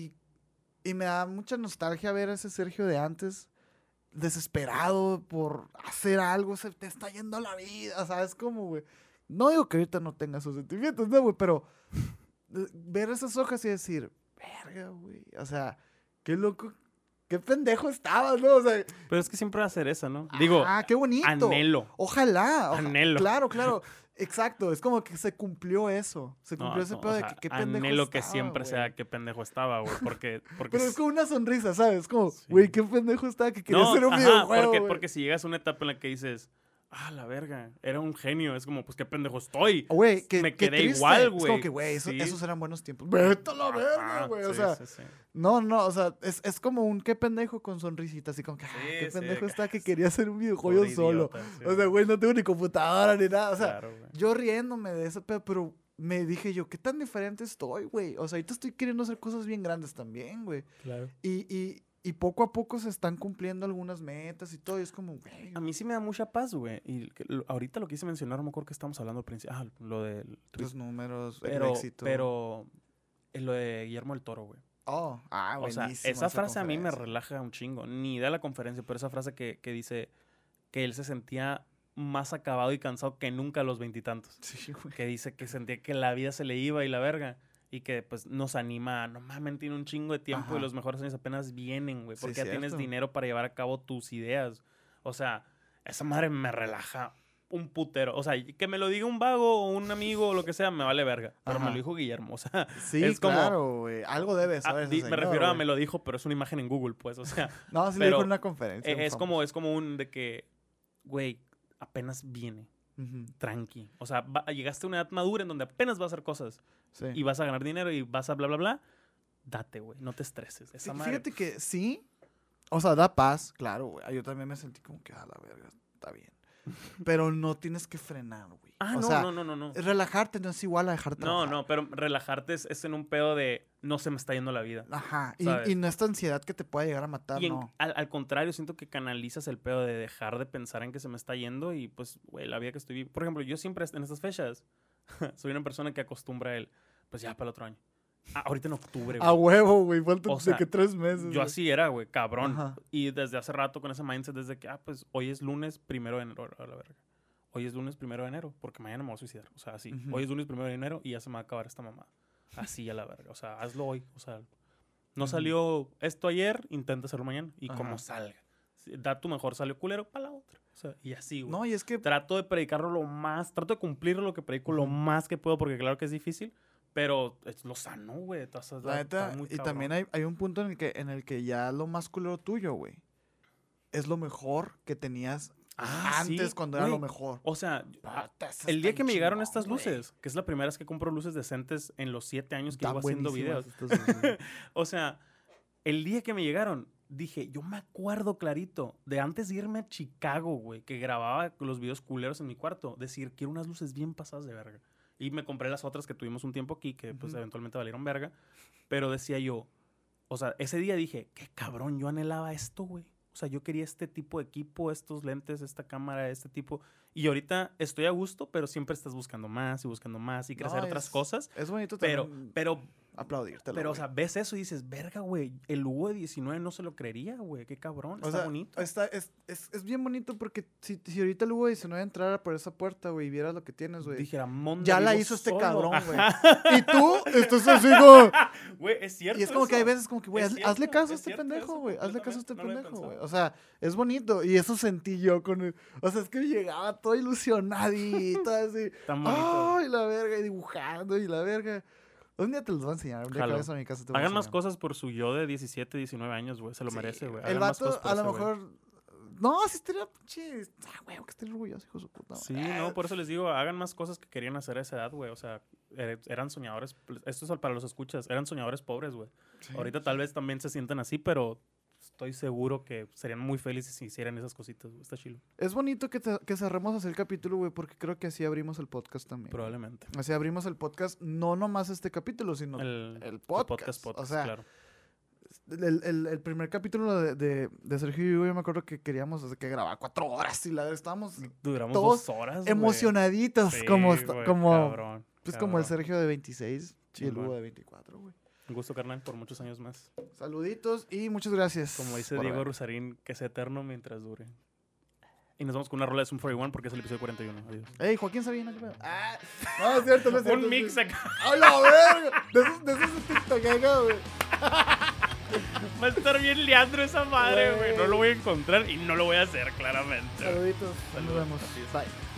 S2: Y me da mucha nostalgia ver a ese Sergio de antes, desesperado por hacer algo, se te está yendo la vida, ¿sabes cómo, güey? No digo que ahorita no tenga sus sentimientos, no, güey, pero ver esas hojas y decir, verga, güey, o sea, qué loco, qué pendejo estabas, ¿no? O sea,
S1: Pero es que siempre va a ser esa, ¿no? Digo,
S2: qué bonito.
S1: anhelo.
S2: Ojalá.
S1: Anhelo.
S2: Claro. Exacto, es como que se cumplió eso. Se cumplió ese pedo de que qué pendejo
S1: anhelo que
S2: estaba,
S1: siempre
S2: güey.
S1: sea qué pendejo estaba, güey. Porque
S2: Pero es como una sonrisa, ¿sabes? Como,
S1: Sí.
S2: güey, qué pendejo estaba que quería hacer un
S1: ajá,
S2: videojuego, güey.
S1: porque si llegas a una etapa en la que dices, la verga, era un genio. Es como, pues qué pendejo estoy.
S2: Güey,
S1: Me
S2: qué
S1: quedé
S2: triste.
S1: igual,
S2: Es
S1: güey.
S2: como que, güey,
S1: Sí.
S2: esos eran buenos tiempos. Vete a la verga,
S1: Ajá,
S2: güey. O
S1: sí,
S2: sea,
S1: sí.
S2: no, o sea, es como un qué pendejo con sonrisita, así como que, qué
S1: Sí,
S2: pendejo
S1: sí,
S2: está que quería hacer un videojuego
S1: Pobre
S2: solo.
S1: idiota, sí.
S2: O sea, güey, no tengo ni computadora ni nada. O sea,
S1: Claro, güey.
S2: yo riéndome de eso, pero me dije yo, qué tan diferente estoy, güey. O sea, ahorita estoy queriendo hacer cosas bien grandes también, güey.
S1: Claro.
S2: Y poco a poco se están cumpliendo algunas metas y todo. Y es como, güey.
S1: A mí sí me da mucha paz, güey. Y ahorita lo quise mencionar, no me acuerdo que estábamos hablando al principio. Lo del
S2: Los números, el
S1: pero,
S2: éxito.
S1: pero lo de Guillermo del Toro, güey.
S2: Oh,
S1: O sea,
S2: buenísimo.
S1: esa frase a mí me
S2: conferencia.
S1: relaja un chingo. Ni de la conferencia, pero esa frase que dice que él se sentía más acabado y cansado que nunca a los 20 y tantos.
S2: Sí, güey.
S1: Que dice que sentía que la vida se le iba y la verga. Y que pues nos anima, no mames, tiene un chingo de tiempo
S2: Ajá.
S1: y los mejores años apenas vienen, güey.
S2: Sí,
S1: Porque ya tienes
S2: cierto.
S1: dinero para llevar a cabo tus ideas. O sea, esa madre me relaja un putero. O sea, que me lo diga un vago o un amigo o lo que sea, me vale verga. Pero
S2: Ajá.
S1: me lo dijo Guillermo. O sea,
S2: Sí,
S1: es como...
S2: claro, güey. Algo debe saber ese
S1: me
S2: señor,
S1: refiero a
S2: güey.
S1: me lo dijo, pero es una imagen en Google, pues. O sea,
S2: No, sí lo
S1: pero
S2: dijo en una conferencia.
S1: es como un de que, güey, apenas viene. Tranqui. O sea, llegaste a una edad madura en donde apenas vas a hacer cosas. Sí. Y vas a ganar dinero y vas a bla, bla, bla. Date, güey. No te estreses.
S2: Fíjate que sí. O sea, da paz, claro, güey. Yo también me sentí como que, a la verga, está bien. Pero no tienes que frenar, güey.
S1: No.
S2: Relajarte no es igual a dejar trabajar.
S1: No, pero relajarte es en un pedo de no se me está yendo la vida.
S2: Ajá. Y no esta ansiedad que te pueda llegar a matar, no.
S1: Al contrario, siento que canalizas el pedo de dejar de pensar en que se me está yendo y pues, güey, la vida que estoy viviendo. Por ejemplo, yo siempre en estas fechas soy una persona que acostumbra a él, pues ya para el otro año. Ahorita en octubre, güey.
S2: A huevo, güey. Falta de que 3 meses.
S1: Yo así era, güey, cabrón. Ajá. Y desde hace rato con ese mindset, desde que, pues hoy es lunes 1 de enero, a la verga. Hoy es lunes 1 de enero, porque mañana me voy a suicidar. O sea, así. Hoy es lunes 1 de enero y ya se me va a acabar esta mamada. Así a la verga. O sea, hazlo hoy. O sea, no salió esto ayer, intenta hacerlo mañana. Y como salga. Da tu mejor, salió culero para la otra. O sea, y así, güey.
S2: No, y es que...
S1: Trato de trato de cumplir lo que predico lo más que puedo, porque claro que es difícil. Pero es lo sano, güey.
S2: La neta, y también hay un punto en el que ya lo más culero tuyo, güey, es lo mejor que tenías antes, sí, cuando era lo mejor.
S1: O sea, el día que me llegaron estas luces, que es la primera vez que compro luces decentes en los 7 años que llevo haciendo videos. O sea, el día que me llegaron, dije, yo me acuerdo clarito de antes de irme a Chicago, güey, que grababa los videos culeros en mi cuarto, decir, quiero unas luces bien pasadas de verga. Y me compré las otras que tuvimos un tiempo aquí, que pues eventualmente valieron verga. Pero decía yo, o sea, ese día dije, qué cabrón, yo anhelaba esto, güey. O sea, yo quería este tipo de equipo, estos lentes, esta cámara, este tipo. Y ahorita estoy a gusto, pero siempre estás buscando más y crecer otras cosas.
S2: Es bonito también.
S1: Pero
S2: aplaudírtelo.
S1: Pero, o sea, ves eso y dices, verga, güey, el Hugo de 19 no se lo creería, güey. Qué cabrón, está bonito.
S2: Es bien bonito porque si ahorita el Hugo de 19 entrara por esa puerta, güey, y vieras lo que tienes, güey.
S1: Dijera,
S2: ya la hizo este cabrón, güey. Y tú estás así como...
S1: Güey, es cierto.
S2: Y es como que hay veces como que, güey, hazle caso a este pendejo, güey. Hazle caso a este pendejo, güey. O sea, es bonito. Y eso sentí yo con el... O sea, es que llegaba todo ilusionadito, así.
S1: Tan bonito.
S2: Ay, la verga, y dibujando, y la verga. Un día te los voy a enseñar. Un día que vayas a mi casa te voy a enseñar.
S1: Hagan más cosas por su yo de 17, 19 años, güey. Se lo merece, güey.
S2: El vato, a lo mejor... No, si estaría... güey, que esté orgulloso, hijo de su puta.
S1: Sí, no, por eso les digo, hagan más cosas que querían hacer a esa edad, güey. O sea, eran soñadores... Esto es para los escuchas. Eran soñadores pobres, güey. Sí, ahorita tal vez también se sientan así, pero... Estoy seguro que serían muy felices si hicieran esas cositas, güey. Está chido.
S2: Es bonito que cerremos así el capítulo, güey, porque creo que así abrimos el podcast también.
S1: Probablemente.
S2: Así abrimos el podcast, no nomás este capítulo, sino el podcast. O sea,
S1: claro.
S2: El primer capítulo de Sergio y yo me acuerdo que queríamos que grabar 4 horas y estábamos...
S1: Duramos
S2: todos
S1: 2 horas,
S2: emocionaditos,
S1: sí,
S2: como
S1: cabrón.
S2: Como el Sergio de 26 y el Hugo de 24, güey.
S1: Un gusto, carnal, por muchos años más.
S2: Saluditos y muchas gracias.
S1: Como dice Diego Rusarín, que sea eterno mientras dure. Y nos vamos con una rola de Sum 41 porque es el episodio 41. Adiós.
S2: Ey, Joaquín Sabina, ¿qué pedo? No, es cierto, no es cierto.
S1: Un mix acá.
S2: ¡A la verga! De esos TikTok acá, güey.
S1: Va a estar bien Leandro esa madre, güey. No lo voy a encontrar y no lo voy a hacer, claramente.
S2: Saluditos. Nos vemos. Bye.